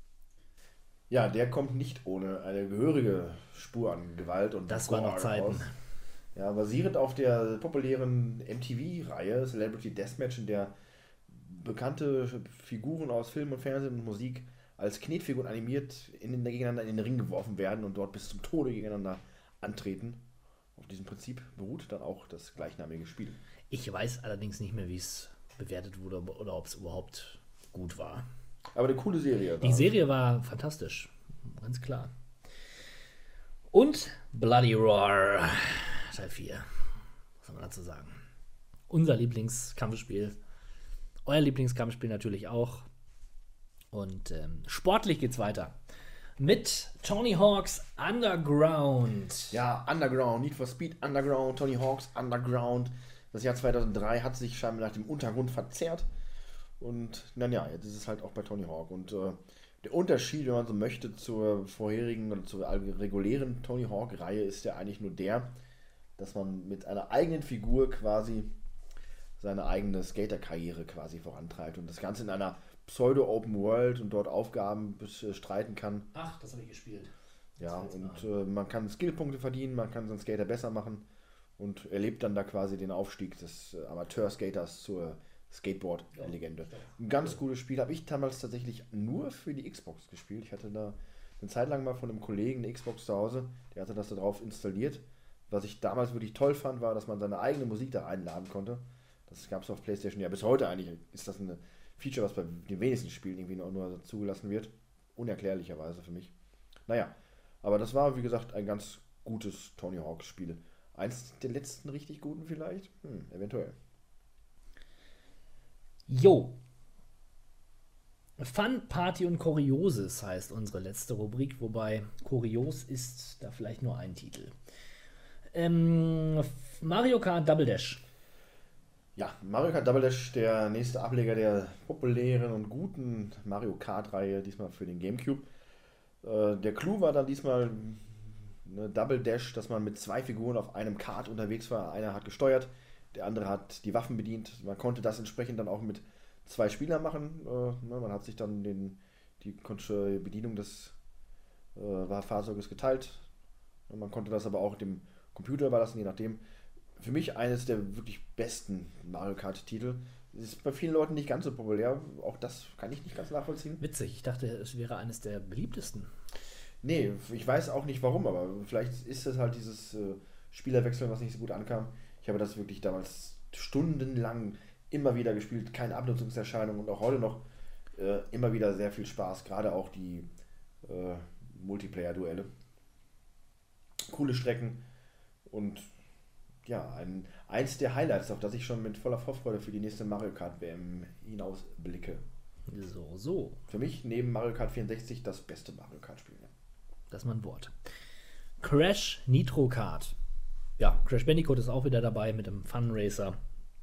Ja, der kommt nicht ohne eine gehörige Spur an Gewalt und das war noch Zeiten. Raus. Ja, basierend auf der populären M T V-Reihe Celebrity Deathmatch, in der bekannte Figuren aus Film und Fernsehen und Musik als Knetfiguren animiert in den, gegeneinander in den Ring geworfen werden und dort bis zum Tode gegeneinander antreten. Auf diesem Prinzip beruht dann auch das gleichnamige Spiel. Ich weiß allerdings nicht mehr, wie es bewertet wurde oder ob es überhaupt gut war. Aber eine coole Serie. Die Serie war fantastisch, ganz klar. Und Bloody Roar Teil vier. Was soll man dazu sagen? Unser Lieblingskampfspiel. Euer Lieblingskampfspiel natürlich auch. Und ähm, sportlich geht's weiter. Mit Tony Hawk's Underground. Ja, Underground. Need for Speed Underground. Tony Hawk's Underground. Das Jahr zweitausenddrei hat sich scheinbar nach dem Untergrund verzerrt. Und naja, jetzt ist es halt auch bei Tony Hawk. Und äh, der Unterschied, wenn man so möchte, zur vorherigen oder zur regulären Tony Hawk-Reihe ist ja eigentlich nur der, dass man mit einer eigenen Figur quasi seine eigene Skater-Karriere quasi vorantreibt und das Ganze in einer Pseudo-Open World und dort Aufgaben bestreiten kann. Ach, das habe ich gespielt. Ja, und äh, man kann Skillpunkte verdienen, man kann seinen Skater besser machen und erlebt dann da quasi den Aufstieg des äh, Amateur-Skaters zur Skateboard-Legende. Ein ganz cooles Spiel. Habe ich damals tatsächlich nur für die Xbox gespielt. Ich hatte da eine Zeit lang mal von einem Kollegen eine Xbox zu Hause, der hatte das da drauf installiert. Was ich damals wirklich toll fand, war, dass man seine eigene Musik da einladen konnte. Das gab es auf PlayStation ja bis heute eigentlich. Ist das ein Feature, was bei den wenigsten Spielen irgendwie nur, nur zugelassen wird. Unerklärlicherweise für mich. Naja, aber das war, wie gesagt, ein ganz gutes Tony Hawk-Spiel. Eins der letzten richtig guten vielleicht? Hm, eventuell. Jo. Fun, Party und Kurioses heißt unsere letzte Rubrik, wobei kurios ist da vielleicht nur ein Titel. Ähm, Mario Kart Double Dash. Ja, Mario Kart Double Dash, der nächste Ableger der populären und guten Mario Kart-Reihe, diesmal für den GameCube. Äh, der Clou war dann diesmal eine Double Dash, dass man mit zwei Figuren auf einem Kart unterwegs war. Einer hat gesteuert, der andere hat die Waffen bedient. Man konnte das entsprechend dann auch mit zwei Spielern machen. Äh, ne, man hat sich dann den, die Bedienung des äh, Fahrzeuges geteilt. Und man konnte das aber auch dem Computer überlassen, je nachdem. Für mich eines der wirklich besten Mario Kart-Titel. Ist bei vielen Leuten nicht ganz so populär. Auch das kann ich nicht ganz nachvollziehen. Witzig, ich dachte, es wäre eines der beliebtesten. Nee, ich weiß auch nicht warum, aber vielleicht ist es halt dieses äh, Spielerwechseln, was nicht so gut ankam. Ich habe das wirklich damals stundenlang immer wieder gespielt, keine Abnutzungserscheinung und auch heute noch äh, immer wieder sehr viel Spaß, gerade auch die äh, Multiplayer-Duelle. Coole Strecken und ja, ein, eins der Highlights, auf das ich schon mit voller Vorfreude für die nächste Mario Kart W M hinausblicke. So, so. Für mich neben Mario Kart vierundsechzig das beste Mario Kart Spiel. Das ist mein Wort. Crash Nitro Kart. Ja, Crash Bandicoot ist auch wieder dabei mit dem Fun Racer.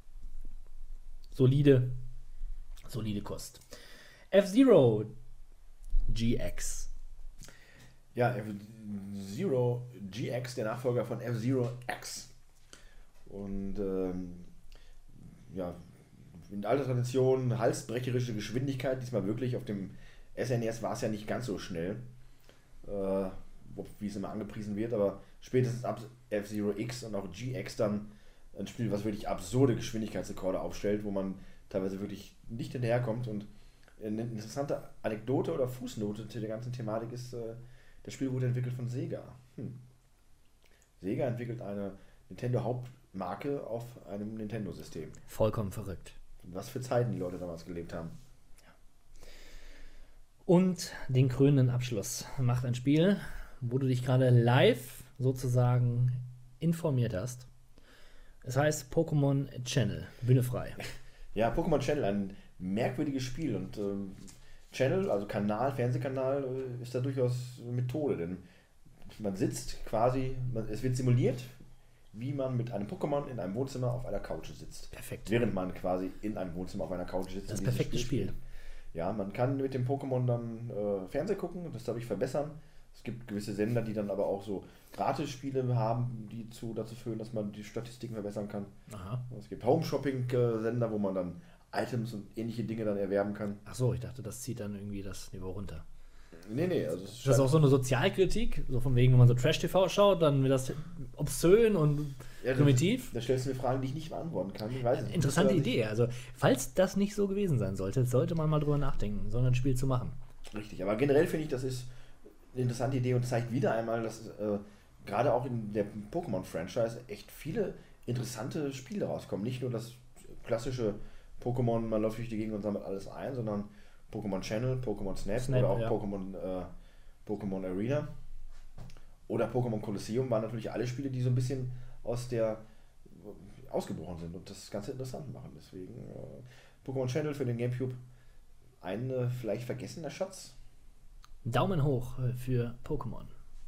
Solide, solide Kost. F-Zero G X. Ja, F-Zero G X, der Nachfolger von F-Zero X. Und ähm, ja, in alter Tradition, halsbrecherische Geschwindigkeit, diesmal wirklich. Auf dem S N E S war es ja nicht ganz so schnell, äh, wie es immer angepriesen wird, aber spätestens ab F-Zero X und auch G X dann ein Spiel, was wirklich absurde Geschwindigkeitsrekorde aufstellt, wo man teilweise wirklich nicht hinterherkommt. Und eine interessante Anekdote oder Fußnote zu der ganzen Thematik ist, äh, das Spiel wurde entwickelt von Sega. Hm. Sega entwickelt eine Nintendo-Hauptmarke auf einem Nintendo-System. Vollkommen verrückt. Was für Zeiten die Leute damals gelebt haben. Ja. Und den krönenden Abschluss macht ein Spiel, wo du dich gerade live sozusagen informiert hast. Es heißt Pokémon Channel. Bühne frei. Ja, Pokémon Channel, ein merkwürdiges Spiel. Und ähm, Channel, also Kanal, Fernsehkanal, äh, ist da durchaus Methode. Denn man sitzt quasi, man, es wird simuliert, wie man mit einem Pokémon in einem Wohnzimmer auf einer Couch sitzt. Perfekt. Während man quasi in einem Wohnzimmer auf einer Couch sitzt. Das perfekte Spiel. Spiel. Ja, man kann mit dem Pokémon dann äh, Fernsehen gucken und das dadurch verbessern. Es gibt gewisse Sender, die dann aber auch so Gratis-Spiele haben, die zu, dazu führen, dass man die Statistiken verbessern kann. Aha. Es gibt Home-Shopping-Sender, wo man dann Items und ähnliche Dinge dann erwerben kann. Ach so, ich dachte, das zieht dann irgendwie das Niveau runter. Nee, nee. Also ist das auch so eine Sozialkritik? So von wegen, wenn man so Trash-T V schaut, dann wird das obszön und ja, primitiv? Da, da stellst du mir Fragen, die ich nicht beantworten kann. Ich weiß es Interessante nicht. Idee. Also, falls das nicht so gewesen sein sollte, sollte man mal drüber nachdenken, so ein Spiel zu machen. Richtig, aber generell finde ich, das ist eine interessante Idee und zeigt wieder einmal, dass äh, gerade auch in der Pokémon-Franchise echt viele interessante Spiele rauskommen. Nicht nur das klassische Pokémon, man läuft durch die Gegend und sammelt alles ein, sondern Pokémon Channel, Pokémon Snap, Snap oder auch ja. Pokémon, äh, Pokémon Arena oder Pokémon Colosseum waren natürlich alle Spiele, die so ein bisschen aus der ausgebrochen sind und das Ganze interessant machen. Deswegen äh, Pokémon Channel für den GameCube ein äh, vielleicht vergessener Schatz. Daumen hoch für Pokémon.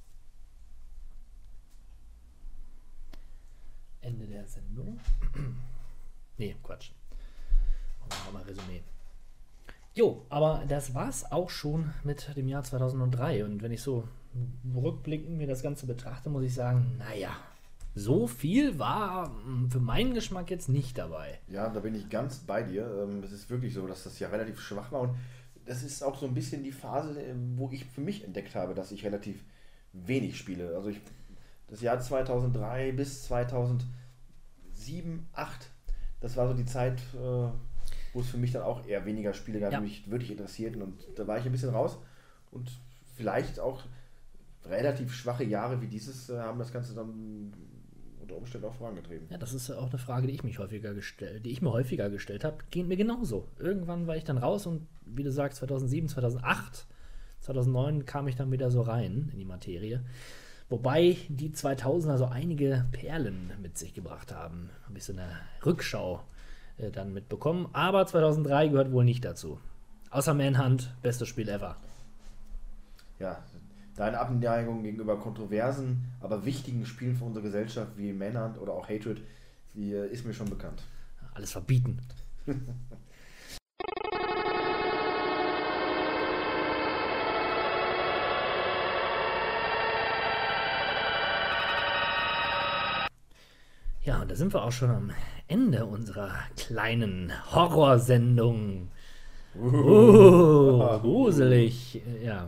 Ende der Sendung. Nee, Quatsch. Machen wir mal Resümee. Jo, aber das war's auch schon mit dem Jahr zweitausenddrei. Und wenn ich so rückblickend mir das Ganze betrachte, muss ich sagen, naja, so viel war für meinen Geschmack jetzt nicht dabei. Ja, da bin ich ganz bei dir. Es ist wirklich so, dass das ja relativ schwach war. Und das ist auch so ein bisschen die Phase, wo ich für mich entdeckt habe, dass ich relativ wenig spiele. Also ich, das Jahr zweitausenddrei bis zweitausendsieben, zweitausendacht, das war so die Zeit, wo es für mich dann auch eher weniger Spiele gab, ja. die mich wirklich interessierten. Und da war ich ein bisschen raus. Und vielleicht auch relativ schwache Jahre wie dieses haben das Ganze dann unter Umständen auch vorangetrieben. Ja, das ist auch eine Frage, die ich mich häufiger gestellt, die ich mir häufiger gestellt habe. Geht mir genauso. Irgendwann war ich dann raus und wie du sagst, zweitausendsieben, zweitausendacht, zweitausendneun kam ich dann wieder so rein in die Materie. Wobei die zweitausender so einige Perlen mit sich gebracht haben. Habe ich so eine Rückschau äh, dann mitbekommen. Aber zweitausenddrei gehört wohl nicht dazu. Außer Manhunt, bestes Spiel ever. Ja, deine Abneigung gegenüber kontroversen, aber wichtigen Spielen für unsere Gesellschaft wie Manhunt oder auch Hatred, die äh, ist mir schon bekannt. Alles verbieten. Ja, und da sind wir auch schon am Ende unserer kleinen Horrorsendung. Uh, gruselig. Ja.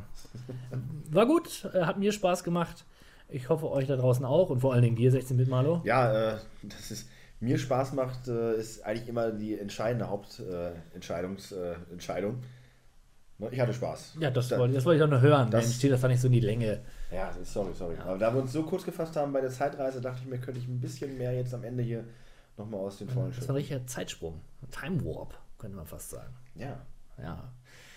War gut, hat mir Spaß gemacht. Ich hoffe, euch da draußen auch und vor allen Dingen dir, sechzehn-Bit Marlo. Ja, äh, dass es mir Spaß macht, äh, ist eigentlich immer die entscheidende Hauptentscheidung. Äh, Entscheidung. Ich hatte Spaß. Ja, das, da, wollte, das wollte ich auch nur hören. Das, Dann steht das da nicht so in die Länge. Ja, sorry, sorry. Ja. Aber da wir uns so kurz gefasst haben bei der Zeitreise, dachte ich mir, könnte ich ein bisschen mehr jetzt am Ende hier nochmal aus den Vollen Das ist ein richtiger Zeitsprung. Time Warp, könnte man fast sagen. Ja. Ja.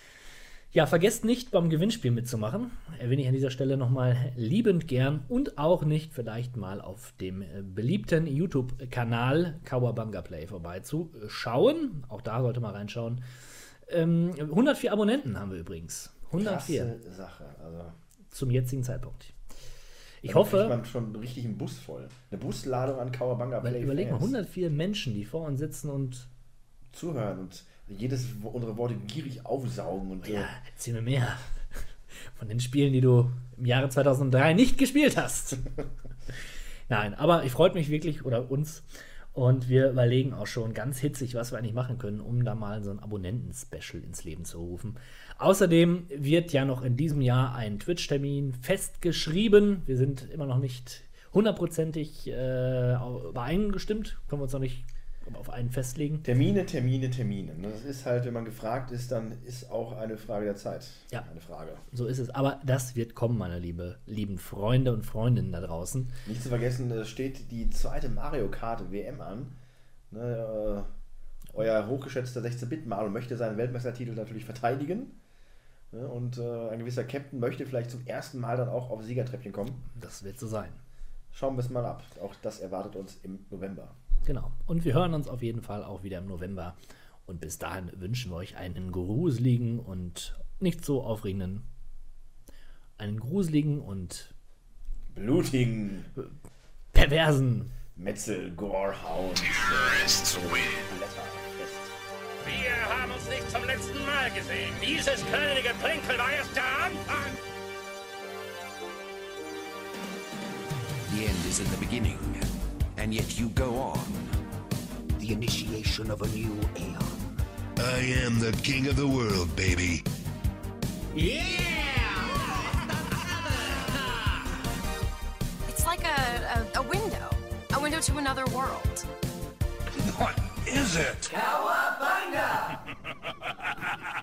Ja, vergesst nicht, beim Gewinnspiel mitzumachen. Erwähne ich an dieser Stelle nochmal liebend gern und auch nicht vielleicht mal auf dem beliebten YouTube-Kanal Cowabunga Play vorbeizuschauen. Auch da sollte man reinschauen. Ähm, hundertvier Abonnenten haben wir übrigens. hundertvier. Krasse Sache. Also zum jetzigen Zeitpunkt. Ich dann hoffe. kriegt man schon richtig einen Bus voll. Eine Busladung an Cowabunga Play. Überleg mal, hundertvier Menschen, die vor uns sitzen und zuhören und jedes unsere Worte gierig aufsaugen. Und ja, erzähl mir mehr von den Spielen, die du im Jahre zweitausenddrei nicht gespielt hast. Nein, aber ich freut mich wirklich, oder uns, und wir überlegen auch schon ganz hitzig, was wir eigentlich machen können, um da mal so ein Abonnenten-Special ins Leben zu rufen. Außerdem wird ja noch in diesem Jahr ein Twitch-Termin festgeschrieben. Wir sind immer noch nicht hundertprozentig äh, übereingestimmt, können wir uns noch nicht auf einen festlegen. Termine, Termine, Termine. Das ist halt, wenn man gefragt ist, dann ist auch eine Frage der Zeit. Ja, eine Frage. So ist es. Aber das wird kommen, meine liebe, lieben Freunde und Freundinnen da draußen. Nicht zu vergessen, es steht die zweite Mario Kart W M an. Ne, äh, euer hochgeschätzter sechzehn-Bit Marlo möchte seinen Weltmeistertitel natürlich verteidigen. Ne, und äh, ein gewisser Captain möchte vielleicht zum ersten Mal dann auch auf Siegertreppchen kommen. Das wird so sein. Schauen wir es mal ab. Auch das erwartet uns im November. Genau. Und wir hören uns auf jeden Fall auch wieder im November. Und bis dahin wünschen wir euch einen gruseligen und nicht so aufregenden, einen gruseligen und blutigen, perversen Metzel, Gorehound. Terrorists win. Wir haben uns nicht zum letzten Mal gesehen. Dieses kleine Geplänkel war erst der Anfang. The end is in the beginning, and yet you go on. The initiation of a new aeon. I am the king of the world, baby. Yeah! It's like a, a, a window. A window to another world. What is it? Cowabunga!